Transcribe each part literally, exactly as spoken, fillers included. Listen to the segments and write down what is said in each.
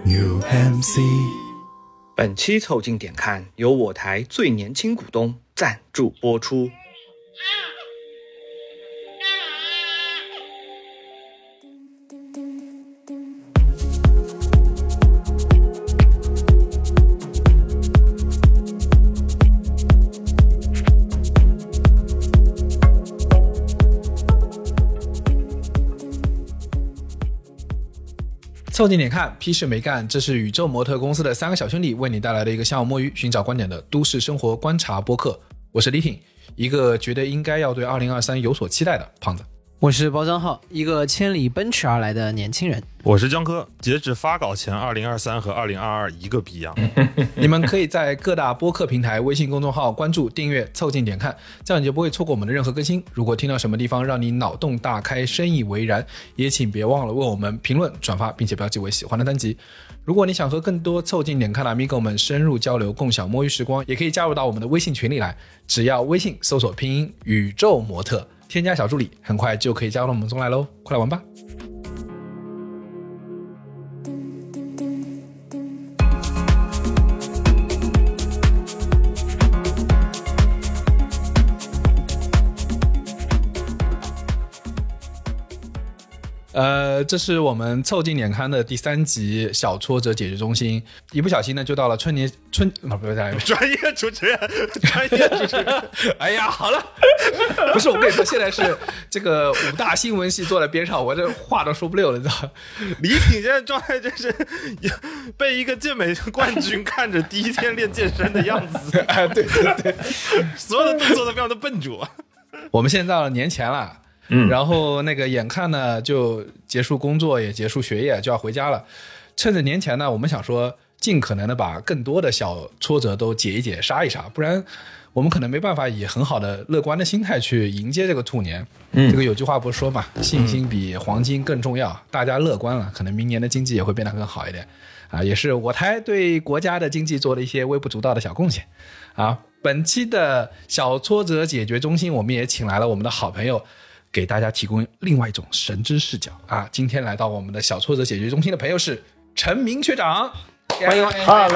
New M C。 本期凑近点看由我台最年轻股东赞助播出。 凑近点看，屁事没干，这是宇宙模特公司的三个小兄弟为你带来的一个相偶摸鱼、寻找观点的都市生活观察播客。我是李挺，一个觉得应该要对二零二三有所期待的胖子。 我是包张浩，一个千里奔驰而来的年轻人。 我是江科，截止发稿前二零二三和二零二二一个逼样。 你们可以在各大播客平台、微信公众号关注、订阅、凑近点看，这样你就不会错过我们的任何更新。如果听到什么地方让你脑洞大开、深以为然，也请别忘了为我们评论、转发，并且标记为喜欢的单集。如果你想和更多凑近点看的 Amigo 们深入交流、共享摸鱼时光，也可以加入到我们的微信群里来，只要微信搜索拼音宇宙模特，添加小助理，很快就可以加入我们中来喽，快来玩吧。呃，这是我们凑近点看的第三集小挫折解决中心，一不小心呢就到了春年春啊不是专业主持人，专业主持人， 哎呀，好了，不是我跟你说，现在是这个五大新闻系坐在边上，我这话都说不溜了，你知道吗？ 李挺现在状态就是被一个健美冠军看着第一天练健身的样子， 哎，对对对， 所有的动作都非常的笨拙。 我们现在到了年前了。嗯，然后那个眼看呢就结束工作也结束学业就要回家了，趁着年前呢我们想说尽可能的把更多的小挫折都解一解杀一杀，不然我们可能没办法以很好的乐观的心态去迎接这个兔年。嗯，这个有句话不是说嘛，信心比黄金更重要，大家乐观了，可能明年的经济也会变得更好一点啊，也是我台对国家的经济做了一些微不足道的小贡献啊。本期的小挫折解决中心我们也请来了我们的好朋友，给大家提供另外一种神之视角啊！今天来到我们的小挫折解决中心的朋友是陈明学长， 欢迎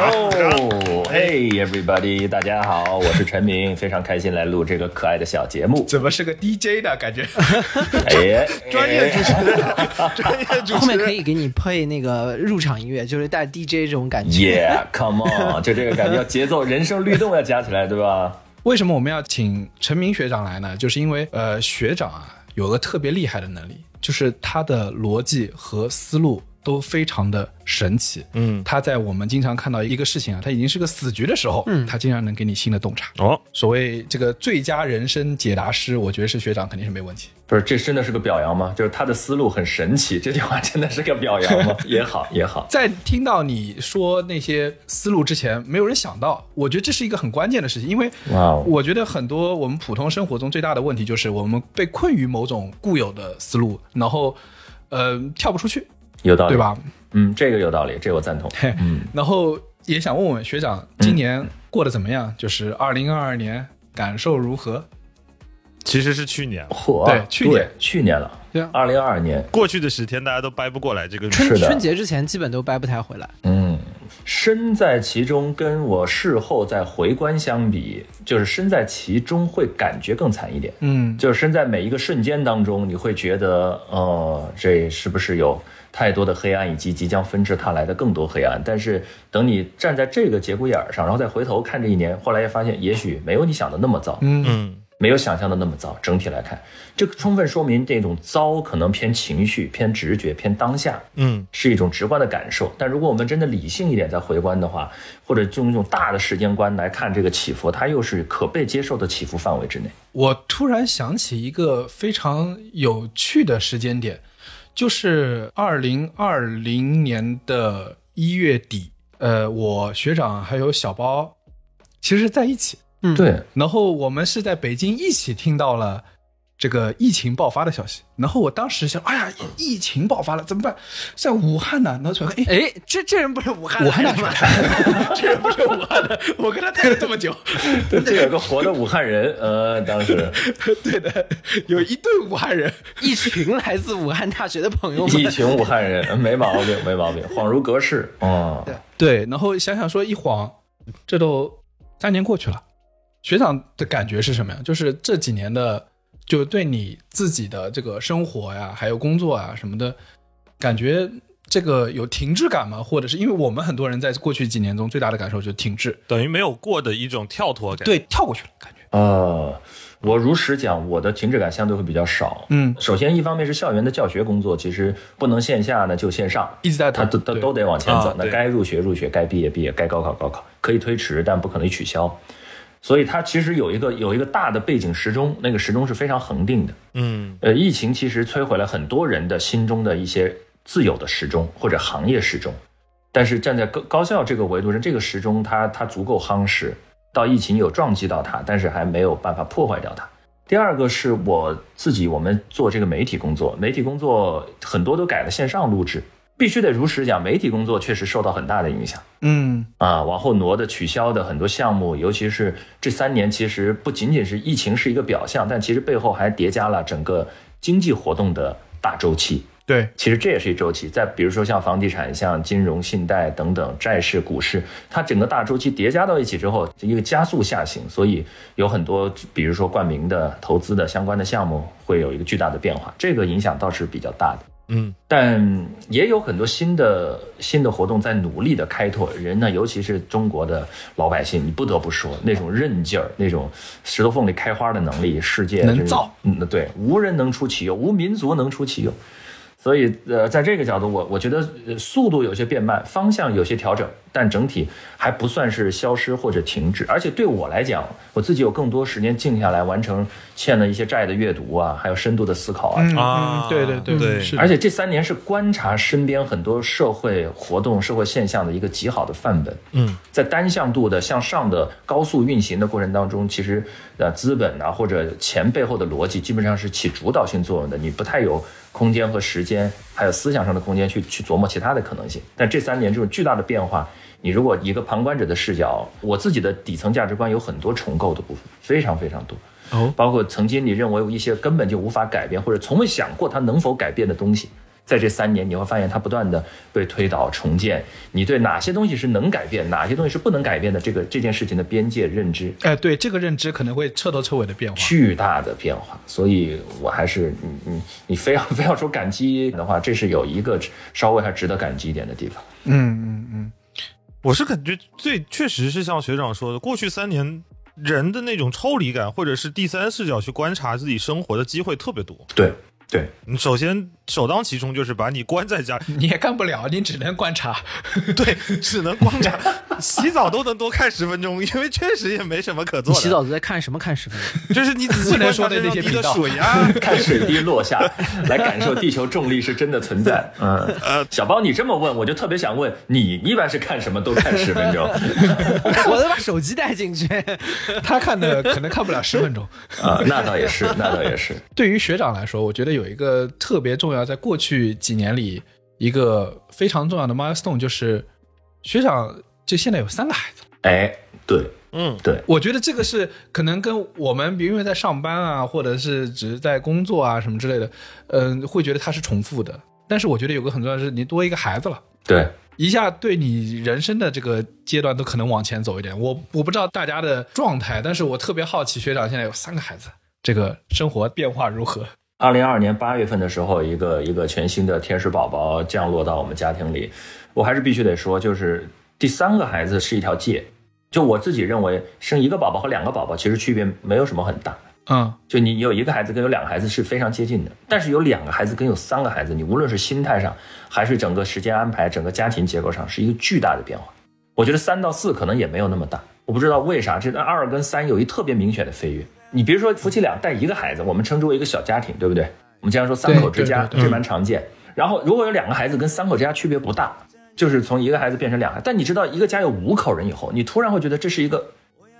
，Hello， Hey everybody， 大家好，我是陈明，非常开心来录这个可爱的小节目。 怎么是个 D J 的感觉？ 哎， 专业主持人，专业主持人， 后面可以给你配那个入场音乐，就是带 D J 这种感觉。 Yeah，come on， 就这个感觉，要节奏、人声律动要加起来，对吧？ 为什么我们要请陈明学长来呢？就是因为呃，学长啊。有个特别厉害的能力，就是他的逻辑和思路都非常的神奇。嗯，他在我们经常看到一个事情啊，他已经是个死局的时候，嗯，他经常能给你新的洞察。哦，所谓这个最佳人生解答师，我觉得是学长肯定是没问题。 不是，这真的是个表扬吗？就是他的思路很神奇，这句话真的是个表扬吗？也好，也好。 在听到你说那些思路之前，没有人想到，我觉得这是一个很关键的事情，因为我觉得很多我们普通生活中最大的问题就是我们被困于某种固有的思路，然后呃跳不出去。 有道理， 对吧？ 嗯，这个有道理，这个我赞同。 嗯，然后也想问问学长，今年过得怎么样？嗯、就是二零二二年感受如何？ 其实是去年， 嚯， 对，去年， 去年了， 对啊， 二零二二年， 过去的十天大家都掰不过来这个春春节之前基本都掰不太回来。 嗯，身在其中跟我事后再回观相比，就是身在其中会感觉更惨一点。嗯，就是身在每一个瞬间当中，你会觉得，呃，这是不是有太多的黑暗，以及即将纷至沓来的更多黑暗？但是等你站在这个节骨眼上，然后再回头看这一年，后来也发现，也许没有你想的那么糟。嗯嗯。没有想象的那么糟，整体来看，这个充分说明这种糟可能偏情绪、偏直觉、偏当下，嗯，是一种直观的感受。但如果我们真的理性一点再回观的话，或者用一种大的时间观来看这个起伏，它又是可被接受的起伏范围之内。 我突然想起一个非常有趣的时间点，就是二零二零年的一月底，呃，我学长还有小包其实在一起。 嗯，对。 然后我们是在北京一起听到了这个疫情爆发的消息，然后我当时想，哎呀，疫情爆发了怎么办？在武汉呢，然后传看， 哎，这这人不是武汉武汉的吗？这人不是武汉的，我跟他待了这么久。 对，这有个活的武汉人，呃，当时对的，有一对武汉人， 一群来自武汉大学的朋友们， 一群武汉人，没毛病，没毛病，恍如隔世。哦， 对对，然后想想说一晃，这都三年过去了，学长的感觉是什么呀？就是这几年的。就对你自己的这个生活呀，还有工作啊什么的，感觉这个有停滞感吗？或者是因为我们很多人在过去几年中最大的感受就是停滞， 等于没有过的一种跳脱感。 对，跳过去了感觉。 呃，我如实讲，我的停滞感相对会比较少。 嗯， 首先一方面是校园的教学工作，其实不能线下呢就线上， 一直在它都都都得往前走。 啊、 那该入学入学，该毕业毕业，该高考高考，可以推迟，但不可能取消。所以它其实有一个有一个大的背景时钟，那个时钟是非常恒定的。 嗯， 呃，疫情其实摧毁了很多人的心中的一些自有的时钟或者行业时钟，但是站在高高校这个维度上，这个时钟它它足够夯实，到疫情有撞击到它，但是还没有办法破坏掉它。第二个是我自己，我们做这个媒体工作，媒体工作很多都改了线上录制。必须得如实讲，媒体工作确实受到很大的影响。 嗯啊，往后挪的、取消的很多项目，尤其是这三年，其实不仅仅是疫情是一个表象，但其实背后还叠加了整个经济活动的大周期。 对， 其实这也是一周期。再比如说像房地产、像金融、信贷等等，债市、股市，它整个大周期叠加到一起之后，一个加速下行，所以有很多，比如说冠名的、投资的相关的项目会有一个巨大的变化，这个影响倒是比较大的。 嗯， 但也有很多新的新的活动在努力的开拓。人呢，尤其是中国的老百姓，你不得不说那种韧劲儿，那种石头缝里开花的能力，世界能造， 嗯，对，无人能出其右，无民族能出其右。所以，呃，在这个角度，我我觉得速度有些变慢，方向有些调整，但整体还不算是消失或者停滞。而且对我来讲，我自己有更多时间静下来完成欠了一些债的阅读啊，还有深度的思考啊。 嗯啊，对对对对，是。 而且这三年是观察身边很多社会活动、社会现象的一个极好的范本。 嗯， 在单向度的向上的高速运行的过程当中，其实呃资本啊或者钱背后的逻辑基本上是起主导性作用的，你不太有空间和时间，还有思想上的空间去去琢磨其他的可能性。但这三年这种巨大的变化，你如果一个旁观者的视角，我自己的底层价值观有很多重构的部分，非常非常多。 哦， 包括曾经你认为有一些根本就无法改变，或者从未想过它能否改变的东西，在这三年你会发现它不断的被推倒重建。你对哪些东西是能改变，哪些东西是不能改变的，这个这件事情的边界认知， 哎，对，这个认知可能会彻头彻尾的变化， 巨大的变化。所以我还是你你你非要非要说感激的话，这是有一个稍微还值得感激一点的地方。 嗯嗯嗯， 我是感觉最确实是像学长说的，过去三年人的那种抽离感，或者是第三视角去观察自己生活的机会特别多。 对对， 你首先首当其冲就是把你关在家， 你也干不了，你只能观察。 对，只能观察。洗澡都能多看十分钟，因为确实也没什么可做的。 你洗澡都在看什么？看十分钟， 就是你仔细观察那些滴的水啊， 看水滴落下，来感受地球重力是真的存在。嗯，呃，小包，你这么问，我就特别想问，你一般是看什么都看十分钟？ 我都把手机带进去， 他看的可能看不了十分钟啊。那倒也是，那倒也是。 对于学长来说，我觉得有一个特别重要，在过去几年里一个非常重要的 milestone， 就是学长就现在有三个孩子。 哎，对， 嗯， 对， 我觉得这个是可能跟我们因为在上班啊，或者是只是在工作啊什么之类的，嗯、呃，会觉得它是重复的。但是我觉得有个很重要的是，你多一个孩子了， 对， 一下对你人生的这个阶段都可能往前走一点。我我不知道大家的状态，但是我特别好奇学长现在有三个孩子，这个生活变化如何？ 二零二二年八月份的时候，一个一个全新的天使宝宝降落到我们家庭里，我还是必须得说，就是第三个孩子是一条界。就我自己认为，生一个宝宝和两个宝宝其实区别没有什么很大。 嗯， 就你有一个孩子跟有两个孩子是非常接近的，但是有两个孩子跟有三个孩子，你无论是心态上，还是整个时间安排、整个家庭结构上，是一个巨大的变化。我觉得三到四可能也没有那么大，我不知道为啥这二跟三有一特别明显的飞跃。你比如说夫妻俩带一个孩子，我们称之为一个小家庭，对不对？我们经常说三口之家，这蛮常见。然后如果有两个孩子跟三口之家区别不大，就是从一个孩子变成两个孩子。但你知道一个家有五口人以后，你突然会觉得这是一个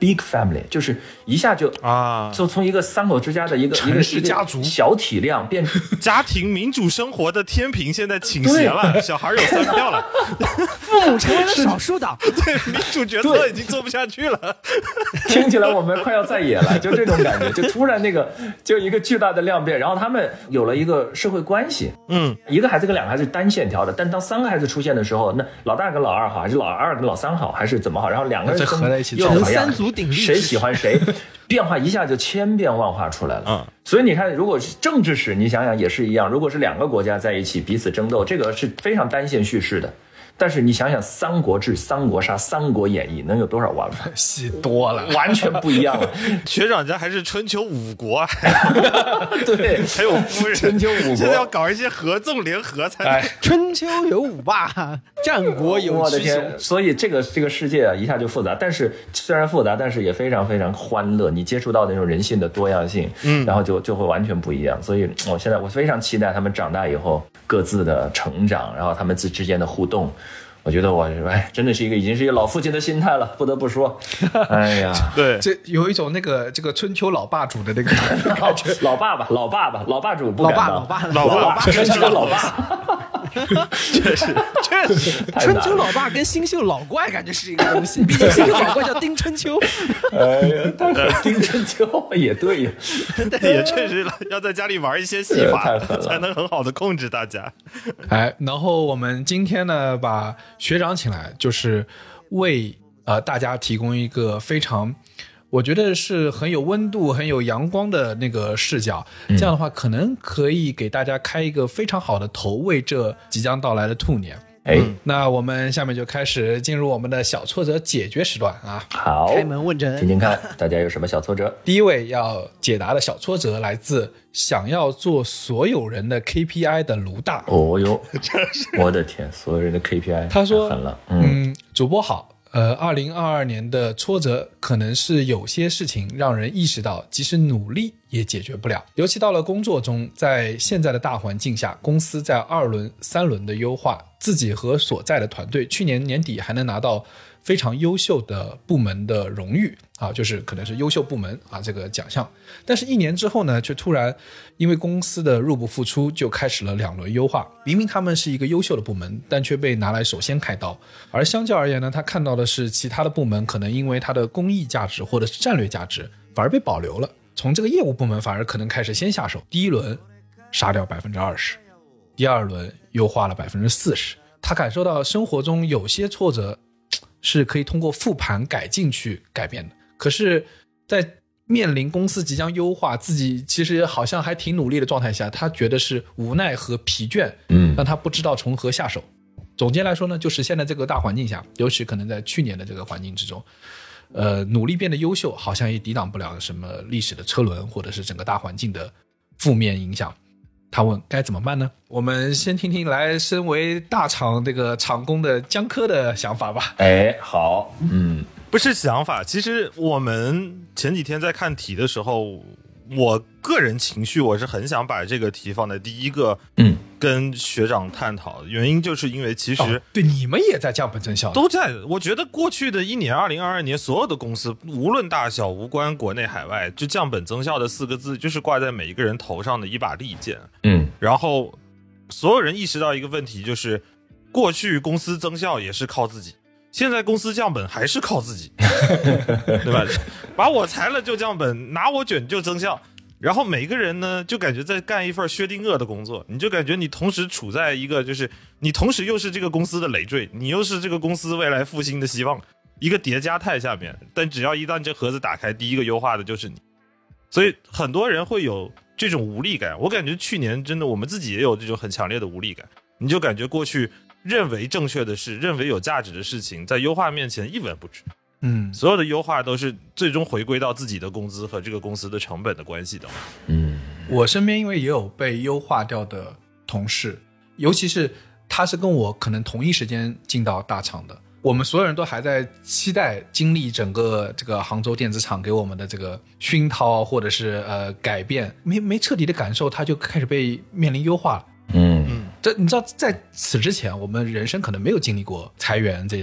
big family， 就是一下就啊， 就从一个三口之家的一个城市家族小体量变家庭民主生活的天平现在倾斜了，小孩有三票了， 父母成为了少数党， 对，民主决策已经做不下去了， 听起来我们快要在野了，就这种感觉，就突然那个就一个巨大的量变，然后他们有了一个社会关系， 嗯， 一个孩子跟两个孩子单线条的，但当三个孩子出现的时候，那老大跟老二好，还是老二跟老三好，还是怎么好？然后两个人合在一起又成三足鼎立， 谁喜欢谁，变化一下就千变万化出来了。嗯，所以你看，如果是政治史，你想想也是一样，如果是两个国家在一起彼此争斗，这个是非常单线叙事的。但是你想想，《三国志》《三国杀》《三国演义》能有多少玩法？ 戏多了， 完全不一样了。 学长家还是春秋五国， 对， 还有夫人。 春秋五国现在要搞一些合纵联合才能。 哎、 春秋有五霸，战国有我的七雄。 天！所以这个这个世界啊，一下就复杂。但是虽然复杂，但是也非常非常欢乐。你接触到那种人性的多样性，嗯，然后就就会完全不一样。所以我现在我非常期待他们长大以后各自的成长，然后他们之之间的互动。我觉得我哎，真的是一个已经是一个老父亲的心态了，不得不说，哎呀， 对， 这有一种那个这个春秋老霸主的那个感觉， 老爸爸，老爸爸，老霸主不敢当， 老爸， 老爸， 老爸，春秋老爸， 确实确实， 春秋老爸跟新秀老怪感觉是一个东西，毕竟新秀老怪叫丁春秋， 哎呀，丁春秋也对呀， 也确实要在家里玩一些戏法，才能很好的控制大家。 哎，然后我们今天呢，把学长请来，就是为呃大家提供一个非常我觉得是很有温度很有阳光的那个视角，这样的话可能可以给大家开一个非常好的头，为这即将到来的兔年。 哎， 那我们下面就开始进入我们的小挫折解决时段啊！ 好， 开门问诊， 听听看大家有什么小挫折。 第一位要解答的小挫折来自想要做所有人的 K P I 的卢大。 哦哟，我的天，所有人的 K P I， 他说， 狠了， 嗯，嗯主播好。呃，二零二二年的挫折可能是有些事情让人意识到，即使努力也解决不了。尤其到了工作中，在现在的大环境下，公司在二轮、三轮的优化，自己和所在的团队，去年年底还能拿到非常优秀的部门的荣誉啊，就是可能是优秀部门啊这个奖项。但是一年之后呢，却突然因为公司的入不敷出，就开始了两轮优化。明明他们是一个优秀的部门，但却被拿来首先开刀。而相较而言呢，他看到的是其他的部门可能因为它的公益价值或者是战略价值反而被保留了，从这个业务部门反而可能开始先下手。第一轮杀掉 百分之二十， 第二轮优化了 百分之四十。 他感受到生活中有些挫折是可以通过复盘改进去改变的，可是在面临公司即将优化，自己其实好像还挺努力的状态下，他觉得是无奈和疲倦，嗯，让他不知道从何下手。总结来说呢，就是现在这个大环境下，尤其可能在去年的这个环境之中，呃，努力变得优秀好像也抵挡不了什么历史的车轮或者是整个大环境的负面影响。他问该怎么办呢？我们先听听来身为大厂这个厂工的江科的想法吧。 哎，好，嗯， 不是想法，其实我们前几天在看题的时候，我个人情绪我是很想把这个题放在第一个，嗯，跟学长探讨，原因就是因为其实、哦、 对你们也在降本增效， 都在。我觉得过去的一年二零二二年，所有的公司无论大小，无关国内海外，就降本增效的四个字就是挂在每一个人头上的一把利剑。嗯，然后所有人意识到一个问题，就是过去公司增效也是靠自己，现在公司降本还是靠自己，对吧？把我裁了就降本，拿我卷就增效。然后每个人呢，就感觉在干一份薛定谔的工作，你就感觉你同时处在一个，就是你同时又是这个公司的累赘，你又是这个公司未来复兴的希望，一个叠加态下面。但只要一旦这盒子打开，第一个优化的就是你，所以很多人会有这种无力感。我感觉去年真的我们自己也有这种很强烈的无力感，你就感觉过去认为正确的事，认为有价值的事情，在优化面前一文不值。嗯，所有的优化都是最终回归到自己的工资和这个公司的成本的关系的。嗯， 我身边因为也有被优化掉的同事，尤其是他是跟我可能同一时间进到大厂的，我们所有人都还在期待经历整个这个杭州电子厂给我们的这个熏陶或者是呃改变，没没彻底的感受，他就开始被面临优化了。嗯，这你知道，在此之前，我们人生可能没有经历过裁员这种事儿。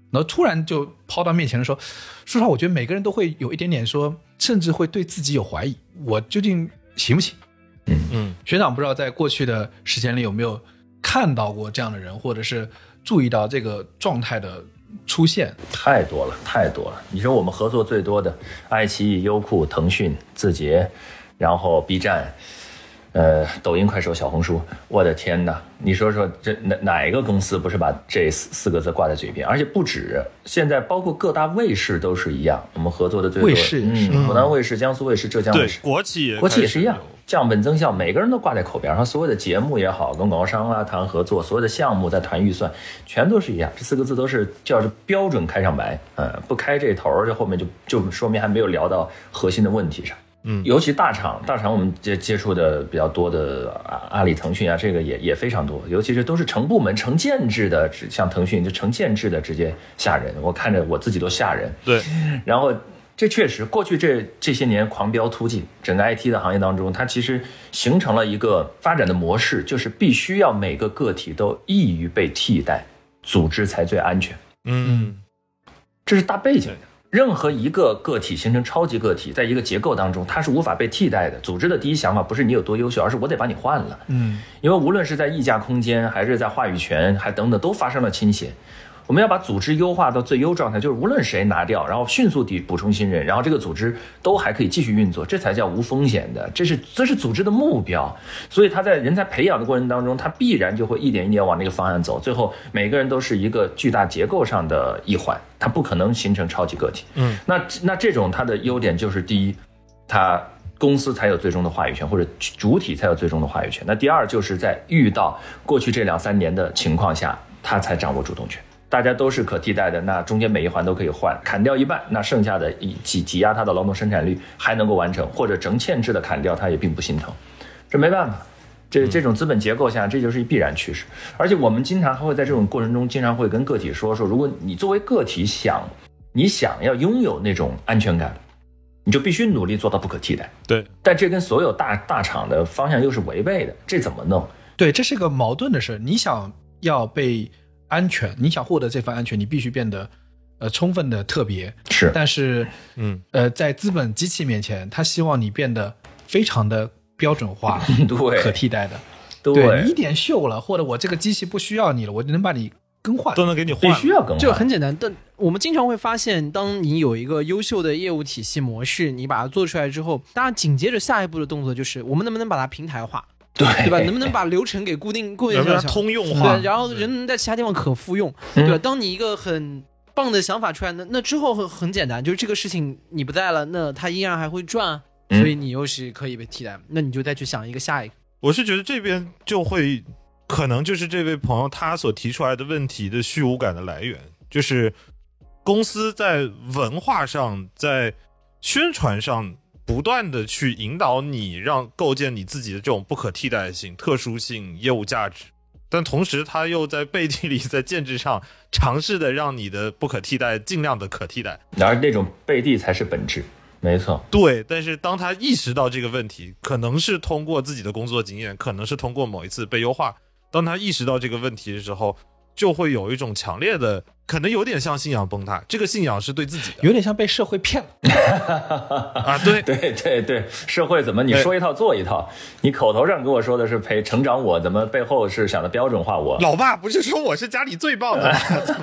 然后突然就抛到面前的时候，说实话，我觉得每个人都会有一点点说，甚至会对自己有怀疑，我究竟行不行？ 嗯嗯，学长不知道在过去的时间里有没有看到过这样的人，或者是注意到这个状态的出现？ 太多了，太多了。你说我们合作最多的，爱奇艺、优酷、腾讯、字节，然后 B 站。呃，抖音、快手、小红书，我的天哪！你说说，这哪哪一个公司不是把这四四个字挂在嘴边？而且不止，现在包括各大卫视都是一样。我们合作的最多， 卫视， 嗯，湖南卫视、江苏卫视、浙江卫视， 对，国企也国企也是一样，降本增效，每个人都挂在口边。然后所有的节目也好，跟广告商啊谈合作，所有的项目在谈预算，全都是一样。这四个字都是叫做标准开上白，嗯，不开这头，这后面就就说明还没有聊到核心的问题上。嗯，尤其大厂，大厂我们接接触的比较多的阿里、腾讯啊，这个也也非常多。尤其是都是成部门、成建制的，像腾讯就成建制的直接吓人，我看着我自己都吓人。 对， 然后这确实过去这这些年狂飙突进，整个 I T 的行业当中，它其实形成了一个发展的模式，就是必须要每个个体都易于被替代，组织才最安全。 嗯， 这是大背景的。任何一个个体形成超级个体，在一个结构当中，它是无法被替代的。组织的第一想法不是你有多优秀，而是我得把你换了。嗯，因为无论是在议价空间，还是在话语权，还等等，都发生了倾斜。我们要把组织优化到最优状态，就是无论谁拿掉，然后迅速地补充新人，然后这个组织都还可以继续运作，这才叫无风险的，这是这是组织的目标。所以他在人才培养的过程当中，他必然就会一点一点往那个方向走，最后每个人都是一个巨大结构上的一环，他不可能形成超级个体。嗯，那那这种它的优点就是第一，它公司才有最终的话语权，或者主体才有最终的话语权。那第二就是在遇到过去这两三年的情况下，他才掌握主动权。大家都是可替代的，那中间每一环都可以换，砍掉一半，那剩下的挤挤压它的劳动生产率还能够完成，或者整堑制的砍掉，它也并不心疼。这没办法，这这种资本结构下，这就是必然趋势。而且我们经常会在这种过程中，经常会跟个体说说，如果你作为个体想，你想要拥有那种安全感，你就必须努力做到不可替代。 对， 但这跟所有大大厂的方向又是违背的，这怎么弄？ 对，这是个矛盾的事。你想要被安全，你想获得这份安全，你必须变得呃充分的特别。 是， 但是嗯呃在资本机器面前，他希望你变得非常的标准化， 对， 可替代的。 对， 对你一点锈了，或者我这个机器不需要你了，我就能把你更换， 都能给你换， 必须要更换。 这个很简单，但我们经常会发现，当你有一个优秀的业务体系模式，你把它做出来之后，当然紧接着下一步的动作就是我们能不能把它平台化。 对对吧？能不能把流程给固定固定下来， 通用化？ 对，然后人能在其他地方可复用，对吧？当你一个很棒的想法出来，那那之后很很简单，就是这个事情你不在了，那它依然还会转，所以你又是可以被替代，那你就再去想一个下一个。 我是觉得这边就会可能就是这位朋友他所提出来的问题的虚无感的来源，就是公司在文化上，在宣传上。不断的去引导你，让构建你自己的这种不可替代性、特殊性、业务价值，但同时他又在背地里在建制上尝试的让你的不可替代尽量的可替代， 然而那种背地才是本质，没错。 对，但是当他意识到这个问题，可能是通过自己的工作经验，可能是通过某一次被优化，当他意识到这个问题的时候，就会有一种强烈的，可能有点像信仰崩塌，这个信仰是对自己的， 有点像被社会骗了啊！对对对对，社会怎么你说一套做一套，你口头上跟我说的是陪成长我，怎么背后是想的标准化我？ 老爸不是说我是家里最棒的吗？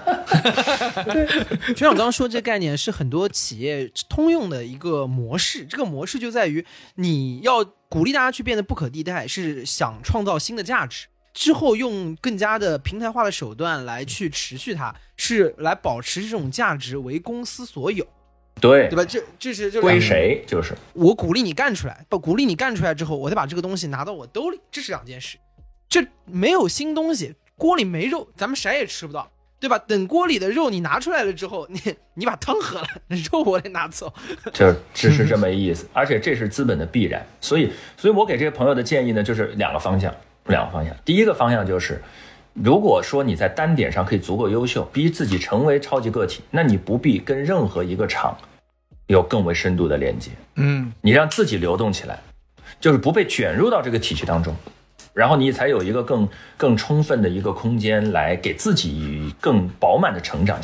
学长刚刚说这概念是很多企业通用的一个模式，这个模式就在于你要鼓励大家去变得不可替代，是想创造新的价值。之后用更加的平台化的手段来去持续它，是来保持这种价值为公司所有， 对对吧？这这是归谁？就是我鼓励你干出来，不鼓励你干出来之后，我得把这个东西拿到我兜里，这是两件事。这没有新东西，锅里没肉，咱们谁也吃不到，对吧？等锅里的肉你拿出来了之后，你你把汤喝了，肉我得拿走， 就只是这么意思。而且这是资本的必然，所以，所以我给这些朋友的建议呢，就是两个方向。两个方向，第一个方向就是，如果说你在单点上可以足够优秀，逼自己成为超级个体，那你不必跟任何一个厂有更为深度的连接。嗯，你让自己流动起来，就是不被卷入到这个体系当中，然后你才有一个更更充分的一个空间来给自己更饱满的成长性。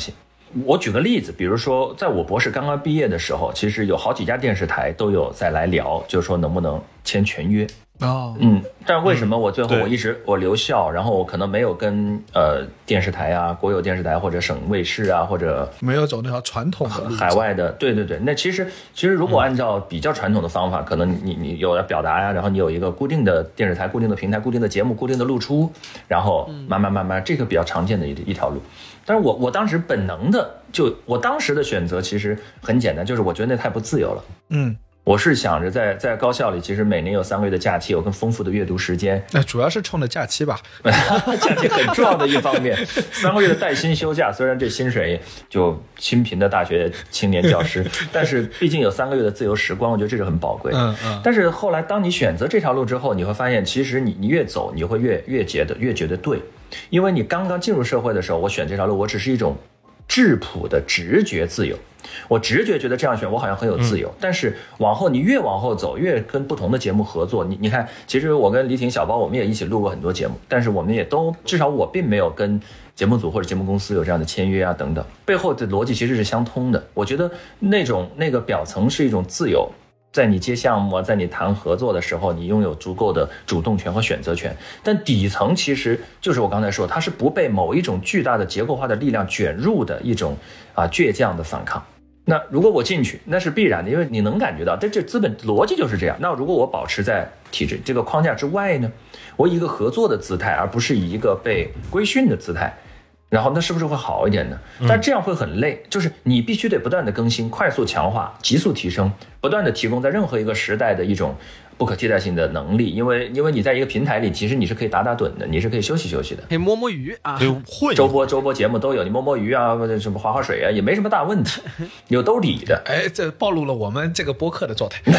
我举个例子，比如说在我博士刚刚毕业的时候，其实有好几家电视台都有在来聊，就是说能不能签全约。 哦， 嗯，但为什么我最后嗯我一直我留校，然后我可能没有跟呃电视台啊、国有电视台或者省卫视啊，或者没有走那条传统的路海外的，对对对。那其实其实如果按照比较传统的方法，嗯、可能你你有了表达呀，然后你有一个固定的电视台、固定的平台、固定的节目、固定的露出，然后慢慢慢慢，这个比较常见的一一条路。但是我我当时本能的就我当时的选择其实很简单，就是我觉得那太不自由了。 嗯。 我是想着在在高校里，其实每年有三个月的假期，有更丰富的阅读时间。 那主要是冲着假期吧， 假期很重要的一方面。三个月的带薪休假，虽然这薪水就清贫的大学青年教师，但是毕竟有三个月的自由时光，我觉得这是很宝贵。 嗯嗯。 但是后来当你选择这条路之后，你会发现，其实你你越走，你会越越觉得越觉得对，因为你刚刚进入社会的时候，我选这条路，我只是一种质朴的直觉自由。我直觉觉得这样选我好像很有自由、嗯、但是往后你越往后走，越跟不同的节目合作，你你看，其实我跟李挺、小包我们也一起录过很多节目，但是我们也都至少我并没有跟节目组或者节目公司有这样的签约啊等等，背后的逻辑其实是相通的。我觉得那种那个表层是一种自由，在你接项目，在你谈合作的时候，你拥有足够的主动权和选择权，但底层其实就是我刚才说，它是不被某一种巨大的结构化的力量卷入的一种啊倔强的反抗。那如果我进去，那是必然的，因为你能感觉到这这资本逻辑就是这样。那如果我保持在体制这个框架之外呢，我以一个合作的姿态，而不是以一个被规训的姿态，然后那是不是会好一点呢？但这样会很累，就是你必须得不断的更新，快速强化，急速提升，不断的提供在任何一个时代的一种不可替代性的能力，因为因为你在一个平台里，其实你是可以打打盹的，你是可以休息休息的， 可以摸摸鱼啊， 周播周播节目都有，你摸摸鱼啊，或者什么划划水啊，也没什么大问题，有兜底的。 哎，这暴露了我们这个播客的状态。你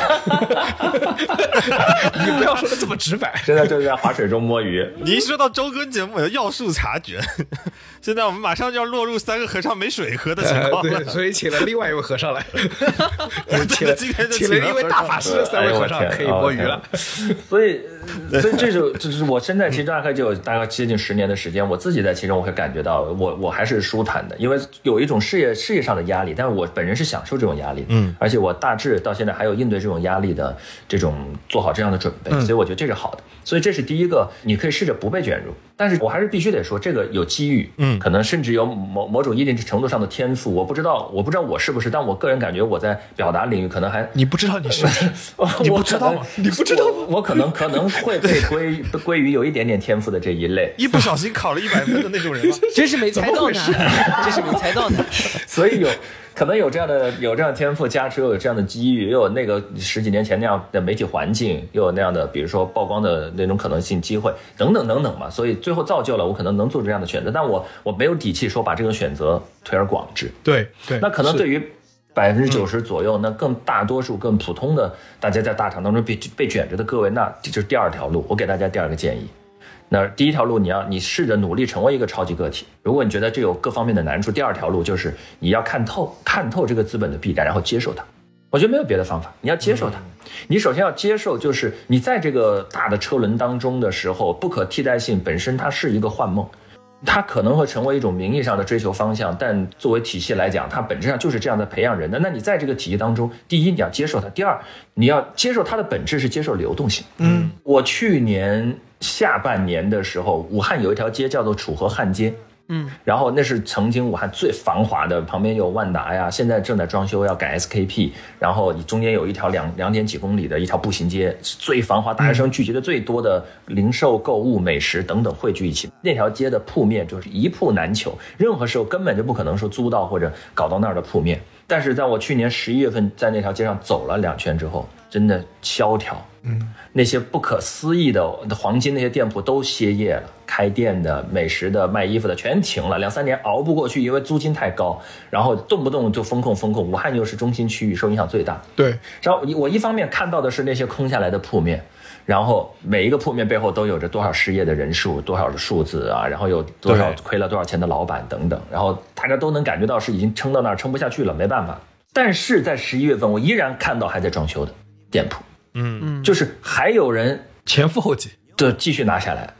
不要说的这么直白， 现在就是在划水中摸鱼。 你一说到周更节目，有要素察觉。现在我们马上就要落入三个和尚没水喝的情况了、 呃、对，所以请了另外一位和尚来， 请了今天就请了一位大法师，三位和尚可以摸鱼了。 所以，所以这就就是我现在其实大概就有大概接近十年的时间，我自己在其中我会感觉到我我还是舒坦的，因为有一种事业事业上的压力，但是我本人是享受这种压力的，嗯，而且我大致到现在还有应对这种压力的这种做好这样的准备，所以我觉得这是好的。所以这是第一个，你可以试着不被卷入，但是我还是必须得说，这个有机遇，嗯，可能甚至有某某种一定程度上的天赋，我不知道，我不知道我是不是，但我个人感觉我在表达领域可能还， 你不知道你是不是，你不知道吗？你不知道吗？ 我, 我可能可能会被归归于有一点点天赋的这一类， 一不小心考了一百分的那种人吗？ 真是没猜到呢，真是没猜到呢。 所以有可能有这样的有这样的天赋加持，又有这样的机遇，又有那个十几年前那样的媒体环境，又有那样的比如说曝光的那种可能性机会等等等等嘛，所以最后造就了我可能能做这样的选择，但我我没有底气说把这个选择推而广之。 对对， 那可能对于百分之九十左右，那更大多数更普通的大家在大厂当中被被卷着的各位，那这就是第二条路。我给大家第二个建议。那第一条路，你要你试着努力成为一个超级个体。如果你觉得这有各方面的难处，第二条路就是你要看透看透这个资本的必然，然后接受它。我觉得没有别的方法，你要接受它。你首先要接受，就是你在这个大的车轮当中的时候，不可替代性本身它是一个幻梦，它可能会成为一种名义上的追求方向，但作为体系来讲，它本质上就是这样的培养人的。那你在这个体系当中，第一你要接受它，第二你要接受它的本质是接受流动性。嗯，我去年下半年的时候，武汉有一条街叫做楚河汉街，嗯，然后那是曾经武汉最繁华的，旁边有万达呀，现在正在装修要改 S K P， 然后你中间有一条两两点几公里的一条步行街，最繁华，大学生聚集的最多的零售、购物、美食等等汇聚一起。那条街的铺面就是一铺难求，任何时候根本就不可能说租到或者搞到那儿的铺面。但是在我去年十一月份在那条街上走了两圈之后，真的萧条。嗯，那些不可思议的黄金那些店铺都歇业了，开店的、美食的、卖衣服的全停了，两三年熬不过去，因为租金太高，然后动不动就风控风控。武汉又是中心区域，受影响最大。 对， 然后我一方面看到的是那些空下来的铺面，然后每一个铺面背后都有着多少失业的人数，多少的数字啊，然后有多少亏了多少钱的老板等等，然后大家都能感觉到是已经撑到那儿撑不下去了，没办法。但是在十一月份，我依然看到还在装修的店铺。嗯，就是还有人前赴后继， 对，继续拿下来，他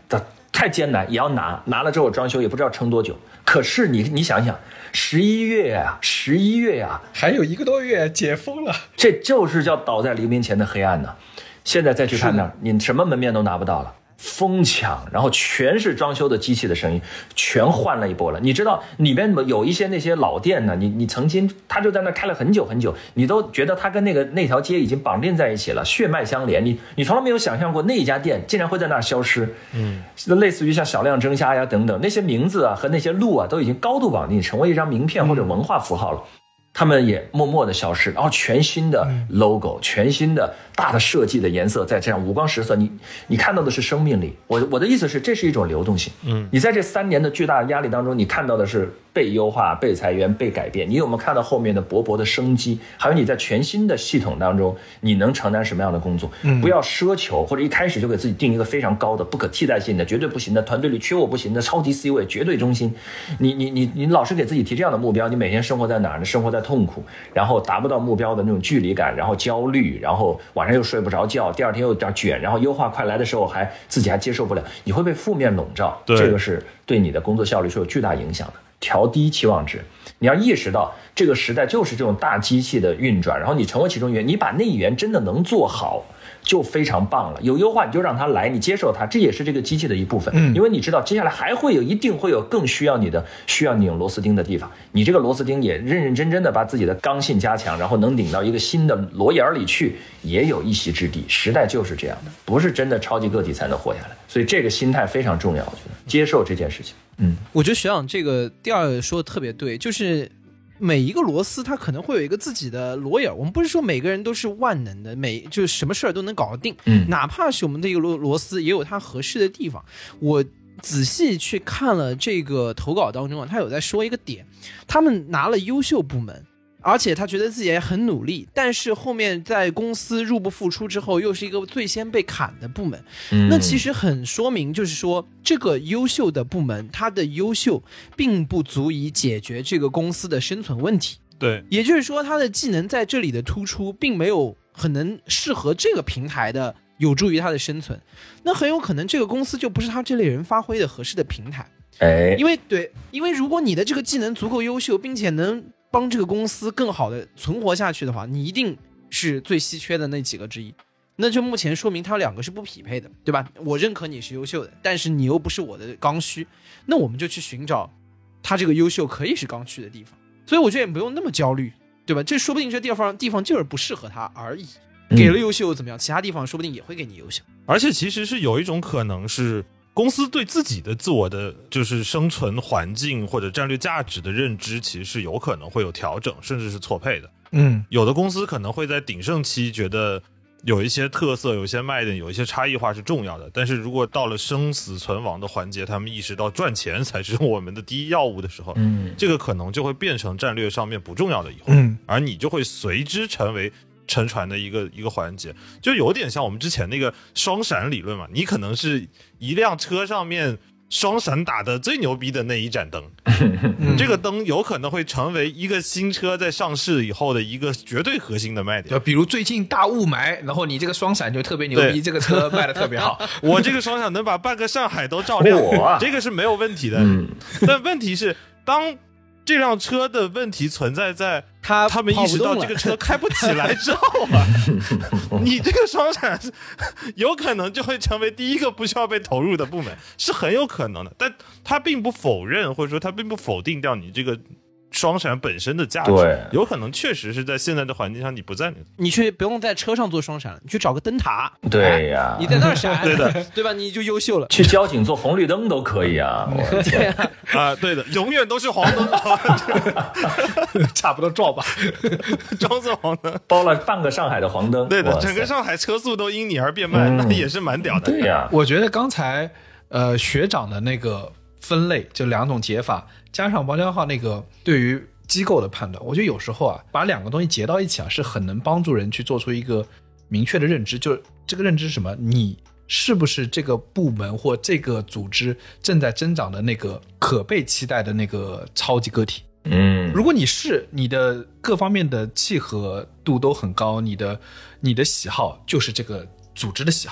太艰难，也要拿，拿了之后装修也不知道撑多久。可是你你想想，十一月呀、啊，十一月呀、啊， 还有一个多月解封了， 这就是叫倒在黎明前的黑暗呢。现在再去看那儿，你什么门面都拿不到了。疯抢，然后全是装修的机器的声音，全换了一波了。你知道里面有一些那些老店呢，你你曾经他就在那开了很久很久，你都觉得他跟那个那条街已经绑定在一起了，血脉相连。你你从来没有想象过那一家店竟然会在那儿消失。嗯，类似于像小亮蒸虾呀等等那些名字啊和那些路啊都已经高度绑定，成为一张名片或者文化符号了。他们也默默的消失，然后全新的 logo、嗯、全新的大的设计的颜色在这样五光十色，你你看到的是生命力。我我的意思是，这是一种流动性。嗯，你在这三年的巨大的压力当中，你看到的是被优化、被裁员、被改变。你有没有看到后面的勃勃的生机？还有你在全新的系统当中，你能承担什么样的工作？嗯，不要奢求，或者一开始就给自己定一个非常高的、不可替代性的、绝对不行的团队里缺我不行的超级 C 位、绝对中心。你你你你老是给自己提这样的目标，你每天生活在哪儿呢？生活在痛苦，然后达不到目标的那种距离感，然后焦虑，然后晚上又睡不着觉，第二天又有点卷，然后优化快来的时候还自己还接受不了，你会被负面笼罩，这个是对你的工作效率是有巨大影响的。调低期望值，你要意识到这个时代就是这种大机器的运转，然后你成为其中一员，你把那一员真的能做好就非常棒了。有优化你就让他来，你接受他，这也是这个机器的一部分。嗯，因为你知道接下来还会有，一定会有更需要你的、需要拧螺丝钉的地方。你这个螺丝钉也认认真真的把自己的刚性加强，然后能拧到一个新的螺眼里去，也有一席之地。时代就是这样的，不是真的超级个体才能活下来。所以这个心态非常重要，我觉得接受这件事情。嗯， 我觉得学长这个第二个说的特别对，就是每一个螺丝它可能会有一个自己的螺眼，我们不是说每个人都是万能的，每就是什么事儿都能搞得定，嗯，哪怕是我们的一个螺螺丝也有它合适的地方。我仔细去看了这个投稿当中啊，他有在说一个点，他们拿了优秀部门，而且他觉得自己也很努力，但是后面在公司入不敷出之后，又是一个最先被砍的部门。嗯，那其实很说明，就是说这个优秀的部门，它的优秀并不足以解决这个公司的生存问题。 对， 也就是说，他的技能在这里的突出，并没有很能适合这个平台的，有助于他的生存。那很有可能这个公司就不是他这类人发挥的合适的平台。 哎， 因为对，因为如果你的这个技能足够优秀，并且能帮这个公司更好的存活下去的话，你一定是最稀缺的那几个之一。那就目前说明它两个是不匹配的，对吧？我认可你是优秀的，但是你又不是我的刚需，那我们就去寻找它这个优秀可以是刚需的地方。所以我觉得也不用那么焦虑，对吧？这说不定这地方地方就是不适合它而已。给了优秀又怎么样？其他地方说不定也会给你优秀。 而且其实是有一种可能是，公司对自己的自我的就是生存环境或者战略价值的认知，其实是有可能会有调整，甚至是错配的。嗯，有的公司可能会在鼎盛期觉得有一些特色、有一些卖点、有一些差异化是重要的，但是如果到了生死存亡的环节，他们意识到赚钱才是我们的第一要务的时候，嗯，这个可能就会变成战略上面不重要的一环，嗯，而你就会随之成为沉船的一个一个环节，就有点像我们之前那个双闪理论嘛，你可能是一辆车上面双闪打的最牛逼的那一盏灯，这个灯有可能会成为一个新车在上市以后的一个绝对核心的卖点。 就比如最近大雾霾，然后你这个双闪就特别牛逼，这个车卖的特别好。 我这个双闪能把半个上海都照亮，这个是没有问题的。嗯，但问题是，当这辆车的问题存在在他他们意识到这个车开不起来之后啊，你这个双闪有可能就会成为第一个不需要被投入的部门，是很有可能的。但他并不否认，或者说他并不否定掉你这个双闪本身的价值，有可能确实是在现在的环境上你不在那， 你去不用在车上做双闪，你去找个灯塔， 对呀、 哎，你在那儿闪， 对的， 对吧？你就优秀了。 去交警做红绿灯都可以啊， 对啊， 啊，对的，永远都是黄灯， 差不多撞吧， 装作黄灯， 包了半个上海的黄灯， 对的，整个上海车速都因你而变慢，嗯、那也是蛮屌的。 对呀、啊， 我觉得刚才呃学长的那个分类，就两种解法。加上王江浩那个对于机构的判断，我觉得有时候啊，把两个东西结到一起啊，是很能帮助人去做出一个明确的认知。就这个认知是什么？你是不是这个部门或这个组织正在增长的那个可被期待的那个超级个体？嗯，如果你是，你的各方面的契合度都很高，你的你的喜好就是这个组织的喜好，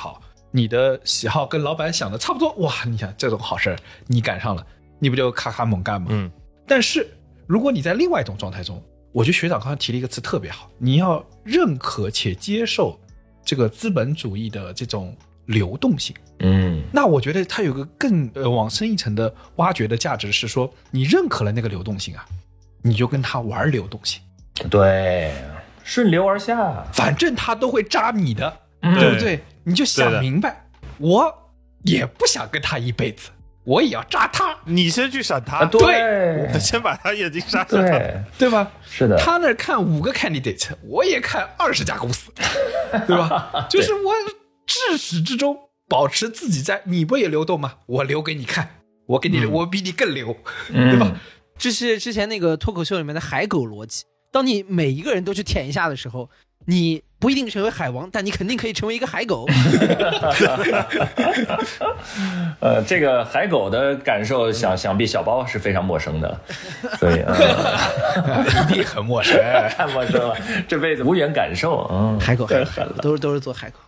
你的喜好跟老板想的差不多，哇，你想这种好事你赶上了，你不就咔咔猛干吗？ 嗯。 但是如果你在另外一种状态中，我觉得学长刚才提了一个词特别好，你要认可且接受这个资本主义的这种流动性。 嗯， 那我觉得它有个更呃往深一层的挖掘的价值是说，你认可了那个流动性啊，你就跟他玩流动性， 对，顺流而下， 反正他都会扎你的， 嗯、 对不对？你就想明白，我也不想跟他一辈子，我也要扎他。 你先去闪他， 啊、对， 我先把他眼睛杀掉， 对， 对吧？ 是的， 他那看五个 candidate， 我也看二十家公司，对吧？就是我至始至终保持自己在，你不也流动吗？我流给你看，我给你，嗯、我比你更流， 嗯、 对吧？ 这是之前那个脱口秀里面的海狗逻辑。当你每一个人都去舔一下的时候，你不一定成为海王，但你肯定可以成为一个海狗。 呃，这个海狗的感受想想必小包是非常陌生的，所以呃， 一定很陌生， 太陌生了，这辈子无缘感受。嗯， 海狗太狠了，都是都是做海狗。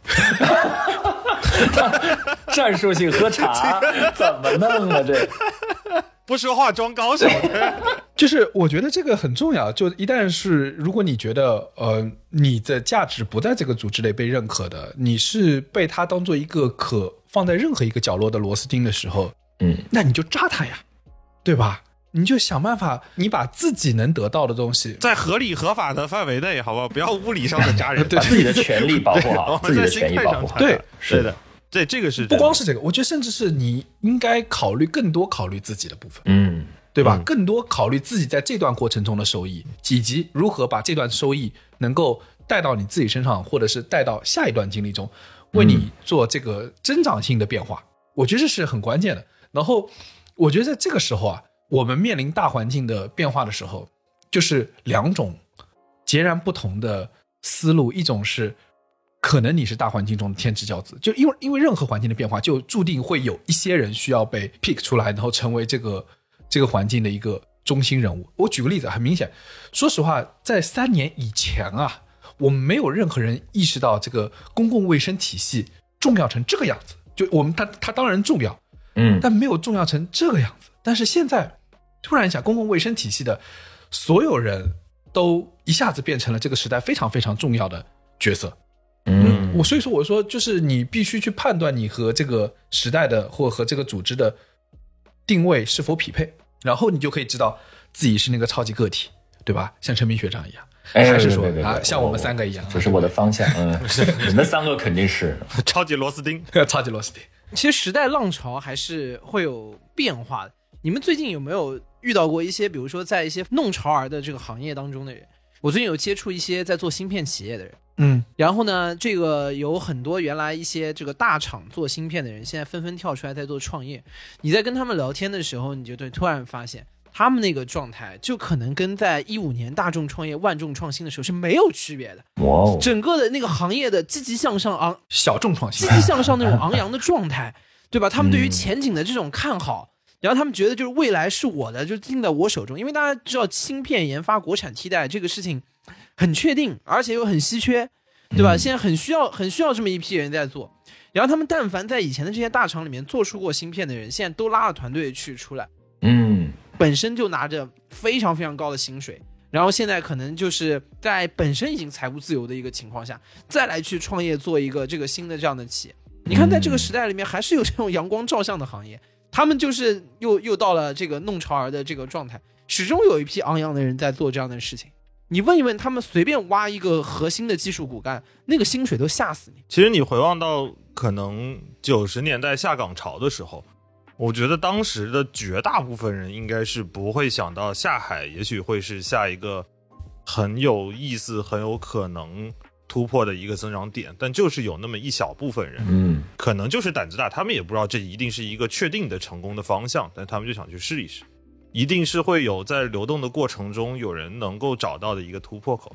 战术性喝茶怎么弄啊？这不说话装高手。 就是我觉得这个很重要，就一旦是如果你觉得呃你的价值不在这个组织内被认可的，你是被它当做一个可放在任何一个角落的螺丝钉的时候， 嗯， 那你就扎它呀，对吧？你就想办法，你把自己能得到的东西在合理合法的范围内，好不好？不要物理上的扎人， 把自己的权利保护好，自己的权益保护好。 对， 是的。 对，这个是不光是这个，我觉得甚至是你应该考虑更多考虑自己的部分， 嗯， 对吧？ 嗯、 更多考虑自己在这段过程中的收益，以及如何把这段收益能够带到你自己身上，或者是带到下一段经历中，为你做这个增长性的变化。嗯、我觉得这是很关键的。然后，我觉得在这个时候啊，我们面临大环境的变化的时候，就是两种截然不同的思路，一种是。可能你是大环境中的天之骄子，就因为因为任何环境的变化，就注定会有一些人需要被 pick 出来，然后成为这个这个环境的一个中心人物。我举个例子，很明显，说实话，在三年以前啊，我们没有任何人意识到这个公共卫生体系重要成这个样子。就我们它它当然重要， 嗯， 但没有重要成这个样子。但是现在突然一下，公共卫生体系的所有人都一下子变成了这个时代非常非常重要的角色。 嗯， 我所以说我说就是你必须去判断你和这个时代的或和这个组织的定位是否匹配，然后你就可以知道自己是那个超级个体，对吧？像陈明学长一样， 哎、 还是说对对对对啊，像我们三个一样， 这是我的方向。嗯，你们三个肯定是超级螺丝钉， 超级螺丝钉。 其实时代浪潮还是会有变化的。你们最近有没有遇到过一些，比如说在一些弄潮儿的这个行业当中的人？我最近有接触一些在做芯片企业的人。 嗯， 然后呢，这个有很多原来一些这个大厂做芯片的人，现在纷纷跳出来在做创业。你在跟他们聊天的时候，你就对突然发现，他们那个状态就可能跟在一五年大众创业、万众创新的时候是没有区别的。 哇， 整个的那个行业的积极向上、昂小众创新、 积极向上那种昂扬的状态，对吧？他们对于前景的这种看好。嗯，然后他们觉得就是未来是我的，就定在我手中，因为大家知道芯片研发、国产替代这个事情很确定，而且又很稀缺，对吧？现在很需要很需要这么一批人在做。然后他们但凡在以前的这些大厂里面做出过芯片的人，现在都拉了团队去出来， 嗯， 本身就拿着非常非常高的薪水，然后现在可能就是在本身已经财务自由的一个情况下，再来去创业做一个这个新的这样的企业。你看，在这个时代里面，还是有这种阳光照相的行业。他们就是又又到了这个弄潮儿的这个状态，始终有一批昂扬的人在做这样的事情。你问一问他们，随便挖一个核心的技术骨干，那个薪水都吓死你。 其实你回望到可能九十年代下岗潮的时候，我觉得当时的绝大部分人应该是不会想到下海也许会是下一个很有意思、很有可能突破的一个增长点，但就是有那么一小部分人， 嗯， 可能就是胆子大，他们也不知道这一定是一个确定的成功的方向，但他们就想去试一试，一定是会有在流动的过程中有人能够找到的一个突破口。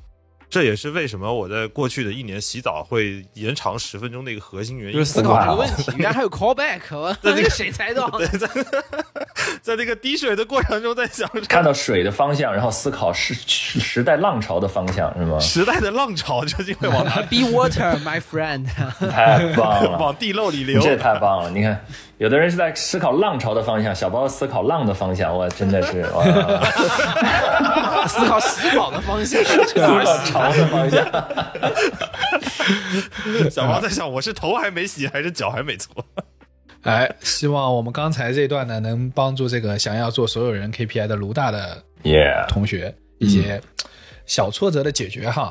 这也是为什么我在过去的一年洗澡会延长十分钟的一个核心原因， 就是思考这个问题。原来还有 callback， 这个谁猜到？ 对，在在那个滴水的过程中，在想看到水的方向，然后思考时时代浪潮的方向，是吗？ 时代的浪潮究竟会往哪里 ？Be water, my friend 。 太棒了， 往地漏里流。 这太棒了！你看，有的人是在思考浪潮的方向，小包思考浪的方向，我真的是哇！ 思考洗澡的方向， 思考潮的方向。 小包在想，我是头还没洗，还是脚还没搓？ 哎，希望我们刚才这段呢，能帮助这个想要做所有人 K P I 的卢大的同学、yeah. 一些小挫折的解决哈。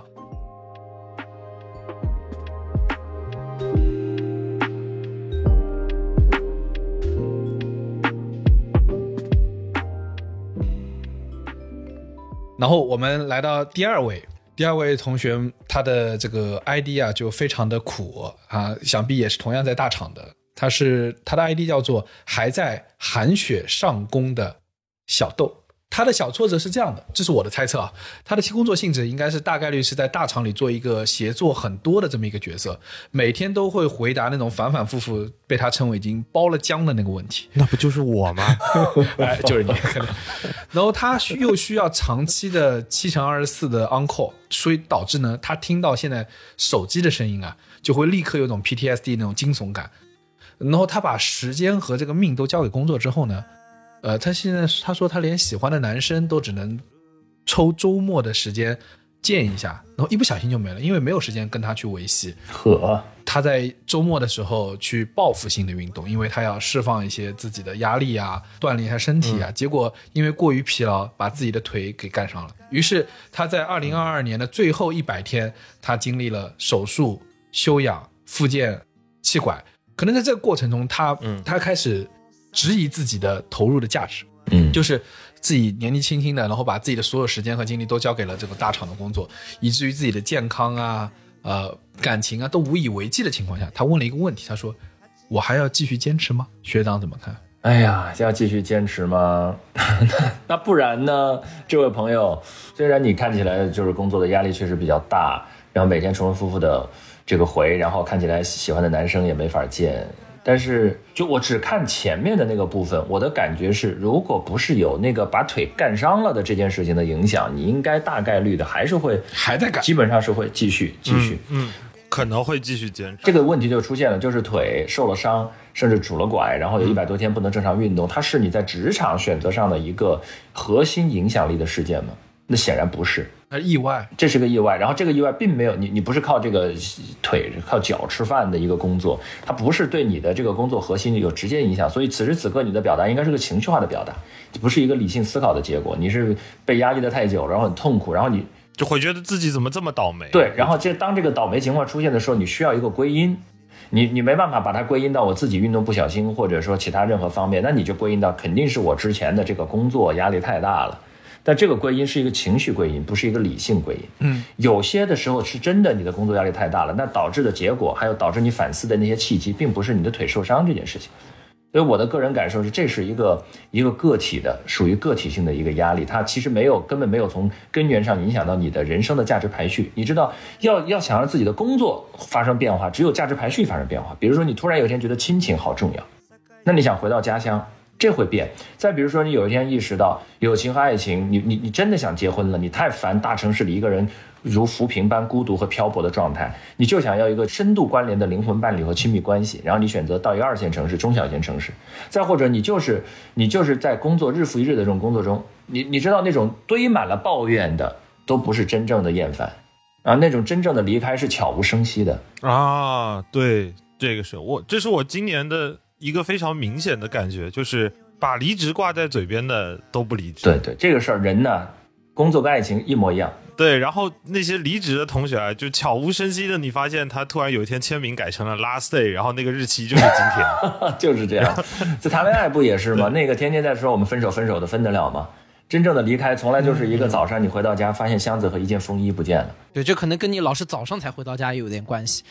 然后我们来到第二位，第二位同学，他的这个 I D 啊就非常的苦啊，想必也是同样在大厂的。他是他的 I D 叫做还在寒雪上工的小豆。他的小挫折是这样的，这是我的猜测啊，他的工作性质应该是大概率是在大厂里做一个协作很多的这么一个角色，每天都会回答那种反反复复被他称为已经包了浆的那个问题。 那不就是我吗？ 哎，就是你可能。然后他又需要长期的七乘二十四的 on call， 所以导致呢，他听到现在手机的声音啊，就会立刻有种 P T S D 那种惊悚感。然后他把时间和这个命都交给工作之后呢，呃，他现在他说他连喜欢的男生都只能抽周末的时间见一下，然后一不小心就没了，因为没有时间跟他去维系。 呵， 他在周末的时候去报复性的运动，因为他要释放一些自己的压力啊，锻炼一下身体啊、嗯、结果因为过于疲劳把自己的腿给干伤了。于是他在二零二二年的最后一百天，他经历了手术、休养、复健、气管。可能在这个过程中他、嗯、他开始质疑自己的投入的价值， 嗯， 就是自己年纪轻轻的，然后把自己的所有时间和精力都交给了这个大厂的工作，以至于自己的健康啊、呃感情啊都无以为继的情况下，他问了一个问题，他说：“我还要继续坚持吗？”学长怎么看？ 哎呀，要继续坚持吗？那不然呢？这位朋友，虽然你看起来就是工作的压力确实比较大，然后每天重重复复的这个回，然后看起来喜欢的男生也没法见。但是就我只看前面的那个部分，我的感觉是，如果不是有那个把腿干伤了的这件事情的影响，你应该大概率的还是会还在干， 基本上是会继续继续， 嗯，嗯可能会继续坚持。 这个问题就出现了，就是腿受了伤，甚至拄了拐，然后有一百多天不能正常运动，它是你在职场选择上的一个核心影响力的事件吗？那显然不是。 意外， 这是个意外。然后这个意外并没有你，你不是靠这个腿、靠脚吃饭的一个工作，它不是对你的这个工作核心有直接影响。所以此时此刻你的表达应该是个情绪化的表达，不是一个理性思考的结果。你是被压抑的太久，然后很痛苦，然后你就会觉得自己怎么这么倒霉。 对，然后这当这个倒霉情况出现的时候，你需要一个归因。你你没办法把它归因到我自己运动不小心，或者说其他任何方面，那你就归因到肯定是我之前的这个工作压力太大了。但这个归因是一个情绪归因，不是一个理性归因。 嗯， 有些的时候是真的你的工作压力太大了，那导致的结果还有导致你反思的那些契机，并不是你的腿受伤这件事情。所以我的个人感受是，这是一个一个个体的属于个体性的一个压力，它其实没有根本没有从根源上影响到你的人生的价值排序。你知道，要要想让自己的工作发生变化，只有价值排序发生变化。比如说你突然有一天觉得亲情好重要，那你想回到家乡，这会变。再比如说你有一天意识到友情和爱情，你你你真的想结婚了，你太烦大城市里一个人如浮萍般孤独和漂泊的状态，你就想要一个深度关联的灵魂伴侣和亲密关系，然后你选择到一个二线城市、中小型城市。再或者你就是你就是在工作日复一日的这种工作中，你你知道那种堆满了抱怨的都不是真正的厌烦啊，那种真正的离开是悄无声息的啊。对，这个是我这是我今年的一个非常明显的感觉，就是把离职挂在嘴边的都不离职。 对对，这个事儿人呢，工作跟爱情一模一样。 对，然后那些离职的同学啊，就悄无声息的，你发现他突然有一天签名改成了 last day， 然后那个日期就是今天， 就是这样。这谈恋爱不也是吗？那个天天在说我们分手分手的，分得了吗？真正的离开从来就是一个早上你回到家发现箱子和一件风衣不见了。 对，这可能跟你老是早上才回到家有点关系。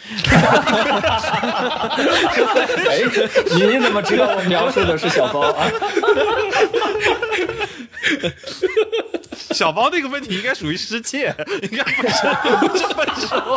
哎，你怎么知道我描述的是小包啊？ 小包那个问题应该属于失窃，应该不是不是分手。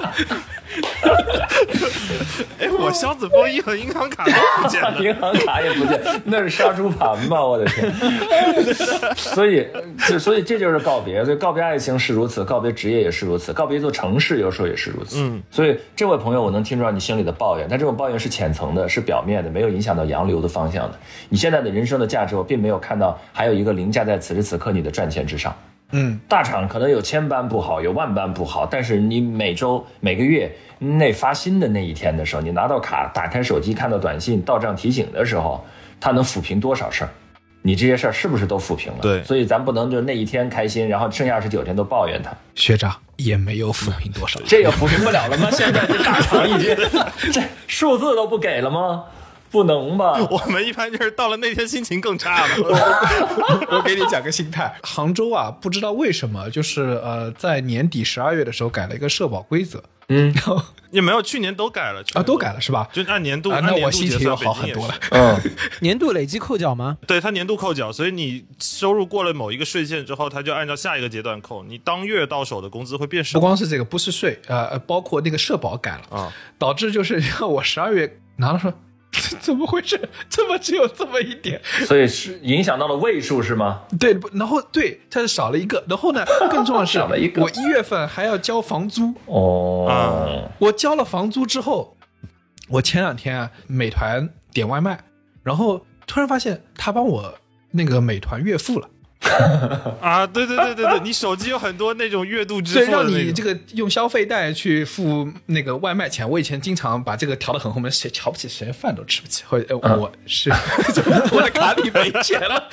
哎，我箱子风衣和银行卡都不见了， 银行卡也不见，那是杀猪盘吧？我的天！所以，所以这就是告别。所以告别爱情是如此，告别职业也是如此，告别一座城市有时候也是如此。嗯，所以这位朋友，我能听出你心里的抱怨，但这种抱怨是浅层的，是表面的，没有影响到洋流的方向的。你现在的人生的价值，我并没有看到还有一个凌驾在此时此刻你的赚钱之上。 嗯， 大厂可能有千般不好，有万般不好，但是你每周每个月那发薪的那一天的时候，你拿到卡，打开手机看到短信到账提醒的时候，它能抚平多少事儿？你这些事儿是不是都抚平了？ 对， 所以咱不能就那一天开心，然后剩下二十九天都抱怨它。 学长也没有抚平多少， 这也抚平不了了吗？现在这大厂已经这数字都不给了吗？不能吧？ 我们一般就是到了那天心情更差了。 我给你讲个心态，杭州啊，不知道为什么，就是呃，在年底十二月的时候改了一个社保规则。 嗯， 然后也没有，去年都改了啊，都改了是吧？ 就按年度， 啊、 按年度那我心情又好很多了。 嗯， 年度累计扣缴吗？ 对，它年度扣缴，所以你收入过了某一个税线之后，它就按照下一个阶段扣，你当月到手的工资会变少。 不光是这个，不是税，呃，包括那个社保改了啊，导致就是我十二月拿了说。怎么回事？怎么只有这么一点？ 所以是影响到了位数是吗？ 对，然后对，它是少了一个。然后呢，更重要的是， 少了一个我一月份还要交房租哦、 嗯。我交了房租之后，我前两天啊，美团点外卖，然后突然发现他帮我那个美团月付了。 啊，对对对对对，你手机有很多那种月度支付的、那个， 对，让你这个用消费贷去付那个外卖钱。我以前经常把这个调得很后面，谁瞧不起谁，饭都吃不起。或者、呃、我是我的卡里没钱了，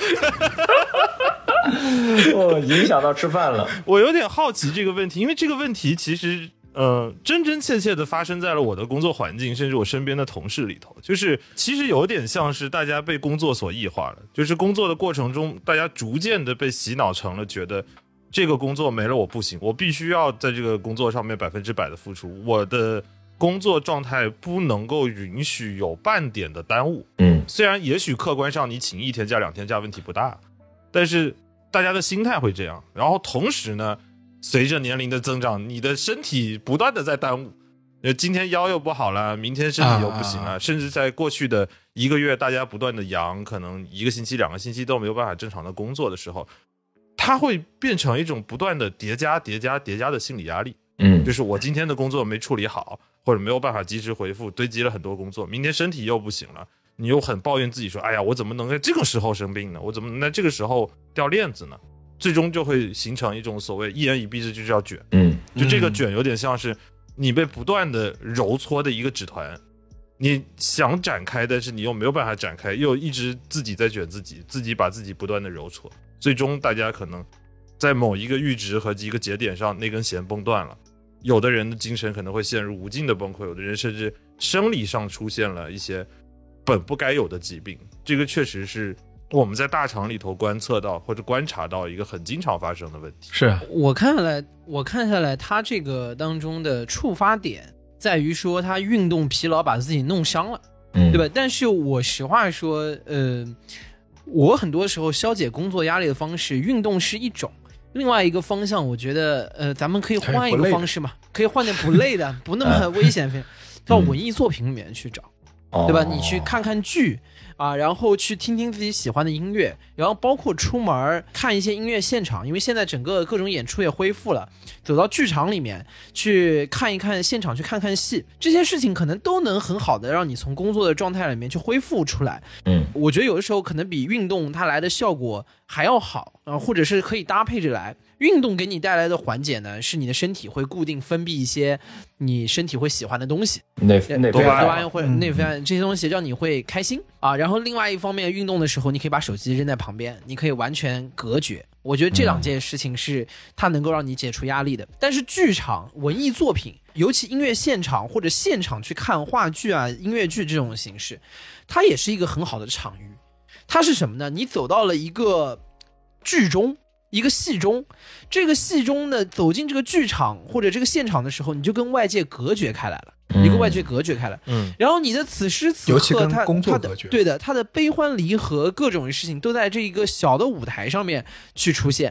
哦，影响到吃饭了。 我有点好奇这个问题，因为这个问题其实。呃，真真切切的发生在了我的工作环境，甚至我身边的同事里头。就是其实有点像是大家被工作所异化了，就是工作的过程中，大家逐渐的被洗脑成了觉得这个工作没了我不行，我必须要在这个工作上面百分之百的付出，我的工作状态不能够允许有半点的耽误。 嗯， 虽然也许客观上你请一天假两天假问题不大，但是大家的心态会这样。然后同时呢，随着年龄的增长，你的身体不断的在耽误，今天腰又不好了，明天身体又不行了、啊、甚至在过去的一个月大家不断的阳，可能一个星期两个星期都没有办法正常的工作的时候，它会变成一种不断的叠加叠加叠加的心理压力。 嗯， 就是我今天的工作没处理好，或者没有办法及时回复，堆积了很多工作，明天身体又不行了，你又很抱怨自己说，哎呀，我怎么能在这个时候生病呢？我怎么能在这个时候掉链子呢？最终就会形成一种所谓一言以蔽之，就叫卷。 嗯， 就这个卷有点像是你被不断的揉搓的一个纸团，你想展开，但是你又没有办法展开，又一直自己在卷自己，自己把自己不断的揉搓，最终大家可能在某一个阈值和一个节点上，那根弦崩断了。有的人的精神可能会陷入无尽的崩溃，有的人甚至生理上出现了一些本不该有的疾病。这个确实是我们在大厂里头观测到或者观察到一个很经常发生的问题。 是我看下来，我看下来，他这个当中的触发点在于说他运动疲劳把自己弄伤了， 嗯， 对吧？但是我实话说，呃，我很多时候消解工作压力的方式，运动是一种。另外一个方向，我觉得，呃，咱们可以换一个方式嘛，可以换点不累的，不那么危险，到文艺作品里面去找， 嗯、 对吧？你去看看剧。啊，然后去听听自己喜欢的音乐，然后包括出门看一些音乐现场，因为现在整个各种演出也恢复了，走到剧场里面去看一看现场，去看看戏，这些事情可能都能很好的让你从工作的状态里面去恢复出来。 嗯， 我觉得有的时候可能比运动它来的效果还要好啊，或者是可以搭配着来。运动给你带来的缓解呢，是你的身体会固定分泌一些你身体会喜欢的东西， 内内啡肽或者内啡肽这些东西，让你会开心啊。然后另外一方面，运动的时候你可以把手机扔在旁边，你可以完全隔绝。我觉得这两件事情是它能够让你解除压力的。但是剧场、文艺作品，尤其音乐现场或者现场去看话剧啊、音乐剧这种形式，它也是一个很好的场域。它是什么呢？你走到了一个剧中。一个戏中，这个戏中呢，走进这个剧场或者这个现场的时候，你就跟外界隔绝开来了， 嗯、 你跟外界隔绝开来。 嗯， 然后你的此时此刻， 尤其跟工作隔绝， 对的，他的悲欢离合各种事情都在这一个小的舞台上面去出现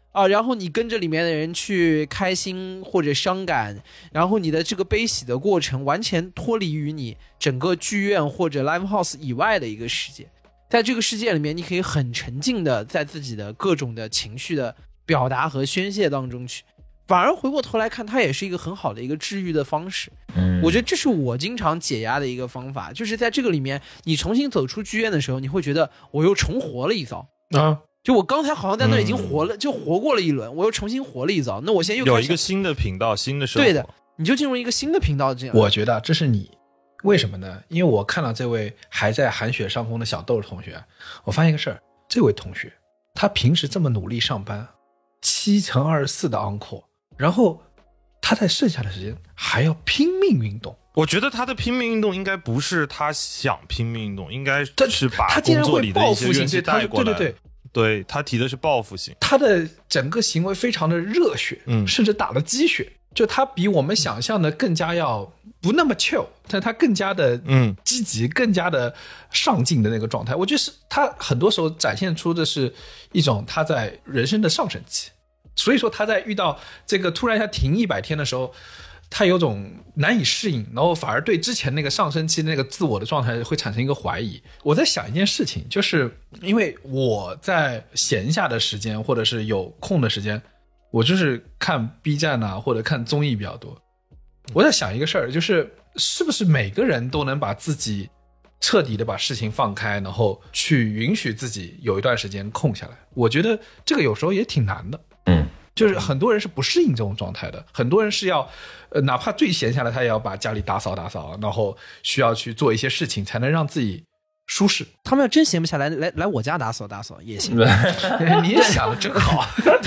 啊，然后你跟着里面的人去开心或者伤感，然后你的这个悲喜的过程完全脱离于你整个剧院或者 live house 以外的一个世界。在这个世界里面，你可以很沉浸的在自己的各种的情绪的表达和宣泄当中去，反而回过头来看，它也是一个很好的一个治愈的方式。嗯，我觉得这是我经常解压的一个方法，就是在这个里面，你重新走出剧院的时候，你会觉得我又重活了一遭啊。就我刚才好像在那已经活了、嗯，就活过了一轮，我又重新活了一遭。那我现在又有一个新的频道，新的生活。 对的，你就进入一个新的频道这样。 我觉得这是你，为什么呢？因为我看到这位还在寒雪上风的小豆同学，我发现一个事儿，这位同学他平时这么努力上班，七乘二十四的 encore， 然后他在剩下的时间还要拼命运动。 我觉得他的拼命运动应该不是他想拼命运动，应该是把工作里的一些元气带过来。 对对对。 对，他提的是报复性， 他的整个行为非常的热血，嗯，甚至打了鸡血，就他比我们想象的更加要不那么 chill， 但他更加的嗯积极，更加的上进的那个状态。我觉得是他很多时候展现出的是一种他在人生的上升期，所以说他在遇到这个突然一下停一百天的时候，他有种难以适应，然后反而对之前那个上升期那个自我的状态会产生一个怀疑。我在想一件事情，就是因为我在闲下的时间或者是有空的时间，我就是看 B 站啊或者看综艺比较多。我在想一个事儿，就是是不是每个人都能把自己彻底的把事情放开，然后去允许自己有一段时间空下来。我觉得这个有时候也挺难的。嗯，就是很多人是不适应这种状态的，很多人是要呃，哪怕最闲下来他也要把家里打扫打扫，然后需要去做一些事情才能让自己舒适。 他们要真闲不下来，来来我家打扫打扫也行。 你也想的真好。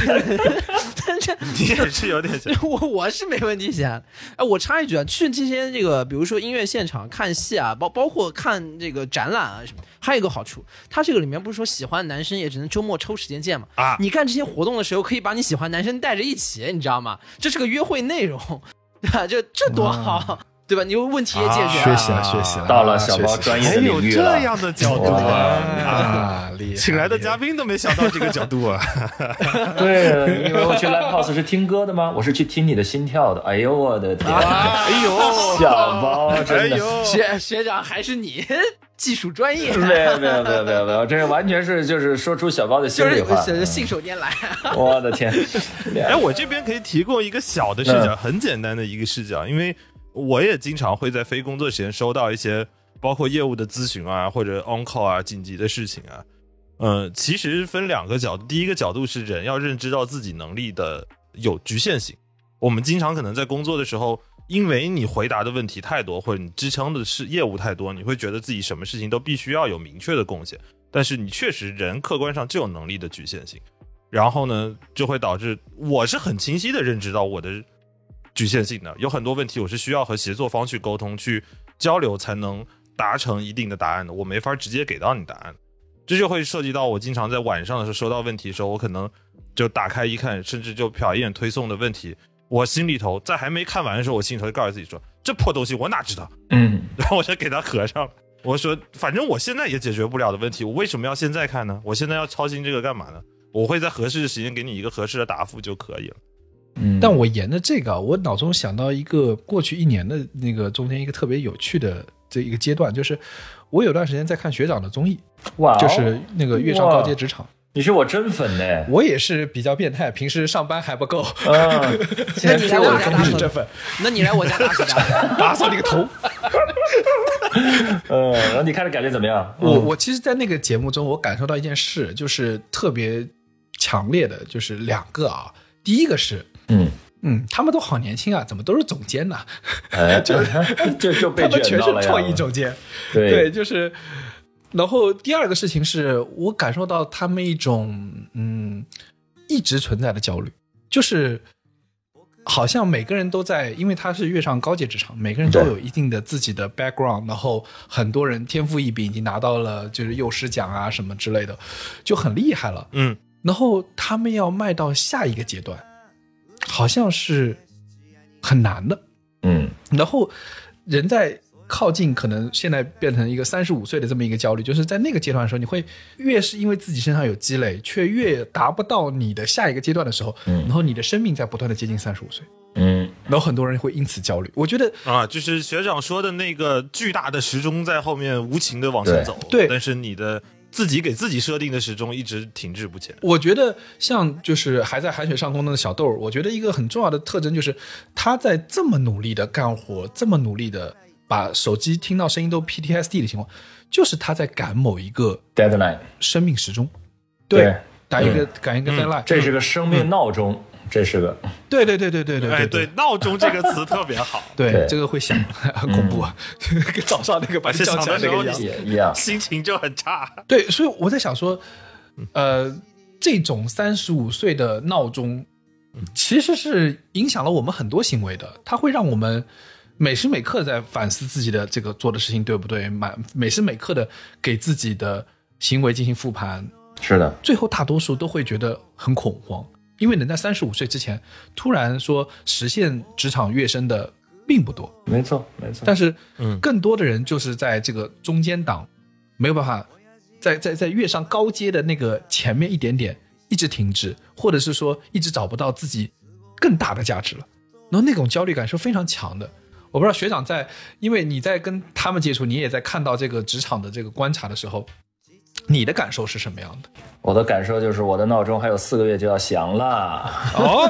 你也是有点想。 我我是没问题想。哎，我插一句啊，去这些这个比如说音乐现场看戏啊，包包括看这个展览啊什么，还有一个好处，它这个里面不是说喜欢男生也只能周末抽时间见嘛？啊，你干这些活动的时候可以把你喜欢男生带着一起，你知道吗？这是个约会内容，对吧？这这多好。啊，对吧？你问题也解决了， 学习了，学习了， 到了小包专业的领域了。 还有这样的角度啊！啊，请来的嘉宾都没想到这个角度啊！ 对，因为我去 live house 是听歌的吗？我是去听你的心跳的。哎呦我的天！ 哎呦， 小包真的， 哎，学学长还是你技术专业？ 没有没有没有没有没有，这是完全是就是说出小包的心里话， 就是信手拈来。 我的天！ 哎，我这边可以提供一个小的视角，嗯，很简单的一个视角，因为我也经常会在非工作时间收到一些包括业务的咨询啊，或者 on call 啊，紧急的事情啊。呃，其实分两个角度，第一个角度是人要认知到自己能力的有局限性。我们经常可能在工作的时候，因为你回答的问题太多，或者你支撑的是业务太多，你会觉得自己什么事情都必须要有明确的贡献，但是你确实人客观上就有能力的局限性，然后呢，就会导致我是很清晰的认知到我的局限性的，有很多问题我是需要和协作方去沟通去交流才能达成一定的答案的，我没法直接给到你答案。这就会涉及到我经常在晚上的时候收到问题的时候，我可能就打开一看，甚至就瞟一眼推送的问题，我心里头在还没看完的时候，我心里头就告诉自己说，这破东西我哪知道，嗯，然后我就给他合上了。我说反正我现在也解决不了的问题，我为什么要现在看呢？我现在要操心这个干嘛呢？我会在合适的时间给你一个合适的答复就可以了。 嗯，但我沿着这个，我脑中想到一个过去一年的那个中间一个特别有趣的这一个阶段，就是我有段时间在看学长的综艺，哇，就是那个跃上高阶职场。 你是我真粉呢！ 我也是比较变态，平时上班还不够。 嗯， 那你来我家打扫这份， 那你来我家打扫打扫你个头。 嗯，然后你看着感觉怎么样？ 我我其实，在那个节目中，我感受到一件事，就是特别强烈的，就是两个啊。第一个是，嗯嗯，他们都好年轻啊，怎么都是总监呢？ 哎，就就就被他们全是创意总监， 对对，就是。然后第二个事情是我感受到他们一种嗯一直存在的焦虑，就是好像每个人都在，因为他是跃上高阶职场，每个人都有一定的自己的 background， 然后很多人天赋异禀，已经拿到了就是幼师奖啊什么之类的，就很厉害了。嗯，然后他们要迈到下一个阶段，好像是很难的。嗯，然后人在靠近可能现在变成一个三十五岁的这么一个焦虑，就是在那个阶段的时候，你会越是因为自己身上有积累，却越达不到你的下一个阶段的时候，嗯、然后你的生命在不断的接近三十五岁，嗯，然后很多人会因此焦虑。我觉得啊，就是学长说的那个巨大的时钟在后面无情的往前走， 对， 但是你的自己给自己设定的时钟一直停滞不前。 我觉得像就是还在海水上空的小豆，我觉得一个很重要的特征就是他在这么努力的干活，这么努力的把手机听到声音都 P T S D 的情况，就是他在赶某一个 deadline 生命时钟，对，赶一个、嗯、赶一个 deadline，、嗯、 这是个生命闹钟。嗯，这是个对对对对对对对对对，闹钟这个词特别好， 对，这个会响，很恐怖啊，跟早上那个把你叫起来那个一样， 心情就很差。 对，所以我在想说，呃，这种三十五岁的闹钟，其实是影响了我们很多行为的，它会让我们每时每刻在反思自己的这个做的事情对不对，每时每刻的给自己的行为进行复盘。 是的， 最后大多数都会觉得很恐慌。因为能在三十五岁之前突然说实现职场跃升的并不多， 没错没错。 但是，嗯，更多的人就是在这个中间档，没有办法在在在跃上高阶的那个前面一点点一直停滞，或者是说一直找不到自己更大的价值了，然后那种焦虑感是非常强的。我不知道学长在，因为你在跟他们接触，你也在看到这个职场的这个观察的时候，你的感受是什么样的？ 我的感受就是我的闹钟还有四个月就要响了。 哦，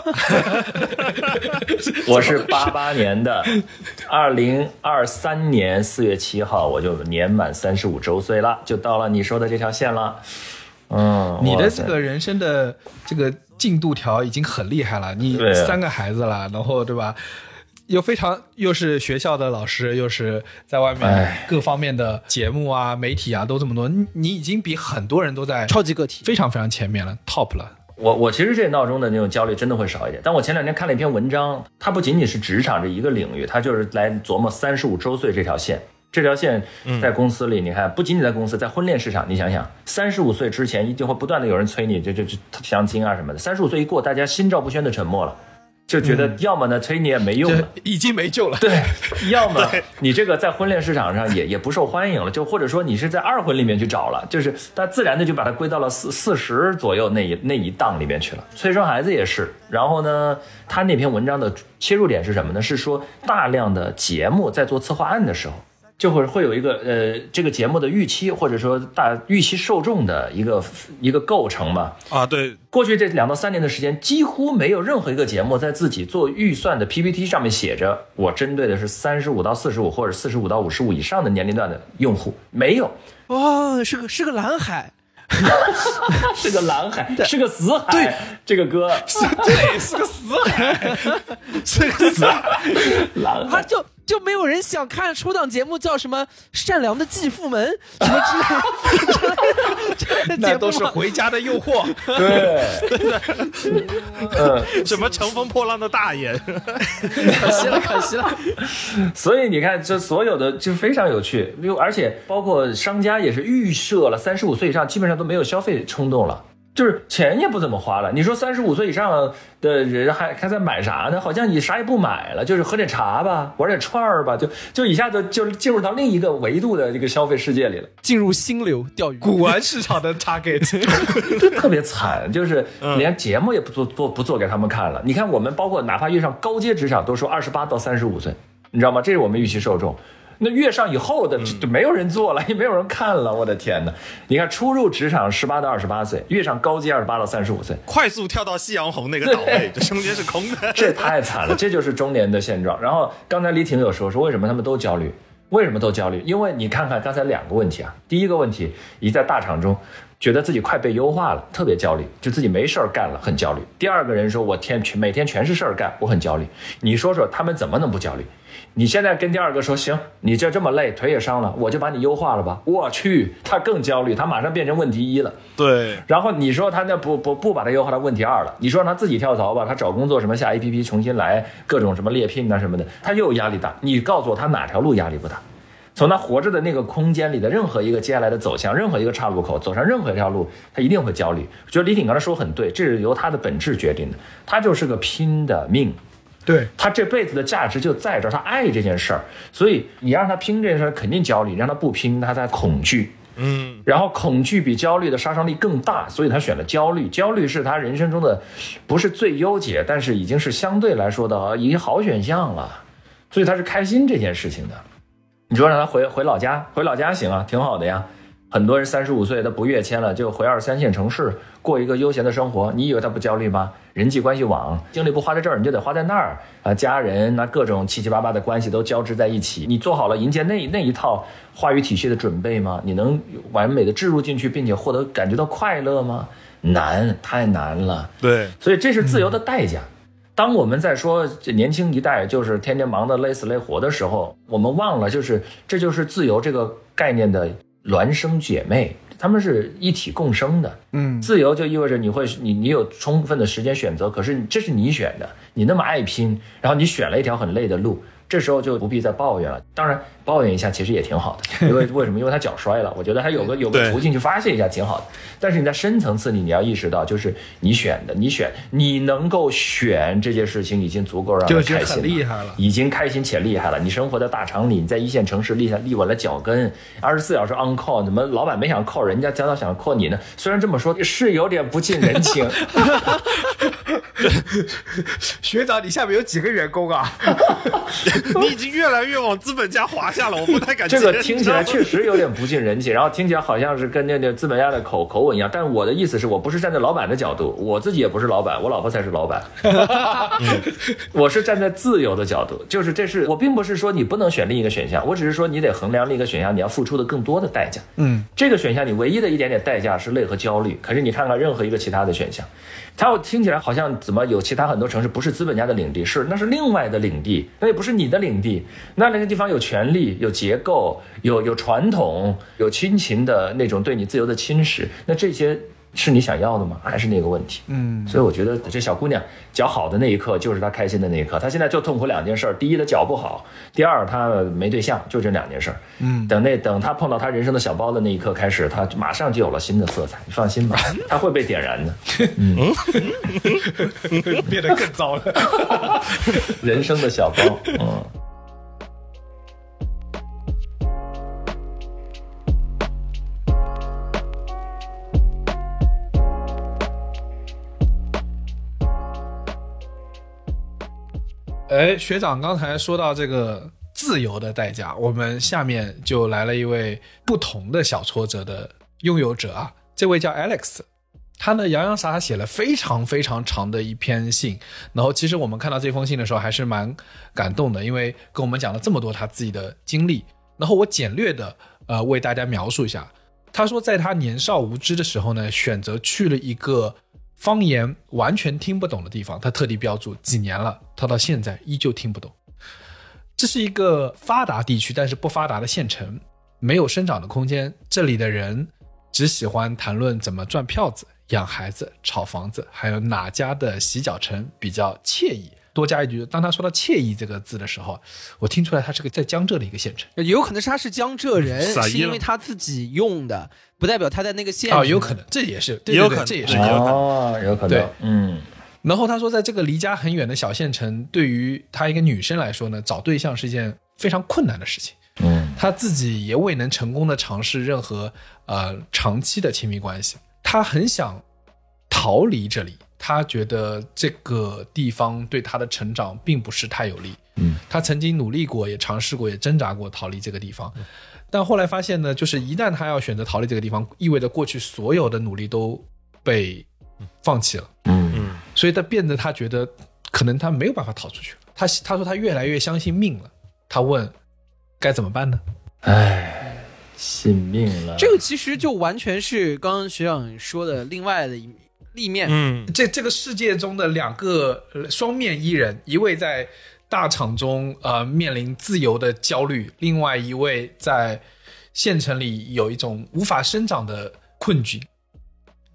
我是八八年的，二零二三年四月七号我就年满三十五周岁了，就到了你说的这条线了。嗯， 你的这个人生的这个进度条已经很厉害了，你三个孩子了，然后对吧？又非常又是学校的老师，又是在外面各方面的节目啊、媒体啊都这么多，你已经比很多人都在超级个体， 非常非常前面了 ，top 了。 我我其实这闹钟的那种焦虑真的会少一点，但我前两天看了一篇文章，它不仅仅是职场这一个领域，它就是来琢磨三十五周岁这条线。这条线在公司里，你看，不仅仅在公司，在婚恋市场，你想想，三十五岁之前一定会不断的有人催你，就就就相亲啊什么的。三十五岁一过，大家心照不宣的沉默了。就觉得要么呢催你也没用了、 嗯、已经没救了， 对，要么你这个在婚恋市场上也也不受欢迎了，就或者说你是在二婚里面去找了，就是他自然的就把它归到了四四十左右那一那一档里面去了。催生孩子也是，然后呢，他那篇文章的切入点是什么呢？是说大量的节目在做策划案的时候，就会会有一个呃这个节目的预期或者说大预期受众的一个一个构成嘛。 啊，对， 过去这两到三年的时间，几乎没有任何一个节目在自己做预算的 P P T 上面写着我针对的是三十五到四十五或者四十五到五十五以上的年龄段的用户，没有。 哇，是个是个蓝海。 是个蓝海，是个死海。 对， 这个歌， 对，是个死海，是个死海。 蓝海， 就就没有人想看出档节目叫什么《善良的继父们》什么之类的， 那都是回家的诱惑。 对， 嗯，什么乘风破浪的大爷， 可惜了，可惜了。 所以你看，这所有的就非常有趣，而且包括商家也是预设了三十五岁以上基本上都没有消费冲动了。就是钱也不怎么花了，你说三十五岁以上的人还还在买啥呢？好像你啥也不买了，就是喝点茶吧，玩点串儿吧，就就一下子就进入到另一个维度的这个消费世界里了， 进入心流钓鱼古玩市场的 target， 就特别惨，就是连节目也不做做不做给他们看了。你看我们包括哪怕遇上高阶职场，都说二十八到三十五岁，你知道吗？这是我们预期受众。那越上以后的就没有人做了，也没有人看了，我的天哪！你看初入职场十八到二十八岁，越上高阶二十八到三十五岁， 快速跳到夕阳红那个档位，这中间是空的， 这太惨了，这就是中年的现状。然后刚才李挺有说说为什么他们都焦虑，为什么都焦虑？因为你看看刚才两个问题啊，第一个问题，一在大厂中觉得自己快被优化了，特别焦虑，就自己没事儿干了，很焦虑。第二个人说我天每天全是事儿干，我很焦虑。你说说他们怎么能不焦虑？你现在跟第二个说行，你这这么累，腿也伤了，我就把你优化了吧。我去，他更焦虑，他马上变成问题一了。 对， 然后你说他那不不不把他优化到问题二了，你说让他自己跳槽吧，他找工作什么下 A P P 重新来，各种什么猎聘啊什么的，他又有压力大。你告诉我他哪条路压力不大？从他活着的那个空间里的任何一个接下来的走向，任何一个岔路口，走上任何一条路，他一定会焦虑。我觉得李挺刚才说很对，这是由他的本质决定的，他就是个拼的命。 对， 他这辈子的价值就在这儿，他爱这件事儿，所以你让他拼这件事儿肯定焦虑，让他不拼他在恐惧。 嗯， 然后恐惧比焦虑的杀伤力更大，所以他选了焦虑。焦虑是他人生中的不是最优解，但是已经是相对来说的已经好选项了，所以他是开心这件事情的。你说让他回回老家，回老家行啊，挺好的呀。很多人三十五岁他不跃迁了，就回二三线城市过一个悠闲的生活，你以为他不焦虑吗？人际关系网精力不花在这儿，你就得花在那儿啊，家人那各种七七八八的关系都交织在一起，你做好了迎接那那一套话语体系的准备吗？你能完美的置入进去，并且获得感觉到快乐吗？难，太难了。 对， 所以这是自由的代价。嗯，当我们在说年轻一代就是天天忙得累死累活的时候，我们忘了就是这就是自由这个概念的孪生姐妹，他们是一体共生的。嗯，自由就意味着你会你你有充分的时间选择，可是这是你选的，你那么爱拼，然后你选了一条很累的路，这时候就不必再抱怨了。当然抱怨一下其实也挺好的，因为为什么？因为他脚摔了，我觉得他有个有个途径去发泄一下挺好的。但是你在深层次里你要意识到，就是你选的，你选你能够选这件事情已经足够让人开心了， 就已经很厉害了， 已经开心且厉害了。你生活在大厂里，你在一线城市立下立稳了脚跟，二十四小时 on call， 怎么老板没想扣人家，将到想扣你呢？虽然这么说是有点不近人情。 学长，你下面有几个员工啊？ 你已经越来越往资本家滑下了，我不太敢接。 这个听起来确实有点不近人情，然后听起来好像是跟那个资本家的口口吻一样。但我的意思是我不是站在老板的角度，我自己也不是老板，我老婆才是老板。嗯，我是站在自由的角度，就是这是我并不是说你不能选另一个选项，我只是说你得衡量另一个选项你要付出的更多的代价。嗯，这个选项你唯一的一点点代价是累和焦虑，可是你看看任何一个其他的选项，它听起来好像怎么有其他很多城市不是资本家的领地，是那是另外的领地，那也不是你的领地，那那个地方有权利、有结构、有有传统、有亲情的那种对你自由的侵蚀，那这些是你想要的吗？还是那个问题？嗯，所以我觉得这小姑娘脚好的那一刻就是她开心的那一刻。她现在就痛苦两件事，第一，她脚不好；第二，她没对象，就这两件事。嗯，等那等她碰到她人生的小包的那一刻开始，她马上就有了新的色彩。你放心吧，她会被点燃的。嗯， 变得更糟了。 人生的小包，嗯。 哎，学长刚才说到这个自由的代价，我们下面就来了一位不同的小挫折的拥有者啊，这位叫 Alex， 他呢洋洋洒洒写了非常非常长的一篇信，然后其实我们看到这封信的时候还是蛮感动的，因为跟我们讲了这么多他自己的经历，然后我简略的呃为大家描述一下。他说在他年少无知的时候呢，选择去了一个方言完全听不懂的地方，他特地标注几年了，他到现在依旧听不懂。这是一个发达地区但是不发达的县城，没有生长的空间，这里的人只喜欢谈论怎么赚票子、养孩子、炒房子，还有哪家的洗脚城比较惬意。多加一句，当他说到惬意这个字的时候，我听出来他是个在江浙的一个县城， 有可能是他是江浙人，是因为他自己用的，不代表他在那个县哦，有可能，这也是， 对对对， 这也是哦，有可能， 对， 嗯。 然后他说，在这个离家很远的小县城，对于他一个女生来说呢，找对象是一件非常困难的事情。嗯，他自己也未能成功的尝试任何呃长期的亲密关系，他很想逃离这里。他觉得这个地方对他的成长并不是太有利，嗯，他曾经努力过，也尝试过，也挣扎过逃离这个地方，但后来发现呢，就是一旦他要选择逃离这个地方，意味着过去所有的努力都被放弃了，嗯，所以他变得他觉得可能他没有办法逃出去了。他他说他越来越相信命了，他问该怎么办呢？ 唉，信命了。 这个其实就完全是刚刚学长说的另外的一面。立面， 嗯，这这个世界中的两个双面伊人，一位在大厂中呃面临自由的焦虑，另外一位在县城里有一种无法生长的困局。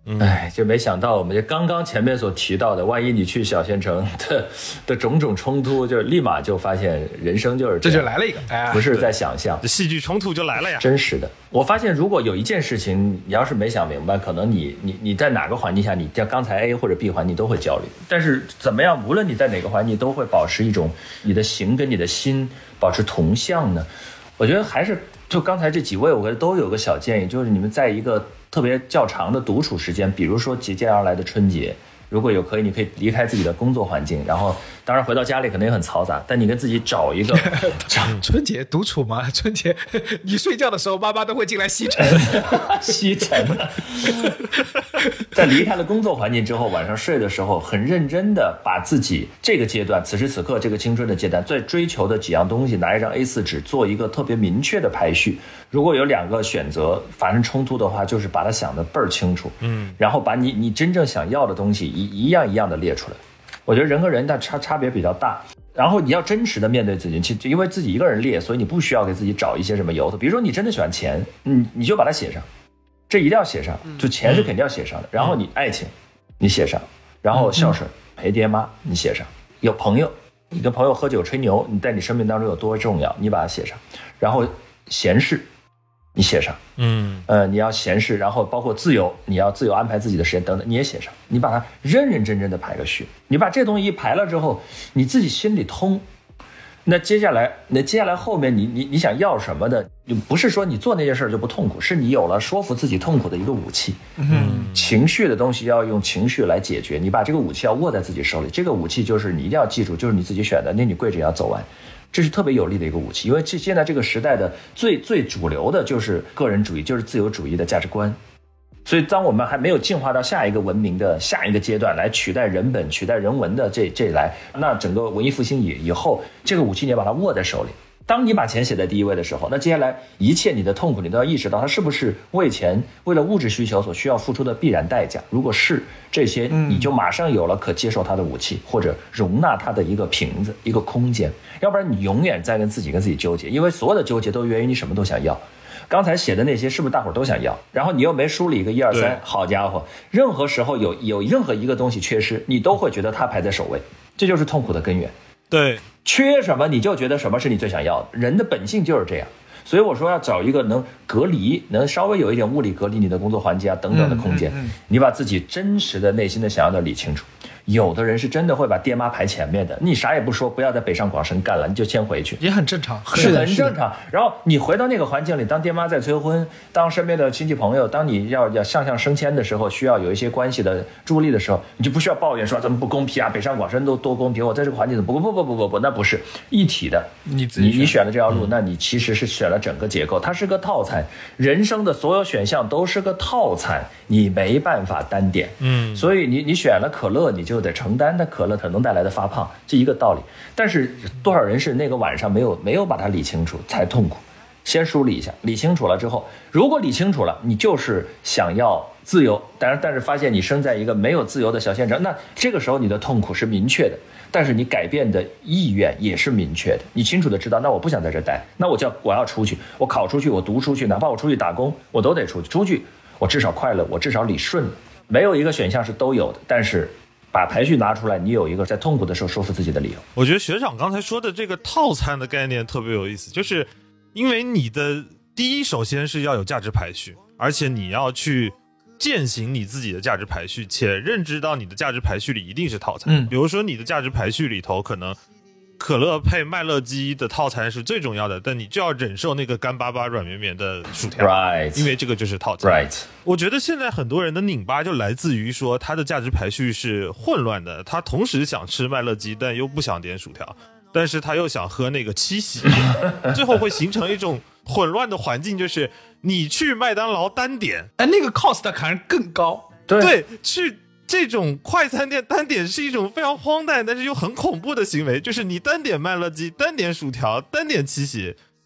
哎，就没想到我们就刚刚前面所提到的，万一你去小县城的的种种冲突，就立马就发现人生就是这就来了一个，哎， 不是在想象， 这戏剧冲突就来了呀。 真实的，我发现如果有一件事情你要是没想明白，可能你你你在哪个环境下，你像刚才 A 或者 B 环境都会焦虑，但是怎么样，无论你在哪个环境，都会保持一种你的形跟你的心保持同向呢？我觉得还是就刚才这几位，我觉得都有个小建议，就是你们在一个特别较长的独处时间，比如说即将而来的春节，如果有可以，你可以离开自己的工作环境，然后当然回到家里可能也很嘈杂，但你跟自己找一个春节独处嘛，春节你睡觉的时候，妈妈都会进来吸尘， 吸尘。在离开了工作环境之后，晚上睡的时候，很认真的把自己这个阶段，此时此刻这个青春的阶段，最追求的几样东西，拿一张 A 四 纸做一个特别明确的排序。如果有两个选择发生冲突的话，就是把它想得倍儿清楚，嗯，然后把你你真正想要的东西一一样一样的列出来。我觉得人和人的差差别比较大，然后你要真实的面对自己，其实因为自己一个人列，所以你不需要给自己找一些什么由头。比如说你真的喜欢钱，你你就把它写上，这一定要写上，就钱是肯定要写上的。然后你爱情，你写上，然后孝顺陪爹妈，你写上。有朋友，你跟朋友喝酒吹牛，你在你生命当中有多重要，你把它写上。然后闲事，你写上，嗯，呃，你要闲事，然后包括自由，你要自由安排自己的时间等等，你也写上，你把它认认真真的排个序。你把这东西一排了之后，你自己心里通。那接下来，那接下来后面你你你想要什么的，不是说你做那件事就不痛苦，是你有了说服自己痛苦的一个武器。嗯，情绪的东西要用情绪来解决，你把这个武器要握在自己手里，这个武器就是你一定要记住，就是你自己选的，那你跪着也要走完。这是特别有利的一个武器，因为这现在这个时代的最最主流的就是个人主义，就是自由主义的价值观。所以当我们还没有进化到下一个文明的下一个阶段来取代人本取代人文的这这来，那整个文艺复兴以以后，这个武器你要把它握在手里。当你把钱写在第一位的时候，那接下来一切你的痛苦你都要意识到它是不是为钱为了物质需求所需要付出的必然代价。如果是这些，你就马上有了可接受它的武器，或者容纳它的一个瓶子一个空间。要不然你永远在跟自己跟自己纠结，因为所有的纠结都源于你什么都想要。刚才写的那些是不是大伙儿都想要？然后你又没梳理一个一二三，好家伙，任何时候有有任何一个东西缺失，你都会觉得它排在首位，这就是痛苦的根源。 对， 缺什么你就觉得什么是你最想要的，人的本性就是这样。所以我说要找一个能隔离，能稍微有一点物理隔离你的工作环境啊等等的空间，嗯嗯嗯、你把自己真实的内心的想要的理清楚。有的人是真的会把爹妈排前面的，你啥也不说，不要在北上广深干了，你就先回去， 也很正常， 是很正常。然后你回到那个环境里，当爹妈在催婚，当身边的亲戚朋友，当你要要向上升迁的时候，需要有一些关系的助力的时候，你就不需要抱怨说怎么不公平啊，北上广深都多公平，我在这个环境怎么不不不不不不，那不是一体的。 你你你选了这条路，那你其实是选了整个结构，它是个套餐，人生的所有选项都是个套餐，你没办法单点。嗯，所以你你选了可乐，你就得承担的可乐可能带来的发胖，这一个道理。但是多少人是那个晚上没有没有把它理清楚才痛苦。先梳理一下，理清楚了之后，如果理清楚了，你就是想要自由，但是但是发现你生在一个没有自由的小县城，那这个时候你的痛苦是明确的，但是你改变的意愿也是明确的。你清楚的知道，那我不想在这待，那我就我要出去，我考出去，我读出去，哪怕我出去打工，我都得出去。出去，我至少快乐，我至少理顺了。没有一个选项是都有的，但是把排序拿出来，你有一个在痛苦的时候说服自己的理由。 我觉得学长刚才说的这个套餐的概念特别有意思，就是因为你的第一首先是要有价值排序，而且你要去践行你自己的价值排序，且认知到你的价值排序里一定是套餐。嗯，比如说你的价值排序里头可能可乐配麦乐鸡的套餐是最重要的，但你就要忍受那个干巴巴软绵绵的薯条， right. 因为这个就是套餐。 Right. 我觉得现在很多人的拧巴就来自于说他的价值排序是混乱的，他同时想吃麦乐鸡但又不想点薯条，但是他又想喝那个七喜，最后会形成一种混乱的环境，就是你去麦当劳单点， 哎，那个 cost 可能更高。 对， 对，去这种快餐店单点是一种非常荒诞但是又很恐怖的行为，就是你单点麦乐鸡，单点薯条，单点七喜，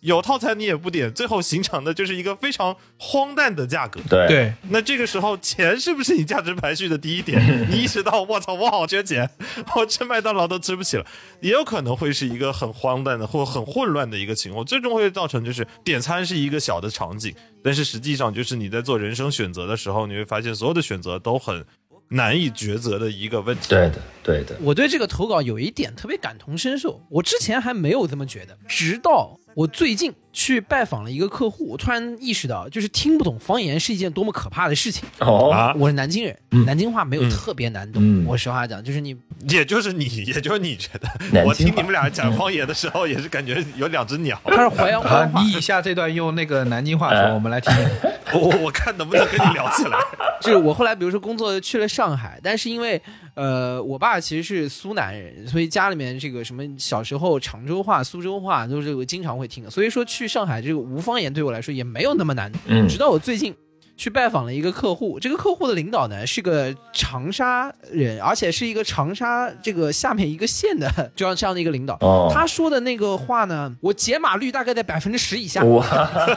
有套餐你也不点，最后形成的就是一个非常荒诞的价格。 对对， 那这个时候钱是不是你价值排序的第一点？你意识到我操，我好缺钱，我吃麦当劳都吃不起了，也有可能会是一个很荒诞的或很混乱的一个情况，最终会造成就是点餐是一个小的场景，但是实际上就是你在做人生选择的时候，你会发现所有的选择都很难以抉择的一个问题。 对的，对的。 我对这个投稿有一点特别感同身受，我之前还没有这么觉得，直到我最近去拜访了一个客户，我突然意识到，就是听不懂方言是一件多么可怕的事情。 哦， 我是南京人，嗯、南京话没有特别难懂。嗯、我实话讲，就是你， 也就是你，也就是你觉得，我听你们俩讲方言的时候，也是感觉有两只鸟。 他是淮扬话。 你以下这段用那个南京话说，呃、我们来听。 我我看能不能跟你聊起来。 就是我后来，比如说工作去了上海，但是因为呃，我爸其实是苏南人，所以家里面这个什么小时候常州话、苏州话都是我经常会听的。所以说去上海这个无方言对我来说也没有那么难。嗯，直到我最近去拜访了一个客户，这个客户的领导呢是个长沙人，而且是一个长沙这个下面一个县的这样这样的一个领导。哦，他说的那个话呢，我解码率大概在百分之十以下。哇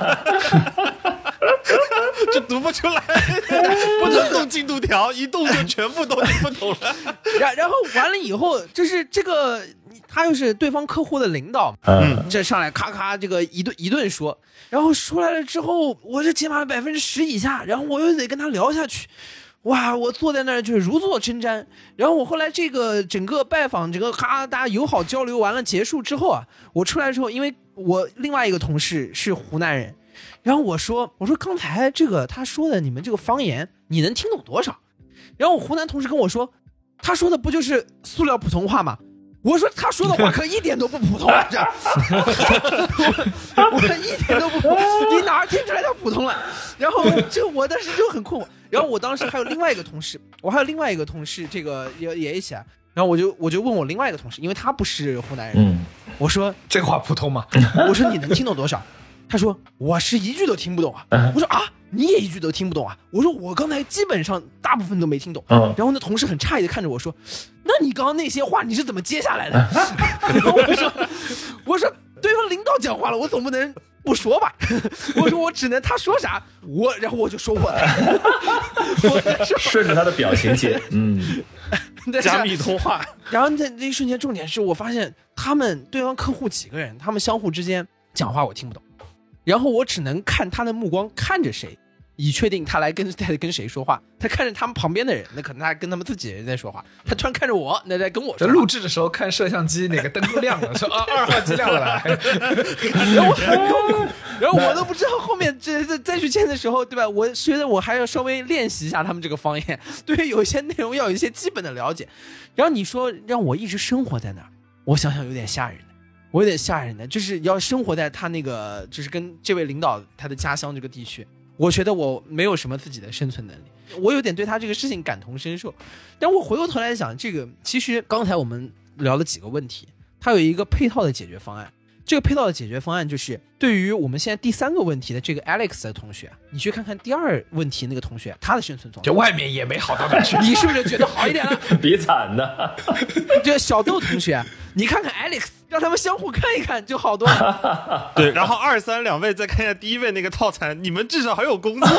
这读不出来，不能动进度条，一动就全部都听不懂了。 然然后完了以后，就是这个他又是对方客户的领导，嗯，这上来咔咔这个一顿一顿说，然后说来了之后，我这起码百分之十以下，然后我又得跟他聊下去。哇！我坐在那儿就是如坐针毡。然后我后来这个整个拜访，整个咔大家友好交流完了结束之后啊，我出来之后，因为我另外一个同事是湖南人。然后我说我说刚才这个他说的你们这个方言你能听懂多少？然后我湖南同事跟我说，他说的不就是塑料普通话吗？我说他说的话可一点都不普通来着，我, 我一点都不普通，你哪儿听出来他普通了？然后这我当时就很困惑。然后我当时还有另外一个同事，我还有另外一个同事，这个也也一起来。然后我就我就问我另外一个同事，因为他不是湖南人，嗯、我说这个话普通吗？ 我说你能听懂多少？他说我是一句都听不懂啊。我说啊，你也一句都听不懂啊？我说我刚才基本上大部分都没听懂。然后那同事很诧异的看着我说，那你刚刚那些话你是怎么接下来的？然后我说我说对方领导讲话了，我总不能不说吧？我说我只能他说啥我，然后我就说我的， 顺着他的表情接，嗯， 加密通话。 然后在那一瞬间，重点是我发现他们对方客户几个人，他们相互之间讲话我听不懂。然后我只能看他的目光看着谁，以确定他来跟在跟谁说话。他看着他们旁边的人，那可能他跟他们自己人在说话。他突然看着我，那在跟我说话。 这录制的时候看摄像机哪个灯都亮了，说啊二号机亮了来。 然后我很痛苦，然后我都不知道后面这这再去见的时候，对吧？我觉得我还要稍微练习一下他们这个方言，对于有一些内容要有一些基本的了解。然后你说让我一直生活在那儿，我想想有点吓人。我有点吓人的，就是要生活在他那个，就是跟这位领导他的家乡这个地区，我觉得我没有什么自己的生存能力，我有点对他这个事情感同身受。但我回过头来想，这个其实刚才我们聊了几个问题，它有一个配套的解决方案。这个配套的解决方案就是对于我们现在第三个问题的这个 Alex 的同学，你去看看第二问题那个同学他的生存状态， 就外面也没好到哪去， 你是不是觉得好一点了？ 比惨呢。 这小豆同学，你看看 Alex， 让他们相互看一看就好多了。 对，然后二三两位再看一下第一位那个套餐，你们至少还有工作。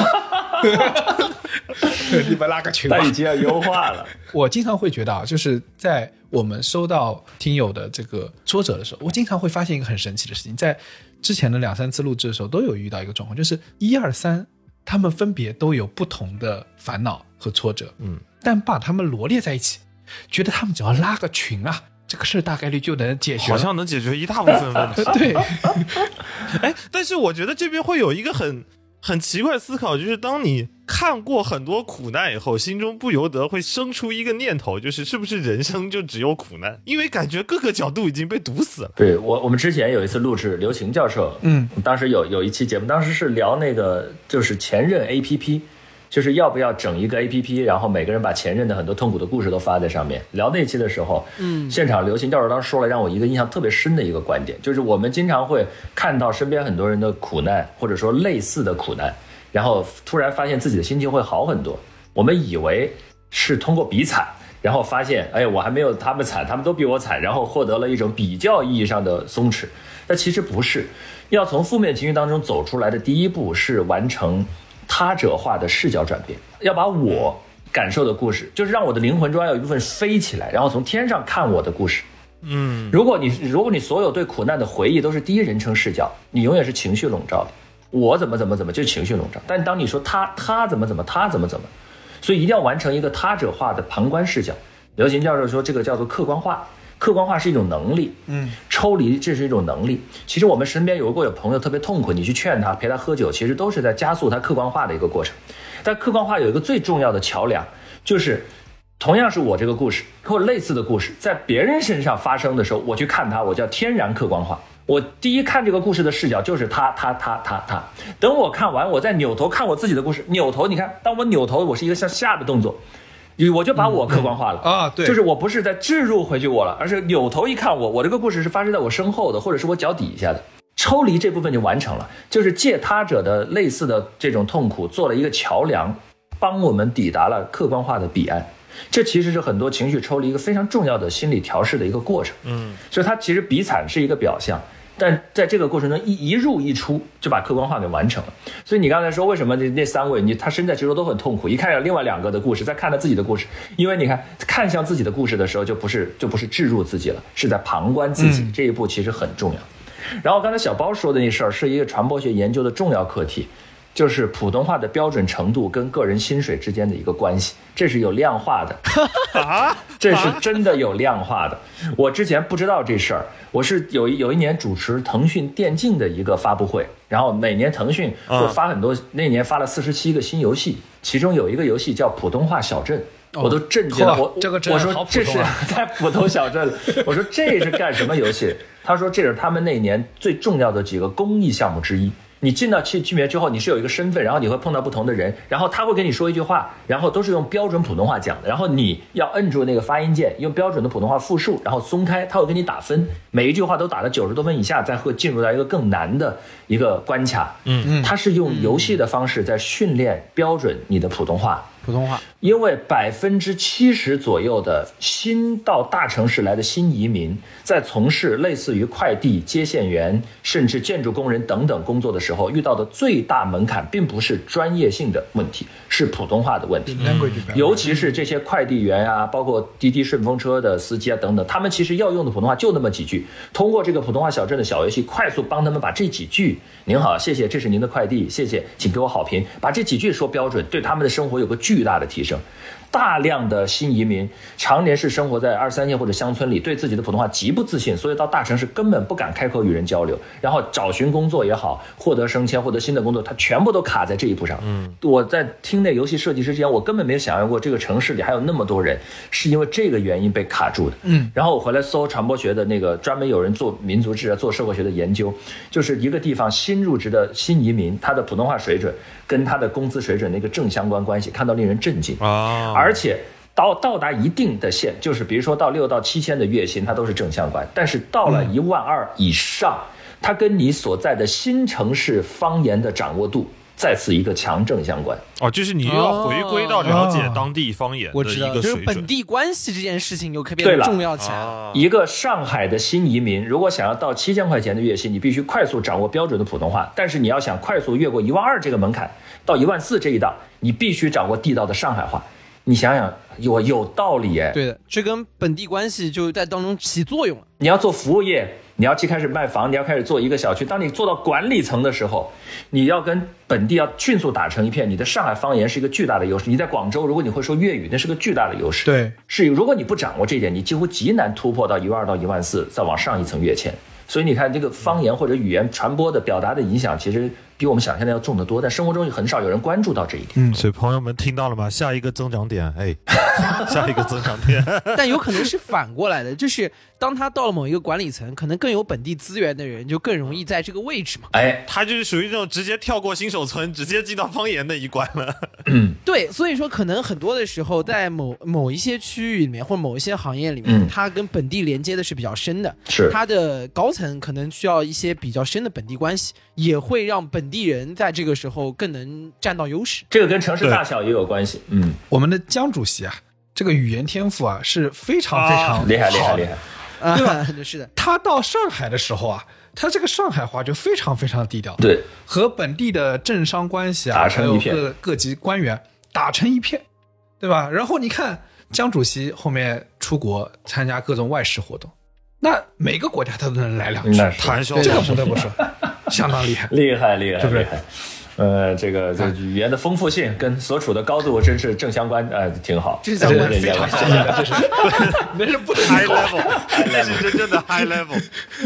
你们拉个群吧， 但已经要优化了。 我经常会觉得啊，就是在我们收到听友的这个挫折的时候，我经常会发现一个很神奇的事情，在之前的两三次录制的时候都有遇到一个状况，就是一二三他们分别都有不同的烦恼和挫折，嗯，但把他们罗列在一起，觉得他们只要拉个群啊，这个事大概率就能解决， 好像能解决一大部分问题。 对， 哎，但是我觉得这边会有一个很很奇怪的思考，就是当你看过很多苦难以后，心中不由得会生出一个念头，就是是不是人生就只有苦难？因为感觉各个角度已经被堵死了。 对，我我们之前有一次录制，刘擎教授，嗯，当时有有一期节目，当时是聊那个就是前任 A P P。就是要不要整一个 A P P， 然后每个人把前任的很多痛苦的故事都发在上面。聊那期的时候，嗯，现场刘擎教授当时说了让我一个印象特别深的一个观点，就是我们经常会看到身边很多人的苦难，或者说类似的苦难，然后突然发现自己的心情会好很多。我们以为是通过比惨，然后发现，哎，我还没有他们惨，他们都比我惨，然后获得了一种比较意义上的松弛。 但其实不是，要从负面情绪当中走出来的第一步是完成他者化的视角转变，要把我感受的故事，就是让我的灵魂中有一部分飞起来，然后从天上看我的故事。嗯，如果你如果你所有对苦难的回忆都是第一人称视角，你永远是情绪笼罩的，我怎么怎么怎么就情绪笼罩。但当你说他他怎么怎么他怎么怎么，所以一定要完成一个他者化的旁观视角。刘擎教授说这个叫做客观化，客观化是一种能力，嗯，抽离这是一种能力。其实我们身边有过有朋友特别痛苦，你去劝他陪他喝酒，其实都是在加速他客观化的一个过程。但客观化有一个最重要的桥梁，就是同样是我这个故事或类似的故事在别人身上发生的时候，我去看它，我叫天然客观化。我第一看这个故事的视角就是他他他他他，等我看完，我再扭头看我自己的故事，扭头你看，当我扭头，我是一个向下的动作，我就把我客观化了、 嗯嗯、啊，对， 就是我不是在置入回去我了，而是扭头一看我，我这个故事是发生在我身后的，或者是我脚底下的，抽离这部分就完成了，就是借他者的类似的这种痛苦做了一个桥梁，帮我们抵达了客观化的彼岸。这其实是很多情绪抽离一个非常重要的心理调试的一个过程。嗯，所以它其实比惨是一个表象，但在这个过程中一一入一出就把客观化给完成了。所以你刚才说为什么那那三位你他身在其中都很痛苦，一看到另外两个的故事，再看他自己的故事，因为你看看向自己的故事的时候，就不是就不是置入自己了，是在旁观自己、嗯、这一步其实很重要。然后刚才小包说的那事儿是一个传播学研究的重要课题，就是普通话的标准程度跟个人薪水之间的一个关系，这是有量化的这是真的有量化的。我之前不知道这事儿，我是有一有一年主持腾讯电竞的一个发布会，然后每年腾讯会发很多，那年发了四十七个新游戏，其中有一个游戏叫普通话小镇，我都震惊了。我这个我说这是在普通小镇，我说这是干什么游戏？他说这是他们那年最重要的几个公益项目之一。你进到区区别之后，你是有一个身份，然后你会碰到不同的人，然后他会跟你说一句话，然后都是用标准普通话讲的，然后你要摁住那个发音键，用标准的普通话复述，然后松开，他会给你打分，每一句话都打到九十多分以下，再会进入到一个更难的一个关卡。嗯嗯，他是用游戏的方式在训练标准你的普通话。 普通话， 因为百分之七十左右的新到大城市来的新移民，在从事类似于快递、接线员，甚至建筑工人等等工作的时候，遇到的最大门槛，并不是专业性的问题，是普通话的问题。嗯、尤其是这些快递员啊，包括滴滴顺风车的司机啊等等，他们其实要用的普通话就那么几句，通过这个普通话小镇的小游戏，快速帮他们把这几句“您好，谢谢，这是您的快递，谢谢，请给我好评”，把这几句说标准，对他们的生活有个巨巨大的提升。大量的新移民常年是生活在二三线或者乡村里，对自己的普通话极不自信，所以到大城市根本不敢开口与人交流，然后找寻工作也好，获得升迁，获得新的工作，他全部都卡在这一步上。嗯，我在听那游戏设计师之前，我根本没有想象过这个城市里还有那么多人是因为这个原因被卡住的。嗯，然后我回来搜传播学的那个，专门有人做民族志啊，做社会学的研究，就是一个地方新入职的新移民，他的普通话水准跟他的工资水准的一个正相关关系，看到令人震惊啊！而且到到达一定的线，就是比如说到六到七千的月薪，它都是正相关。但是到了一万二以上，它跟你所在的新城市方言的掌握度再次一个强正相关。 哦，就是你又要回归到了解当地方言的一个水准， 我知道，就是本地关系这件事情又可以变得重要起来了。 了一个上海的新移民，如果想要到七千块钱的月薪，你必须快速掌握标准的普通话。但是你要想快速越过一万二这个门槛，到一万四这一档，你必须掌握地道的上海话。你想想，有有道理哎。 对的，这跟本地关系就在当中起作用了。 你要做服务业，你要去开始卖房，你要开始做一个小区。当你做到管理层的时候，你要跟本地要迅速打成一片。你的上海方言是一个巨大的优势。你在广州，如果你会说粤语，那是个巨大的优势。 对， 是如果你不掌握这一点，你几乎极难突破到一万二到一万四，再往上一层跃迁。所以你看，这个方言或者语言传播的表达的影响，其实比我们想象的要重得多，但生活中很少有人关注到这一点。 嗯，所以朋友们听到了吗？下一个增长点，哎，下一个增长点。 但有可能是反过来的，就是当他到了某一个管理层，可能更有本地资源的人就更容易在这个位置嘛。 哎，他就是属于这种直接跳过新手村，直接进到方言的一关了。 嗯， 对，所以说可能很多的时候，在某某一些区域里面或者某一些行业里面，嗯、它跟本地连接的是比较深的。 是， 它的高层可能需要一些比较深的本地关系，也会让本地人在这个时候更能占到优势。 这个跟城市大小也有关系。嗯， 我们的江主席啊，这个语言天赋啊是非常非常、啊、 厉害厉害厉害。 对吧？ 是的。 他到上海的时候啊，他这个上海话就非常非常低调， 对， 和本地的政商关系啊， 打成一片， 还有各各级官员打成一片，对吧？然后你看江主席后面出国参加各种外事活动，那每个国家他都能来两句， 谈笑， 这个不得不说，相当厉害， 厉害厉害， 是不是？ 厉害呃，这个这语言的丰富性跟所处的高度真是正相关，呃，挺好。 正相关， 非常相关，这是，那是不能 high level， 这是真正的 high level。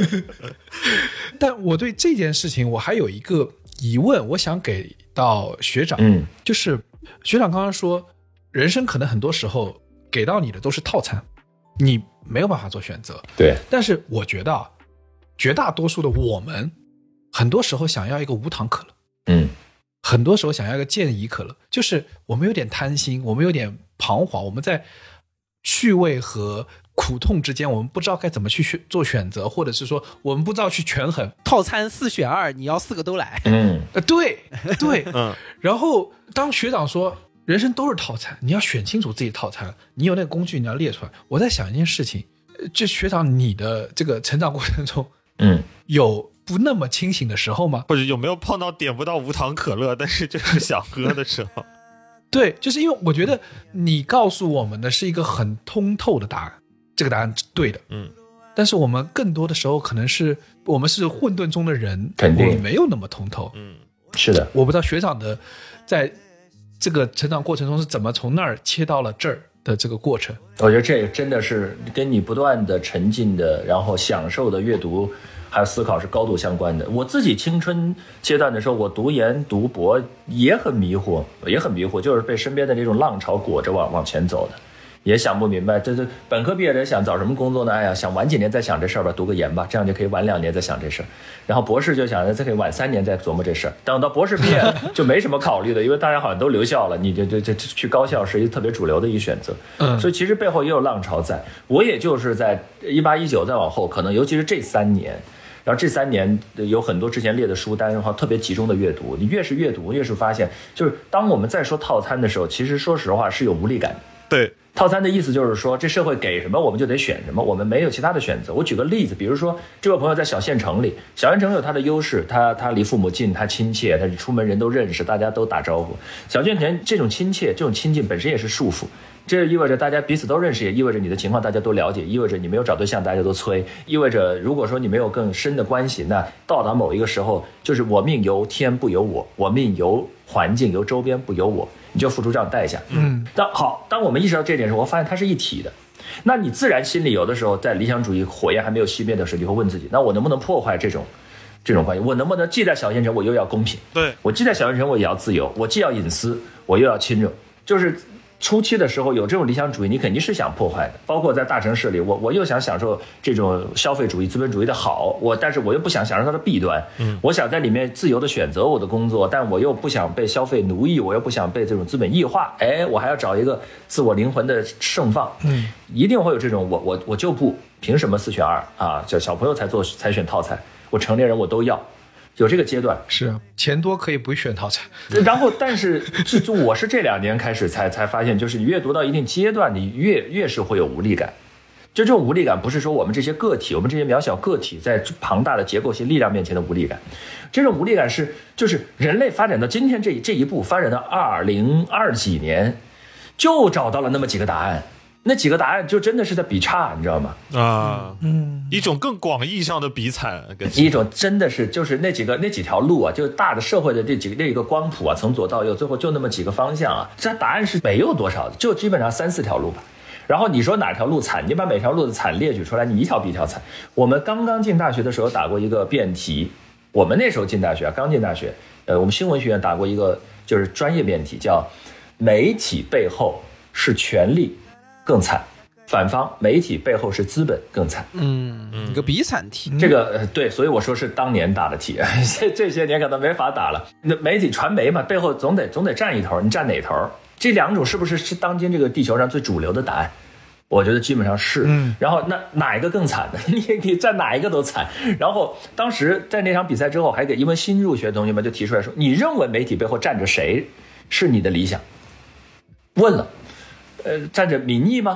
但我对这件事情我还有一个疑问，我想给到学长， 嗯， 就是学长刚刚说，人生可能很多时候给到你的都是套餐，你没有办法做选择。 对， 但是我觉得啊，绝大多数的我们，很多时候想要一个无糖可乐。 嗯， 很多时候想要一个健怡可乐，就是我们有点贪心，我们有点彷徨，我们在趣味和苦痛之间，我们不知道该怎么去选做选择，或者是说我们不知道去权衡。 套餐四选二，你要四个都来。 嗯， 呃，对对， 嗯。 然后当学长说人生都是套餐，你要选清楚自己套餐，你有那个工具，你要列出来。我在想一件事情，就学长你的这个成长过程中， 嗯， 有不那么清醒的时候吗？ 或者有没有碰到点不到无糖可乐，但是就是想喝的时候？ 对，就是因为我觉得你告诉我们的是一个很通透的答案，这个答案是对的， 嗯， 但是我们更多的时候可能是我们是混沌中的人， 肯定我们没有那么通透， 嗯， 是的。 我不知道学长的在这个成长过程中是怎么从那儿切到了这儿的这个过程。 我觉得这真的是跟你不断的沉浸的，然后享受的阅读还有思考是高度相关的。我自己青春阶段的时候，我读研读博也很迷惑，也很迷惑，就是被身边的这种浪潮裹着往往前走的，也想不明白。这这本科毕业的想找什么工作呢？哎呀，想晚几年再想这事儿吧，读个研吧，这样就可以晚两年再想这事儿。然后博士就想着再可以晚三年再琢磨这事儿。等到博士毕业就没什么考虑的，因为大家好像都留校了，你就就就去高校是一个特别主流的一选择。嗯，所以其实背后也有浪潮在。我也就是在一八一九再往后，可能尤其是这三年。然后这三年有很多之前列的书单，然后特别集中的阅读。你越是阅读，越是发现，就是当我们在说套餐的时候，其实说实话是有无力感的。 对， 套餐的意思就是说，这社会给什么我们就得选什么，我们没有其他的选择。我举个例子，比如说这位朋友在小县城里，小县城有它的优势，他他离父母近，他亲切，他出门人都认识，大家都打招呼。小县城这种亲切，这种亲近本身也是束缚。这意味着大家彼此都认识，也意味着你的情况大家都了解，意味着你没有找对象大家都催，意味着如果说你没有更深的关系，那到达某一个时候，就是我命由天不由我，我命由环境由周边不由我，你就付出这样的代价。嗯，当好，当我们意识到这点时候，我发现它是一体的。那你自然心里有的时候在理想主义火焰还没有熄灭的时候，你会问自己，那我能不能破坏这种这种关系？我能不能既在小县城我又要公平？ 对， 我既在小县城我也要自由，我既要隐私我又要亲热，就是初期的时候有这种理想主义，你肯定是想破坏的。包括在大城市里，我我又想享受这种消费主义、资本主义的好，我但是我又不想享受它的弊端。嗯，我想在里面自由的选择我的工作，但我又不想被消费奴役，我又不想被这种资本异化。哎，我还要找一个自我灵魂的盛放。嗯，一定会有这种我我我就不凭什么四选二啊？叫小朋友才做才选套餐，我成年人我都要。有这个阶段是啊，钱多可以不选套餐。 然后，但是就我是这两年开始才才发现，就是你越读到一定阶段，你越越是会有无力感。就这种无力感，不是说我们这些个体，我们这些渺小个体在庞大的结构性力量面前的无力感。这种无力感是，就是人类发展到今天这这一步，发展到二零二几年，就找到了那么几个答案。那几个答案就真的是在比差，你知道吗？ 啊，嗯，一种更广义上的比惨， 一种真的是就是那几个那几条路啊，就大的社会的这几个这一个光谱啊，从左到右，最后就那么几个方向啊，这答案是没有多少的，就基本上三四条路吧。然后你说哪条路惨，你把每条路的惨列举出来，你一条比一条惨。我们刚刚进大学的时候打过一个辩题，我们那时候进大学啊，刚进大学，呃，我们新闻学院打过一个就是专业辩题，叫媒体背后是权力更惨，反方媒体背后是资本更惨。 嗯，一个比惨题。 这个对，所以我说是当年打的题，这这些年可能没法打了。那媒体传媒嘛，背后总得总得站一头，你站哪头？这两种是不是是当今这个地球上最主流的答案？我觉得基本上是。嗯。然后那哪一个更惨呢？你你站哪一个都惨。然后当时在那场比赛之后，还给因为新入学的同学们就提出来说，你认为媒体背后站着谁是你的理想？问了。呃，站着民意吗？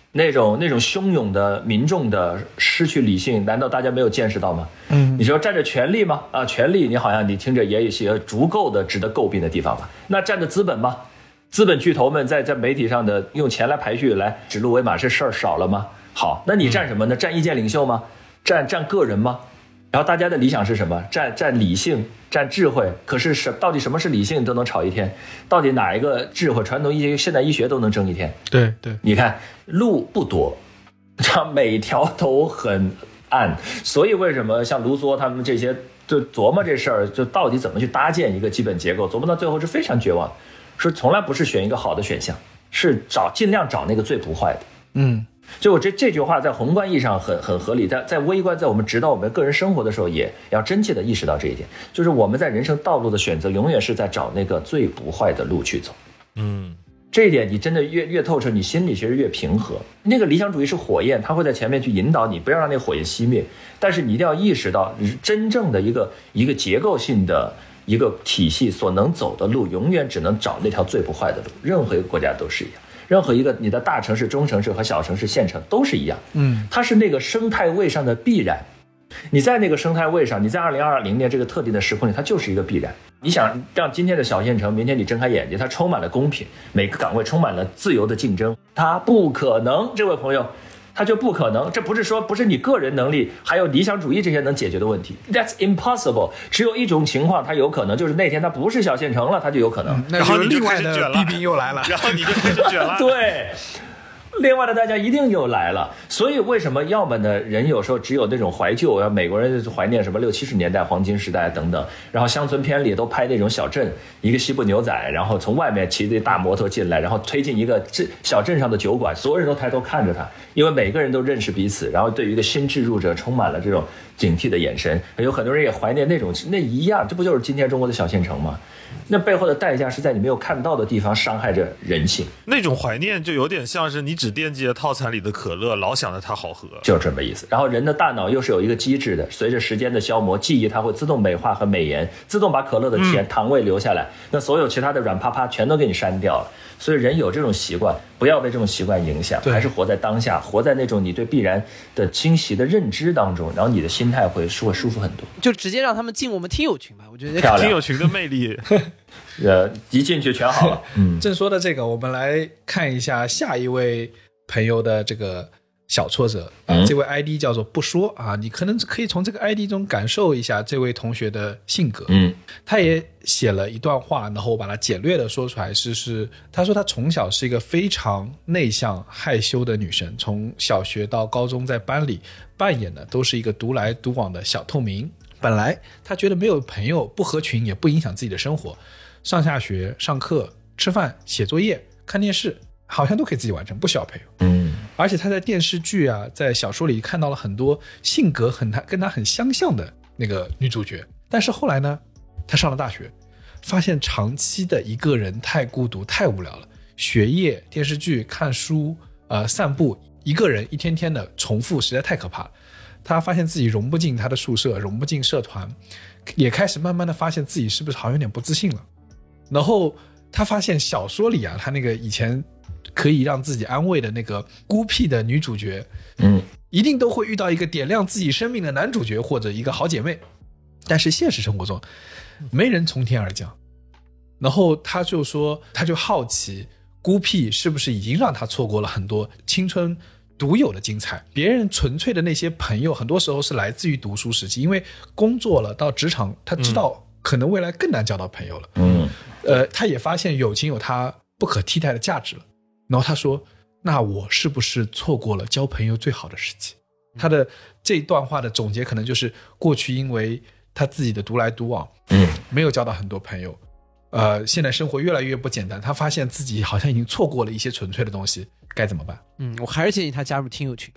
那种那种汹涌的民众的失去理性，难道大家没有见识到吗？嗯，你说站着权力吗？啊，权力你好像你听着也有一些足够的值得诟病的地方吧？那站着资本吗？资本巨头们在在媒体上的用钱来排序来指鹿为马，这事儿少了吗？好，那你站什么呢？站意见领袖吗？站站个人吗？然后大家的理想是什么？站站理性，站智慧。可是什到底什么是理性都能吵一天，到底哪一个智慧？传统医学、现代医学都能争一天。 对对， 你看路不多，这每条都很暗，所以为什么像卢梭他们这些就琢磨这事儿，就到底怎么去搭建一个基本结构，琢磨到最后是非常绝望，说从来不是选一个好的选项，是找尽量找那个最不坏的。嗯。就我这这句话在宏观意义上很很合理，在在微观，在我们指导我们个人生活的时候，也要真切的意识到这一点，就是我们在人生道路的选择，永远是在找那个最不坏的路去走。嗯，这一点你真的越越透彻，你心里其实越平和。那个理想主义是火焰，它会在前面去引导你，不要让那个火焰熄灭。但是你一定要意识到，真正的一个一个结构性的一个体系所能走的路，永远只能找那条最不坏的路。任何一个国家都是一样。任何一个你的大城市、中城市和小城市、县城都是一样，嗯，它是那个生态位上的必然。你在那个生态位上，你在二零二零年这个特定的时空里，它就是一个必然。你想让今天的小县城，明天你睁开眼睛，它充满了公平，每个岗位充满了自由的竞争，它不可能，这位朋友，它就不可能。这不是说不是你个人能力还有理想主义这些能解决的问题 ，That's impossible。只有一种情况它有可能，就是那天它不是小县城了，它就有可能。嗯、 然后另外的弊病又来了， 然后你就开始卷了。 对。另外的大家一定又来了，所以为什么要么呢？人有时候只有那种怀旧，美国人怀念什么六七十年代黄金时代等等，然后乡村片里都拍那种小镇，一个西部牛仔，然后从外面骑着大摩托进来，然后推进一个小镇上的酒馆，所有人都抬头看着他，因为每个人都认识彼此，然后对于一个新置入者充满了这种警惕的眼神。有很多人也怀念那种那一样，这不就是今天中国的小县城吗？那背后的代价是在你没有看到的地方伤害着人性。 那种怀念就有点像是你只惦记着套餐里的可乐，老想着它好喝， 就这么意思。然后人的大脑又是有一个机制的，随着时间的消磨，记忆它会自动美化和美颜，自动把可乐的甜、嗯、糖味留下来，那所有其他的软趴趴全都给你删掉了。所以人有这种习惯，不要被这种习惯影响，还是活在当下，活在那种你对必然的清晰的认知当中，然后你的心态会会舒服很多。 就直接让他们进我们听友群吧，我觉得听友群的魅力呃，一进去全好了。 嗯，正说的这个，我们来看一下下一位朋友的这个小挫折啊、嗯，这位 I D 叫做不说啊，你可能可以从这个 I D 中感受一下这位同学的性格。嗯，他也写了一段话，然后我把它简略的说出来，是是他说他从小是一个非常内向害羞的女生，从小学到高中在班里扮演的都是一个独来独往的小透明。本来他觉得没有朋友，不合群也不影响自己的生活，上下学、上课、吃饭、写作业、看电视，好像都可以自己完成，不需要朋友。嗯，而且他在电视剧啊，在小说里看到了很多性格很跟他很相像的那个女主角。但是后来呢，他上了大学，发现长期的一个人太孤独、太无聊了。学业、电视剧、看书、呃，散步，一个人一天天的重复，实在太可怕了。他发现自己融不进他的宿舍，融不进社团，也开始慢慢的发现自己是不是好像有点不自信了。然后他发现小说里啊，他那个以前可以让自己安慰的那个孤僻的女主角，嗯，一定都会遇到一个点亮自己生命的男主角或者一个好姐妹，但是现实生活中没人从天而降。然后他就说，他就好奇孤僻是不是已经让他错过了很多青春独有的精彩。别人纯粹的那些朋友很多时候是来自于读书时期，因为工作了到职场，他知道可能未来更难交到朋友了。嗯，呃，他也发现友情有他不可替代的价值了。然后他说，那我是不是错过了交朋友最好的时机？他的这段话的总结可能就是过去因为他自己的独来独往，嗯，没有交到很多朋友，呃，现在生活越来越不简单，他发现自己好像已经错过了一些纯粹的东西，该怎么办？ 嗯，我还是建议他加入听友群。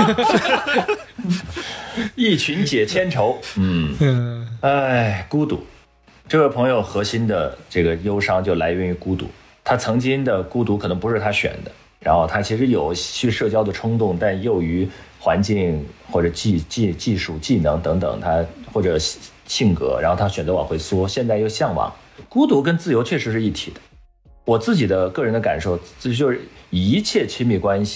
一群解千愁。嗯嗯，哎，孤独。这位朋友核心的这个忧伤就来源于孤独。他曾经的孤独可能不是他选的，然后他其实有去社交的冲动，但由于环境或者技技技术技能等等，他或者性格，然后他选择往回缩。现在又向往孤独跟自由确实是一体的。我自己的个人的感受，这就是一切亲密关系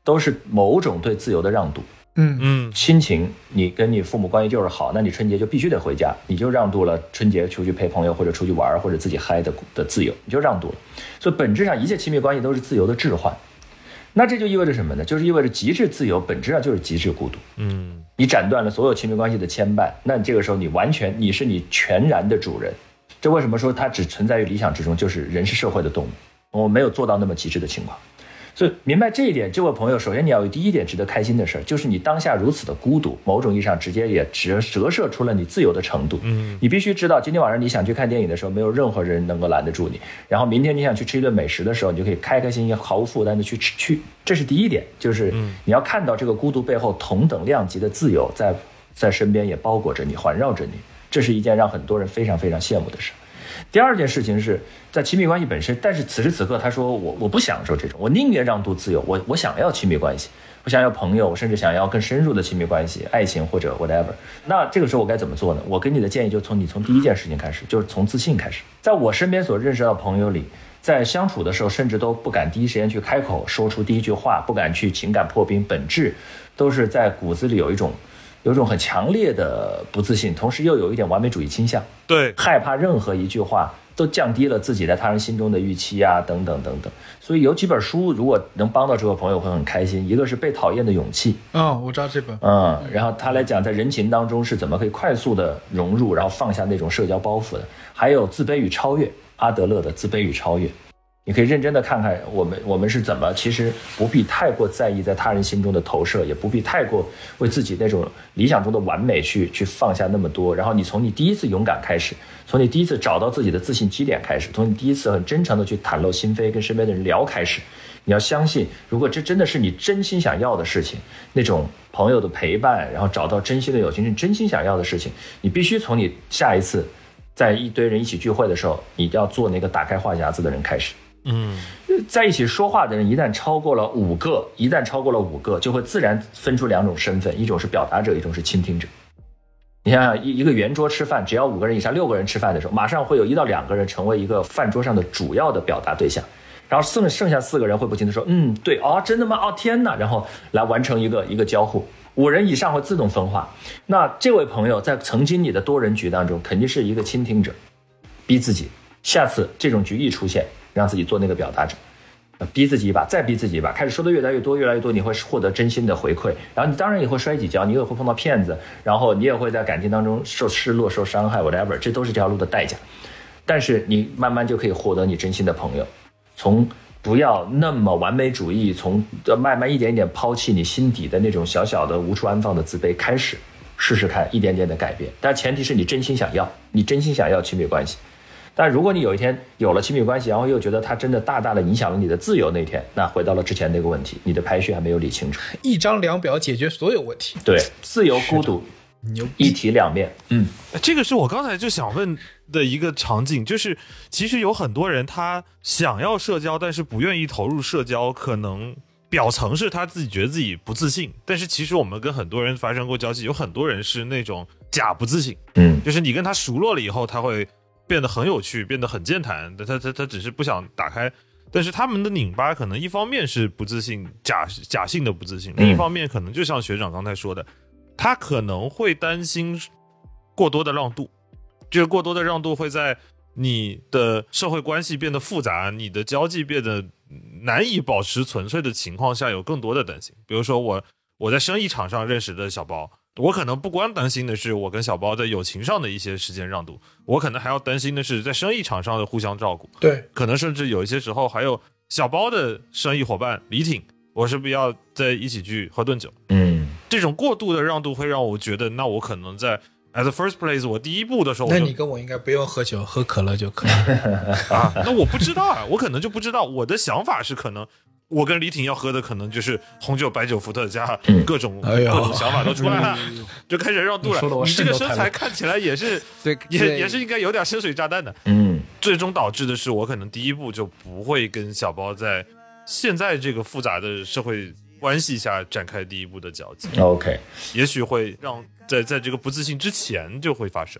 都是某种对自由的让渡。 嗯嗯， 亲情，你跟你父母关系就是好，那你春节就必须得回家，你就让渡了春节出去陪朋友或者出去玩或者自己嗨的的自由，你就让渡了。所以本质上一切亲密关系都是自由的置换。那这就意味着什么呢？就是意味着极致自由本质上就是极致孤独。 嗯， 你斩断了所有亲密关系的牵绊，那这个时候你完全你是你全然的主人。这为什么说它只存在于理想之中？就是人是社会的动物，我没有做到那么极致的情况。所以明白这一点，这位朋友，首先你要有第一点值得开心的事，就是你当下如此的孤独，某种意义上直接也折折射出了你自由的程度。 嗯， 你必须知道，今天晚上你想去看电影的时候，没有任何人能够拦得住你。然后明天你想去吃一顿美食的时候，你就可以开开心心、毫无负担的去吃去。这是第一点，就是你要看到这个孤独背后同等量级的自由在在身边也包裹着你、环绕着你。这是一件让很多人非常非常羡慕的事。第二件事情是在亲密关系本身，但是此时此刻他说我我不享受这种，我宁愿让渡自由，我我想要亲密关系，我想要朋友，我甚至想要更深入的亲密关系，爱情或者 whatever。那这个时候我该怎么做呢？我给你的建议就从你从第一件事情开始，就是从自信开始。在我身边所认识到的朋友里，在相处的时候甚至都不敢第一时间去开口说出第一句话，不敢去情感破冰，本质都是在骨子里有一种有一种很强烈的不自信，同时又有一点完美主义倾向， 对， 害怕任何一句话都降低了自己在他人心中的预期啊，等等等等。所以有几本书如果能帮到这位朋友会很开心，一个是被讨厌的勇气， 哦，我知道这本， 嗯，然后他来讲在人情当中是怎么可以快速的融入，然后放下那种社交包袱的，还有自卑与超越，阿德勒的自卑与超越。你可以认真的看看我们我们是怎么，其实不必太过在意在他人心中的投射，也不必太过为自己那种理想中的完美去去放下那么多。然后你从你第一次勇敢开始，从你第一次找到自己的自信基点开始，从你第一次很真诚的去袒露心扉跟身边的人聊开始，你要相信，如果这真的是你真心想要的事情，那种朋友的陪伴，然后找到真心的友情是真心想要的事情，你必须从你下一次在一堆人一起聚会的时候，你要做那个打开话匣子的人开始。 嗯， 在一起说话的人一旦超过了五个，一旦超过了五个，就会自然分出两种身份，一种是表达者，一种是倾听者。你想想，一一个圆桌吃饭，只要五个人以上，六个人吃饭的时候，马上会有一到两个人成为一个饭桌上的主要的表达对象，然后剩剩下四个人会不停的说，嗯，对，哦，真的吗？哦，天哪，然后来完成一个一个交互。五人以上会自动分化。那这位朋友在曾经你的多人局当中，肯定是一个倾听者，逼自己，下次这种局一出现，让自己做那个表达者，逼自己一把，再逼自己一把，开始说的越来越多越来越多，你会获得真心的回馈，然后你当然也会摔几跤，你也会碰到骗子，然后你也会在感情当中受失落受伤害 whatever， 这都是这条路的代价。但是你慢慢就可以获得你真心的朋友，从不要那么完美主义，从慢慢一点一点抛弃你心底的那种小小的无处安放的自卑开始，试试看一点点的改变，但前提是你真心想要，你真心想要亲密关系。但如果你有一天有了亲密关系，然后又觉得它真的大大的影响了你的自由那天，那回到了之前那个问题，你的排序还没有理清楚。 一张量表解决所有问题。 对，自由孤独一体两面。嗯， 这个是我刚才就想问的一个场景，就是其实有很多人他想要社交，但是不愿意投入社交，可能表层是他自己觉得自己不自信，但是其实我们跟很多人发生过交集，有很多人是那种假不自信。 嗯， 就是你跟他熟络了以后，他会变得很有趣，变得很健谈，他他他只是不想打开，但是他们的拧巴可能一方面是不自信，假假性的不自信，另一方面可能就像学长刚才说的，他可能会担心过多的让渡，这个过多的让渡会在你的社会关系变得复杂，你的交际变得难以保持纯粹的情况下，有更多的担心。比如说我我在生意场上认识的小包，我可能不光担心的是我跟小包在友情上的一些时间让渡，我可能还要担心的是在生意场上的互相照顾。 对， 可能甚至有一些时候还有小包的生意伙伴李挺，我是不是要在一起去喝顿酒？ 嗯， 这种过度的让渡会让我觉得，那我可能在 at the first place 我第一步的时候， 那你跟我应该不用喝酒，喝可乐就可以啊。那我不知道啊，我可能就不知道。我的想法是，可能我跟李挺要喝的可能就是红酒、白酒、伏特加，各种、 哎、 各种想法都出来了，就开始让渡了。你, 你这个身材看起来也是， 对， 也也是应该有点深水炸弹的。 嗯， 最终导致的是，我可能第一步就不会跟小包在现在这个复杂的社会关系下展开第一步的交集。 OK， 也许会让在在这个不自信之前就会发生。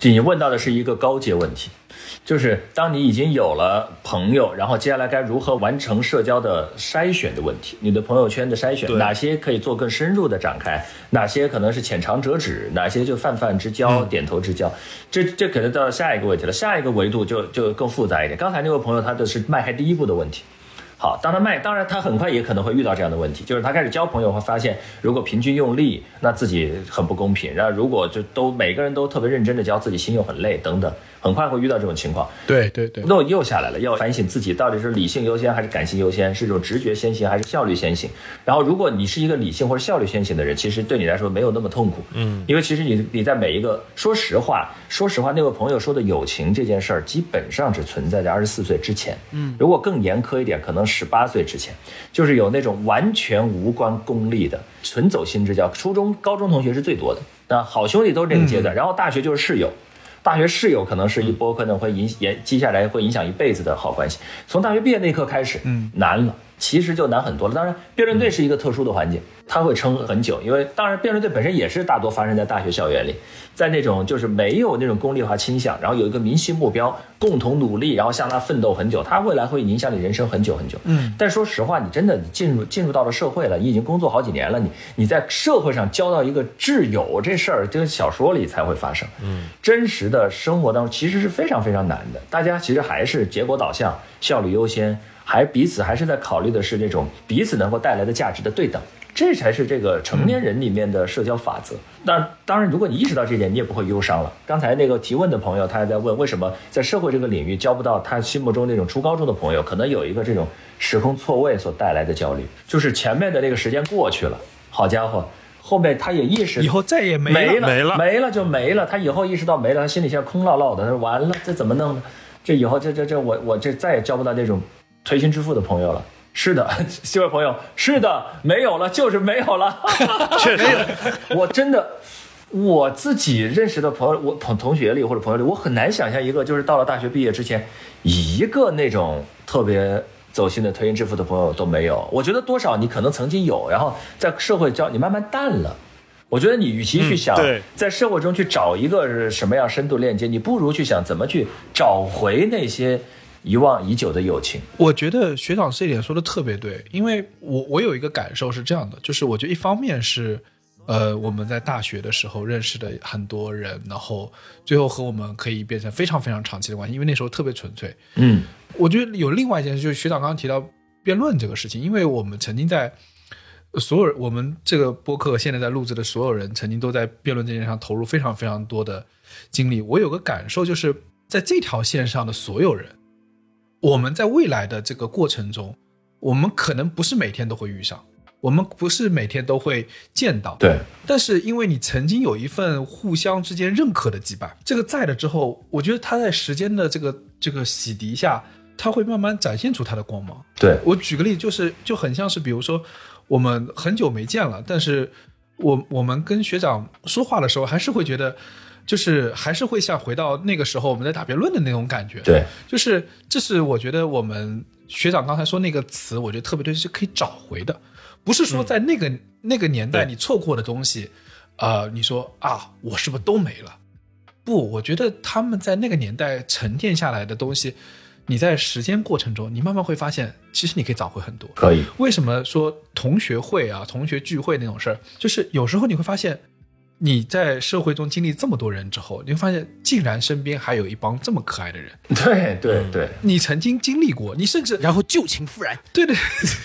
你问到的是一个高阶问题，就是当你已经有了朋友，然后接下来该如何完成社交的筛选的问题，你的朋友圈的筛选，哪些可以做更深入的展开，哪些可能是浅尝辄止，哪些就泛泛之交、嗯、点头之交，这这可能到下一个问题了，下一个维度就就更复杂一点。刚才那位朋友他的是迈开第一步的问题。好，当他迈，当然他很快也可能会遇到这样的问题，就是他开始交朋友会发现，如果平均用力，那自己很不公平，然后如果就都每个人都特别认真的教，自己心又很累等等，很快会遇到这种情况。 对对对， 那又下来了，要反省自己到底是理性优先还是感性优先，是这种直觉先行还是效率先行。然后如果你是一个理性或者效率先行的人，其实对你来说没有那么痛苦，嗯，因为其实你你在每一个，说实话，说实话，那位朋友说的友情这件事儿，基本上只存在在二十四岁之前，嗯，如果更严苛一点，可能十八岁之前。就是有那种完全无关功利的纯走心之交，初中高中同学是最多的，那好兄弟都是这个阶段、嗯、然后大学就是室友，大学室友可能是一波可能会影也接下来会影响一辈子的好关系。从大学毕业那一刻开始，嗯，难了，其实就难很多了。当然辩论队是一个特殊的环节，它会撑很久，因为当然辩论队本身也是大多发生在大学校园里，在那种就是没有那种功利化倾向，然后有一个明晰目标，共同努力，然后向他奋斗很久，他未来会影响你人生很久很久。嗯，但说实话，你真的你进入进入到了社会了，你已经工作好几年了，你你在社会上交到一个挚友，这事儿这个小说里才会发生。嗯，真实的生活当中其实是非常非常难的，大家其实还是结果导向，效率优先，还彼此还是在考虑的是这种彼此能够带来的价值的对等。这才是这个成年人里面的社交法则。那当然，如果你意识到这点，你也不会忧伤了。刚才那个提问的朋友，他还在问为什么在社会这个领域交不到他心目中那种初高中的朋友，可能有一个这种时空错位所带来的焦虑，就是前面的那个时间过去了，好家伙，后面他也意识以后再也没了， 了， 没了，没了就没了。他以后意识到没了，他心里现在空落落的，他说完了，这怎么弄呢？这以后这这这我我这再也交不到那种推心置腹的朋友了。是的，这位朋友，是的，没有了，就是没有了， 确实， 我真的，我自己认识的朋友，我同同学里或者朋友里，我很难想象一个就是到了大学毕业之前，一个那种特别走心的推心置腹的朋友都没有。我觉得多少你可能曾经有，然后在社会交你慢慢淡了。我觉得你与其去想在社会中去找一个什么样深度链接，你不如去想怎么去找回那些遗忘已久的友情。 我觉得学长这一点说的特别对，因为我我有一个感受是这样的，就是我觉得一方面是呃我们在大学的时候认识的很多人，然后最后和我们可以变成非常非常长期的关系，因为那时候特别纯粹。嗯，我觉得有另外一件事，就是学长刚刚提到辩论这个事情，因为我们曾经在所有我们这个播客现在在录制的所有人曾经都在辩论这件事上投入非常非常多的精力。我有个感受，就是在这条线上的所有人，我们在未来的这个过程中，我们可能不是每天都会遇上，我们不是每天都会见到， 对。 但是因为你曾经有一份互相之间认可的羁绊，这个在了之后，我觉得它在时间的这个这个洗涤下，它会慢慢展现出它的光芒。 对， 我举个例子，就是就很像是比如说我们很久没见了，但是我我们跟学长说话的时候，还是会觉得。就是还是会像回到那个时候我们在打辩论的那种感觉。 对， 就是这是我觉得我们学长刚才说那个词，我觉得特别对，是可以找回的，不是说在那个、嗯、那个年代你错过的东西，呃，你说啊我是不是都没了？不，我觉得他们在那个年代沉淀下来的东西，你在时间过程中，你慢慢会发现，其实你可以找回很多。 可以。 为什么说同学会啊、同学聚会那种事儿，就是有时候你会发现。你在社会中经历这么多人之后，你会发现竟然身边还有一帮这么可爱的人。 对对对， 你曾经经历过，你甚至然后旧情复燃。 对对，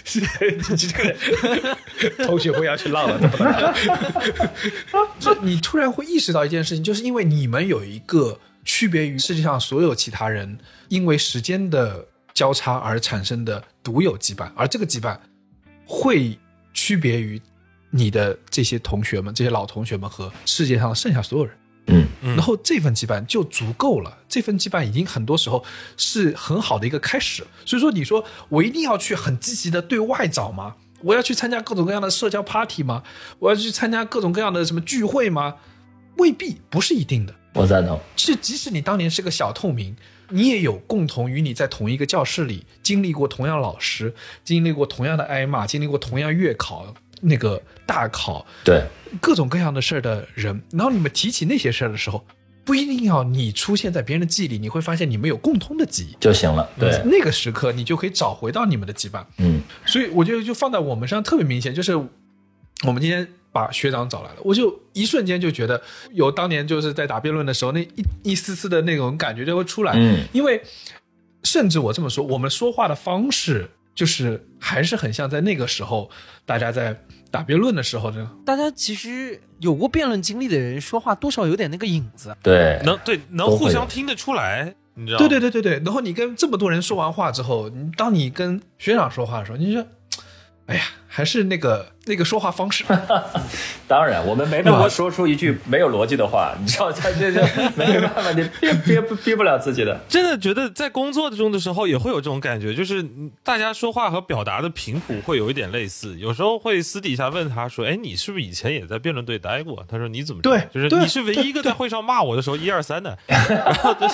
同学会要去浪了，对不对？就你突然会意识到一件事情，就是因为你们有一个区别于世界上所有其他人，因为时间的交叉而产生的独有羁绊，而这个羁绊会区别于。你的这些同学们，这些老同学们和世界上剩下所有人，嗯，然后这份羁绊就足够了。这份羁绊已经很多时候是很好的一个开始。所以说，你说我一定要去很积极的对外找吗？我要去参加各种各样的社交 party 吗？我要去参加各种各样的什么聚会吗？未必，不是一定的。 我赞同。 其实，即使你当年是个小透明，你也有共同与你在同一个教室里经历过同样老师，经历过同样的挨骂，经历过同样月考。那个大考， 对各种各样的事儿的人，然后你们提起那些事儿的时候， 不一定要你出现在别人的记忆里，你会发现你们有共通的记忆就行了。对， 那个时刻你就可以找回到你们的羁绊。 嗯， 所以我觉得就放在我们身上特别明显，就是我们今天把学长找来了，我就一瞬间就觉得有当年就是在打辩论的时候那一一丝丝的那种感觉就会出来。 嗯， 因为甚至我这么说，我们说话的方式就是还是很像在那个时候大家在打辩论的时候呢， 大家其实有过辩论经历的人说话多少有点那个影子， 对， 能对能互相听得出来，你知道吗？ 对对对对对。然后你跟这么多人说完话之后，你当你跟学长说话的时候，你就说，哎呀，还是那个那个说话方式。 当然，我们没办法说出一句没有逻辑的话，你知道，他这这没办法，你憋憋憋不了自己的。 真的觉得在工作中的时候也会有这种感觉，就是大家说话和表达的频谱会有一点类似。有时候会私底下问他说：“哎，你是不是以前也在辩论队待过？”他说：“你怎么知道？” 对， 就是你是唯一一个在会上骂我的时候一二三的。然后就是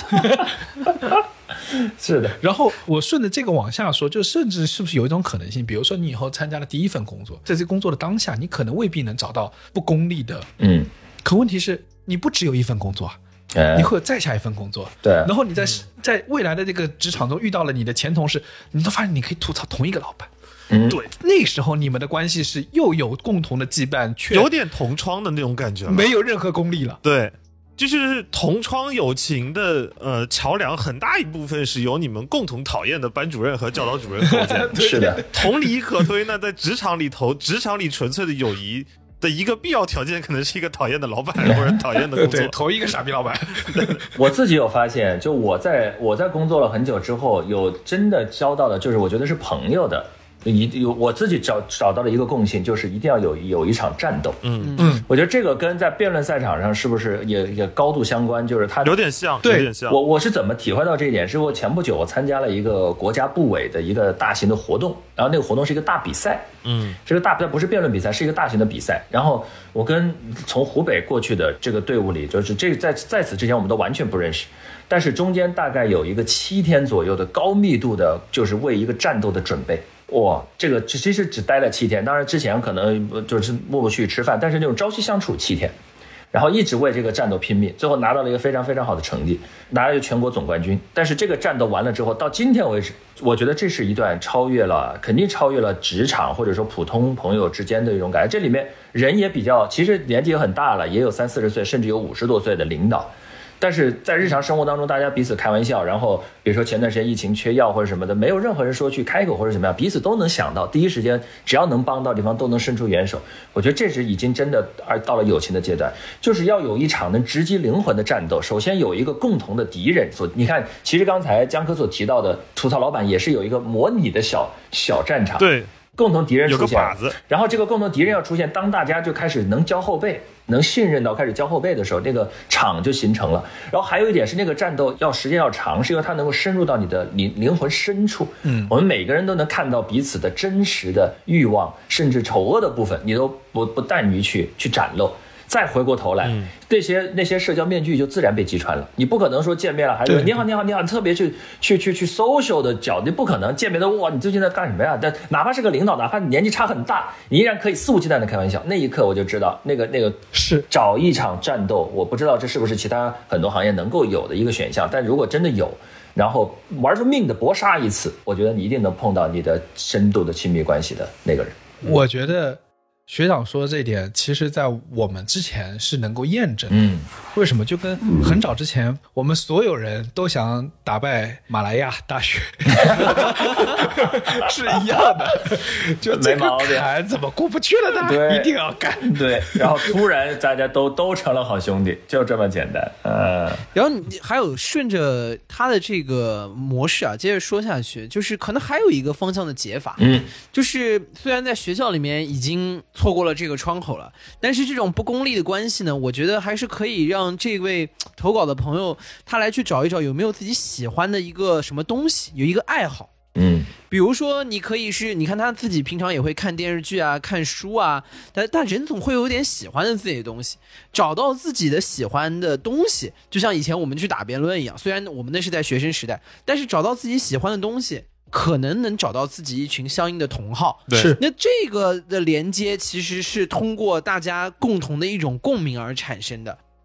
是的。 然后我顺着这个往下说，就甚至是不是有一种可能性，比如说你以后参加了第一份工作，在这工作的当下，你可能未必能找到不功利的， 嗯， 可问题是你不只有一份工作， 哎、 你会有再下一份工作， 对， 然后你在、嗯、在未来的这个职场中遇到了你的前同事，你都发现你可以吐槽同一个老板。 嗯， 对，那时候你们的关系是又有共同的羁绊，却有点同窗的那种感觉， 没有任何功利了。 对，就是同窗友情的呃桥梁，很大一部分是由你们共同讨厌的班主任和教导主任构建。 是的， 同理可推呢，在职场里头，职场里纯粹的友谊的一个必要条件，可能是一个讨厌的老板或者讨厌的工作， 对，头一个傻逼老板。 我自己有发现，就我在我在工作了很久之后，有真的交到的，就是我觉得是朋友的。一有我自己找找到了一个共性，就是一定要有有一场战斗。 嗯嗯， 我觉得这个跟在辩论赛场上是不是也也高度相关？就是它有点像， 对， 有点像。 我我是怎么体会到这一点？是我前不久我参加了一个国家部委的一个大型的活动，然后那个活动是一个大比赛。 嗯， 这个大比赛不是辩论比赛，是一个大型的比赛。然后我跟从湖北过去的这个队伍里，就是这在在此之前我们都完全不认识，但是中间大概有一个七天左右的高密度的，就是为一个战斗的准备。哇，这个其实只待了七天，当然之前可能就是陆陆续续吃饭，但是那种朝夕相处七天，然后一直为这个战斗拼命，最后拿到了一个非常非常好的成绩，拿了一个全国总冠军。但是这个战斗完了之后，到今天为止，我觉得这是一段超越了，肯定超越了职场或者说普通朋友之间的一种感觉。这里面人也比较，其实年纪也很大了，也有三四十岁，甚至有五十多岁的领导。但是在日常生活当中，大家彼此开玩笑，然后比如说前段时间疫情缺药或者什么的，没有任何人说去开口或者怎么样，彼此都能想到，第一时间只要能帮到地方都能伸出援手。我觉得这是已经真的而到了友情的阶段，就是要有一场能直击灵魂的战斗。首先有一个共同的敌人，所你看，其实刚才江科所提到的吐槽老板也是有一个模拟的小小战场， 对， 共同敌人出现， 有个靶子， 然后这个共同敌人要出现，当大家就开始能交后背，能信任到开始交后背的时候，那个场就形成了。然后还有一点是，那个战斗要时间要长，是因为它能够深入到你的灵灵魂深处。嗯，我们每个人都能看到彼此的真实的欲望，甚至丑恶的部分，你都不不但于去去展露。再回过头来，嗯、那些那些社交面具就自然被击穿了。你不可能说见面了还是你好你好你好，特别去去去去 social 的角度，你不可能见面的哇，你最近在干什么呀？但哪怕是个领导，哪怕你年纪差很大，你依然可以肆无忌惮的开玩笑。那一刻我就知道，那个那个是找一场战斗，我不知道这是不是其他很多行业能够有的一个选项，但如果真的有，然后玩出命的搏杀一次，我觉得你一定能碰到你的深度的亲密关系的那个人。 我觉得学长说的这一点，其实在我们之前是能够验证的。 嗯， 为什么？就跟很早之前，我们所有人都想打败马来亚大学是一样的。就这个坎怎么过不去了呢？ 对， 一定要干。 对，然后突然大家都都成了好兄弟，就这么简单。嗯， 然后你还有顺着他的这个模式啊，接着说下去，就是可能还有一个方向的解法。 嗯， 就是虽然在学校里面已经错过了这个窗口了，但是这种不功利的关系呢，我觉得还是可以让这位投稿的朋友他来去找一找有没有自己喜欢的一个什么东西，有一个爱好。 嗯， 比如说你可以是你看他自己平常也会看电视剧啊看书啊，但但人总会有点喜欢的自己的东西，找到自己的喜欢的东西，就像以前我们去打辩论一样，虽然我们那是在学生时代，但是找到自己喜欢的东西可能能找到自己一群相应的同好。 是， 那这个的连接其实是通过大家共同的一种共鸣而产生的，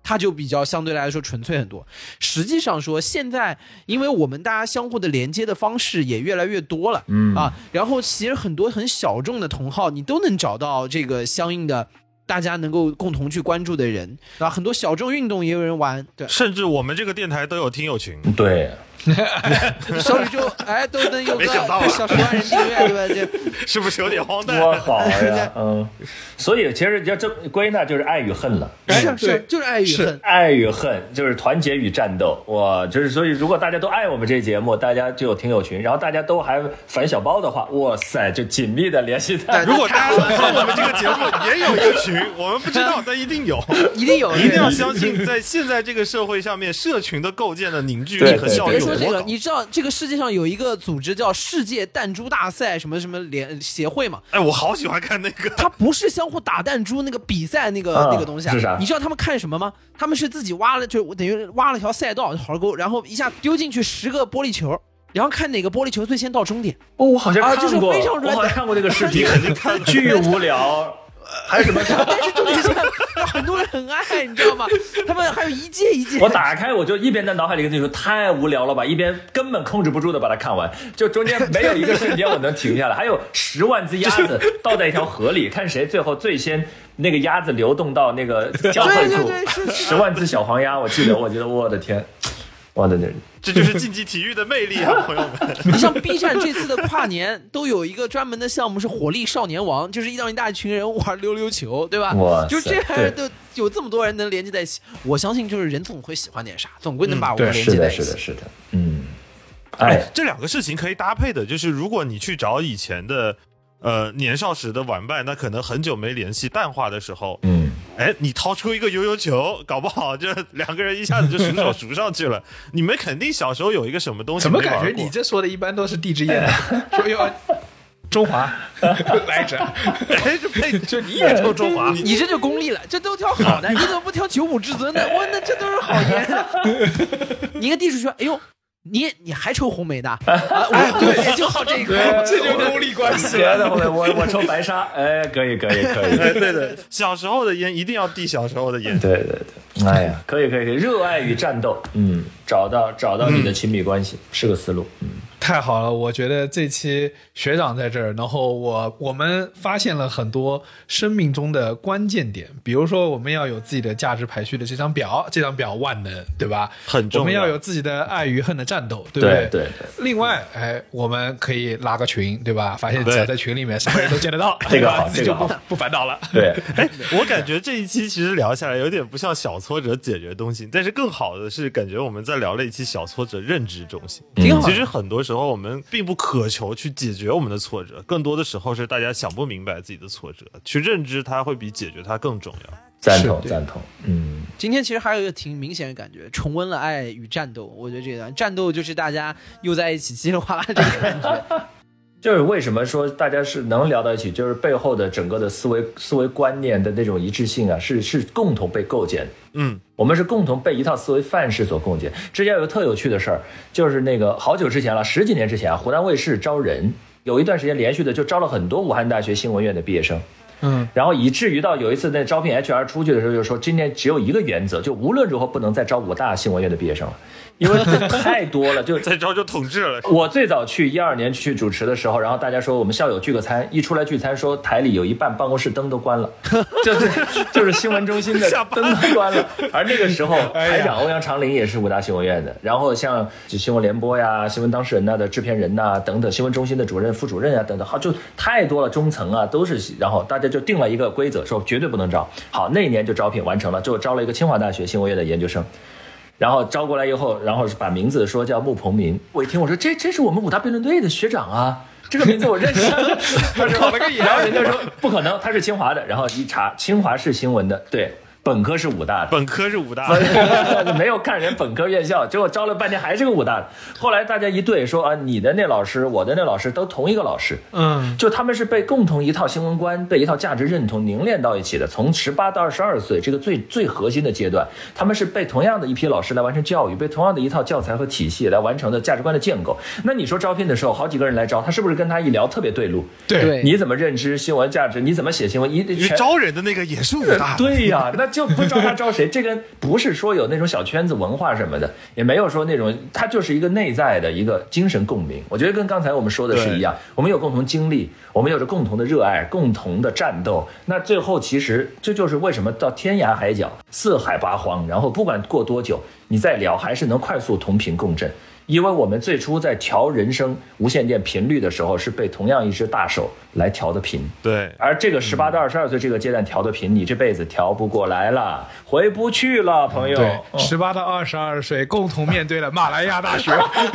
它就比较相对来说纯粹很多。实际上说，现在因为我们大家相互的连接的方式也越来越多了，嗯啊，然后其实很多很小众的同好，你都能找到这个相应的大家能够共同去关注的人啊，很多小众运动也有人玩，对， 甚至我们这个电台都有听友群， 对。 小宇宙哎都能有个小十万人订阅，对吧？ 这是不是有点荒诞？ 多好呀，嗯。所以其实要这归纳就是爱与恨了， 是是就是爱与恨， 爱与恨就是团结与战斗。哇，就是所以如果大家都爱我们这节目，大家就有听友群，然后大家都还反小包的话，哇塞，就紧密的联系在。 如果大家都看我们这个节目也有一个群，我们不知道，但一定有， 一定有， 一定要相信，在现在这个社会上面，社群的构建的凝聚力和效率。 别说这个，你知道这个世界上有一个组织叫世界弹珠大赛什么什么联协会嘛？ 哎，我好喜欢看那个， 它不是相互打弹珠那个比赛那个、 啊、 那个东西啊， 是啥？ 你知道他们看什么吗？他们是自己挖了，就等于挖了条赛道壕沟，然后一下丢进去十个玻璃球，然后看哪个玻璃球最先到终点。 哦，我好像看过， 啊、就是非常我好像看过这个视频，肯定看，巨无聊。还有什么？ 但是重点是很多人很爱，你知道吗？他们还有一届一届。 我打开我就一边在脑海里跟你说太无聊了吧，一边根本控制不住的把它看完，就中间没有一个瞬间我能停下来。还有十万只鸭子倒在一条河里，看谁最后最先那个鸭子流动到那个交汇处。十万只小黄鸭，我记得，我觉得我的天。我的天， 这就是竞技体育的魅力啊，朋友们！ 你像 B 站这次的跨年都有一个专门的项目是火力少年王，就是一到一大群人玩溜溜球，对吧？就这样都有这么多人能连接在一起，我相信就是人总会喜欢点啥，总归能把我们连接在一起。 是的，是的，是的，嗯。 哎，这两个事情可以搭配的，就是如果你去找以前的呃年少时的玩伴，那可能很久没联系淡化的时候，嗯。哎，你掏出一个悠悠球，搞不好就两个人一下子就熟手熟上去了。你们肯定小时候有一个什么东西怎么感觉你这说的一般都是地之夜的？说要中华来着， 哎，就配就你也抽中华， 你你这就功利了，这都挑好的，你怎么不挑九五至尊的？我那这都是好烟啊！你一个地主说，哎呦。你你还抽红梅的？啊，我对，就好这个， 这就功利关系了。 我我抽白沙，哎，可以可以可以， 对的，小时候的烟一定要递小时候的烟。 对对对，哎呀，可以可以可以，热爱与战斗，嗯，找到找到你的亲密关系、嗯、是个思路，嗯。 太好了，我觉得这期学长在这儿，然后我我们发现了很多生命中的关键点，比如说我们要有自己的价值排序的这张表，这张表万能，对吧？ 很重要。 我们要有自己的爱与恨的战斗，对不对？ 对对对。 另外，哎，我们可以拉个群，对吧？发现只要在群里面，什么人都见得到， 这个好， 这个好，不烦恼了。 对， 哎，我感觉这一期其实聊下来有点不像小挫折解决东西，但是更好的是感觉我们在聊了一期小挫折认知中心，挺好。其实很多时候我们并不渴求去解决我们的挫折，更多的时候是大家想不明白自己的挫折，去认知它会比解决它更重要。 赞同赞同。嗯， 今天其实还有一个挺明显的感觉，重温了爱与战斗。我觉得这段战斗就是大家又在一起稀里哗啦这个感觉。 就是为什么说大家是能聊到一起，就是背后的整个的思维思维观念的那种一致性啊，是是共同被构建的。嗯，我们是共同被一套思维范式所构建。之前有个特有趣的事儿，就是那个好久之前了，十几年之前啊，湖南卫视招人，有一段时间连续的就招了很多武汉大学新闻院的毕业生。嗯，然后以至于到有一次那招聘 H R 出去的时候，就说今年只有一个原则，就无论如何不能再招武大新闻院的毕业生了。因为太多了，就再招就统治了。 我最早去一二年去主持的时候，然后大家说我们校友聚个餐，一出来聚餐说台里有一半办公室灯都关了，就是就是新闻中心的灯都关了。而那个时候台长欧阳长林也是武大新闻院的，然后像新闻联播呀、新闻当事人呐的制片人呐等等，新闻中心的主任、副主任啊等等，好就太多了，中层啊都是，然后大家就定了一个规则，说绝对不能招。好，那一年就招聘完成了，就招了一个清华大学新闻院的研究生。然后招过来以后，然后把名字说叫穆鹏明。我一听，我说这这是我们武大辩论队的学长啊，这个名字我认识。他考了个研，然后人家说不可能，他是清华的。然后一查，清华是新闻的，对。本科是武大的， 本科是武大的， 没有看人本科院校，结果招了半天还是个武大的。后来大家一对说啊，你的那老师，我的那老师都同一个老师，嗯，就他们是被共同一套新闻观、被一套价值认同凝练到一起的。从十八到二十二岁这个最最核心的阶段，他们是被同样的一批老师来完成教育，被同样的一套教材和体系来完成的价值观的建构。那你说招聘的时候，好几个人来招，他是不是跟他一聊特别对路？ 对， 你怎么认知新闻价值？你怎么写新闻？一招人的那个也是武大的， 对呀，那。 就不招他招谁？这个不是说有那种小圈子文化什么的，也没有说那种，它就是一个内在的一个精神共鸣。我觉得跟刚才我们说的是一样，我们有共同经历，我们有着共同的热爱，共同的战斗。那最后其实这就是为什么到天涯海角、四海八荒，然后不管过多久，你再聊还是能快速同频共振。因为我们最初在调人声无线电频率的时候，是被同样一只大手来调的频。 对， 而这个十八到二十二岁这个阶段调的频，你这辈子调不过来了，回不去了，朋友。 对，十八到二十二岁共同面对了马来亚大学。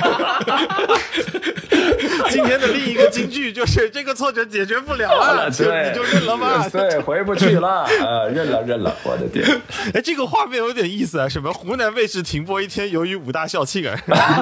今天的另一个金句就是这个挫折解决不了了， 对， 你就认了吧。 对，回不去了，呃，认了认了，我的天！ 哎，这个画面有点意思啊，什么湖南卫视停播一天，由于武大校庆啊。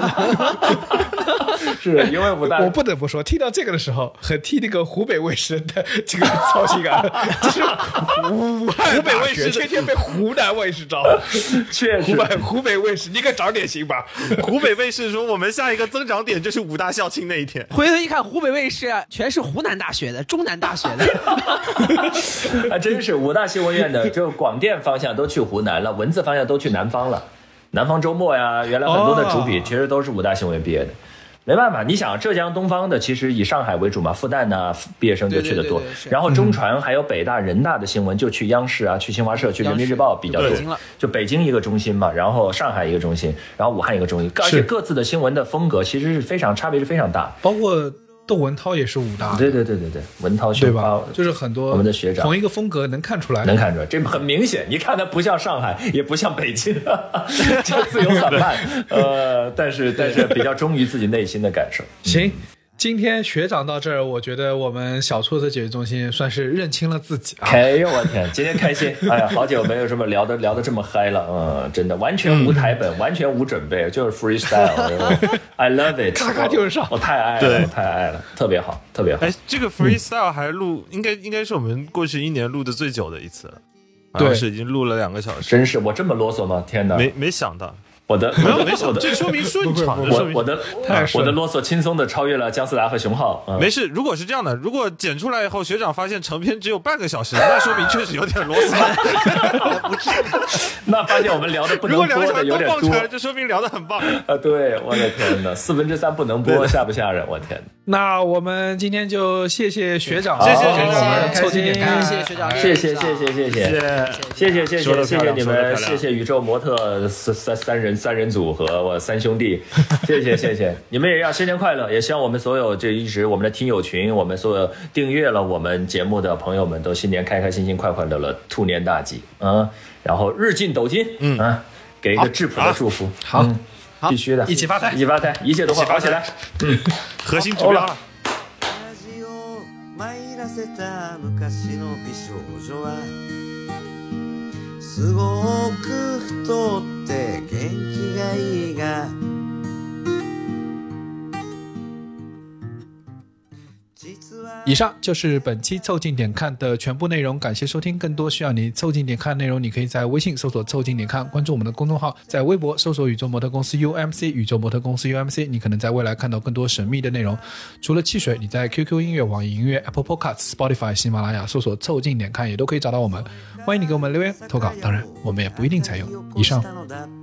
是因为武大， 我不得不说，听到这个的时候，很替那个湖北卫视的这个操心啊，就是武汉湖北卫视天天被湖南卫视招， 确实， 湖北湖北卫视，你可长点心吧。 湖北卫视说，我们下一个增长点就是武大校庆那一天。 回头一看，湖北卫视全是湖南大学的、中南大学的， 还真是武大新闻院的，就广电方向都去湖南了，文字方向都去南方了。南方周末呀，原来很多的主笔其实都是武大新闻院毕业的。没办法，你想浙江东方的其实以上海为主嘛，复旦呐毕业生就去的多，然后中传还有北大人大的新闻就去央视啊，去新华社，去人民日报比较多，就北京一个中心嘛，然后上海一个中心，然后武汉一个中心，而且各自的新闻的风格其实是非常差别是非常大， 包括窦文涛也是武大， 对对对对对，文涛对吧？就是很多我们的学长同一个风格能看出来， 能看出来，这很明显，一看它不像上海，也不像北京，就自由散漫，呃，但是但是比较忠于自己内心的感受。 行。今天学长到这儿，我觉得我们小挫折解决中心算是认清了自己啊！ 哎呦我天，今天开心！哎呀，好久没有这么聊的聊的这么嗨了，嗯，真的完全无台本，嗯、完全无准备，就是 freestyle。I love it， 咔咔就是上， 我太爱了，我太爱了，特别好，特别好。 哎，这个 freestyle 还录，嗯、应该应该是我们过去一年录的最久的一次了，好像是已经录了两个小时。 真是我这么啰嗦吗？天哪， 没没想到。 我的没有没想，这说明顺畅。 我我的我的啰嗦轻松的超越了姜思达和熊浩。 嗯、没事，如果是这样的，如果剪出来以后，学长发现成片只有半个小时，那说明确实有点啰嗦。不是， 那发现我们聊的不能播的有点多， 如果两个小时都爆出来，就说明聊得很棒。 啊，对，我的天哪，四分之三不能播，吓不吓人？我天！ 那我们今天就谢谢学长， 谢谢学长，凑近点看， 谢谢学长， 谢谢谢谢谢谢谢谢谢谢谢谢谢你们，谢谢宇宙模特三三三人三人组和我三兄弟，谢谢谢谢你们也要新年快乐，也希望我们所有这一直我们的听友群，我们所有订阅了我们节目的朋友们都新年开开心心快快乐乐，兔年大吉啊！然后日进斗金，嗯啊，给一个质朴的祝福， 好。 必须的， 一起发财， 一起发财，一切都会好起来。嗯， 核心指标了。 以上就是本期凑近点看的全部内容，感谢收听。更多需要你凑近点看内容，你可以在微信搜索凑近点看，关注我们的公众号，在微博搜索宇宙模特公司 U M C， 宇宙模特公司 U M C， 你可能在未来看到更多神秘的内容。除了汽水，你在 Q Q 音乐、网易音乐、Apple Podcasts、Spotify、喜马拉雅搜索凑近点看也都可以找到我们。欢迎你给我们留言投稿，当然我们也不一定采用。以上。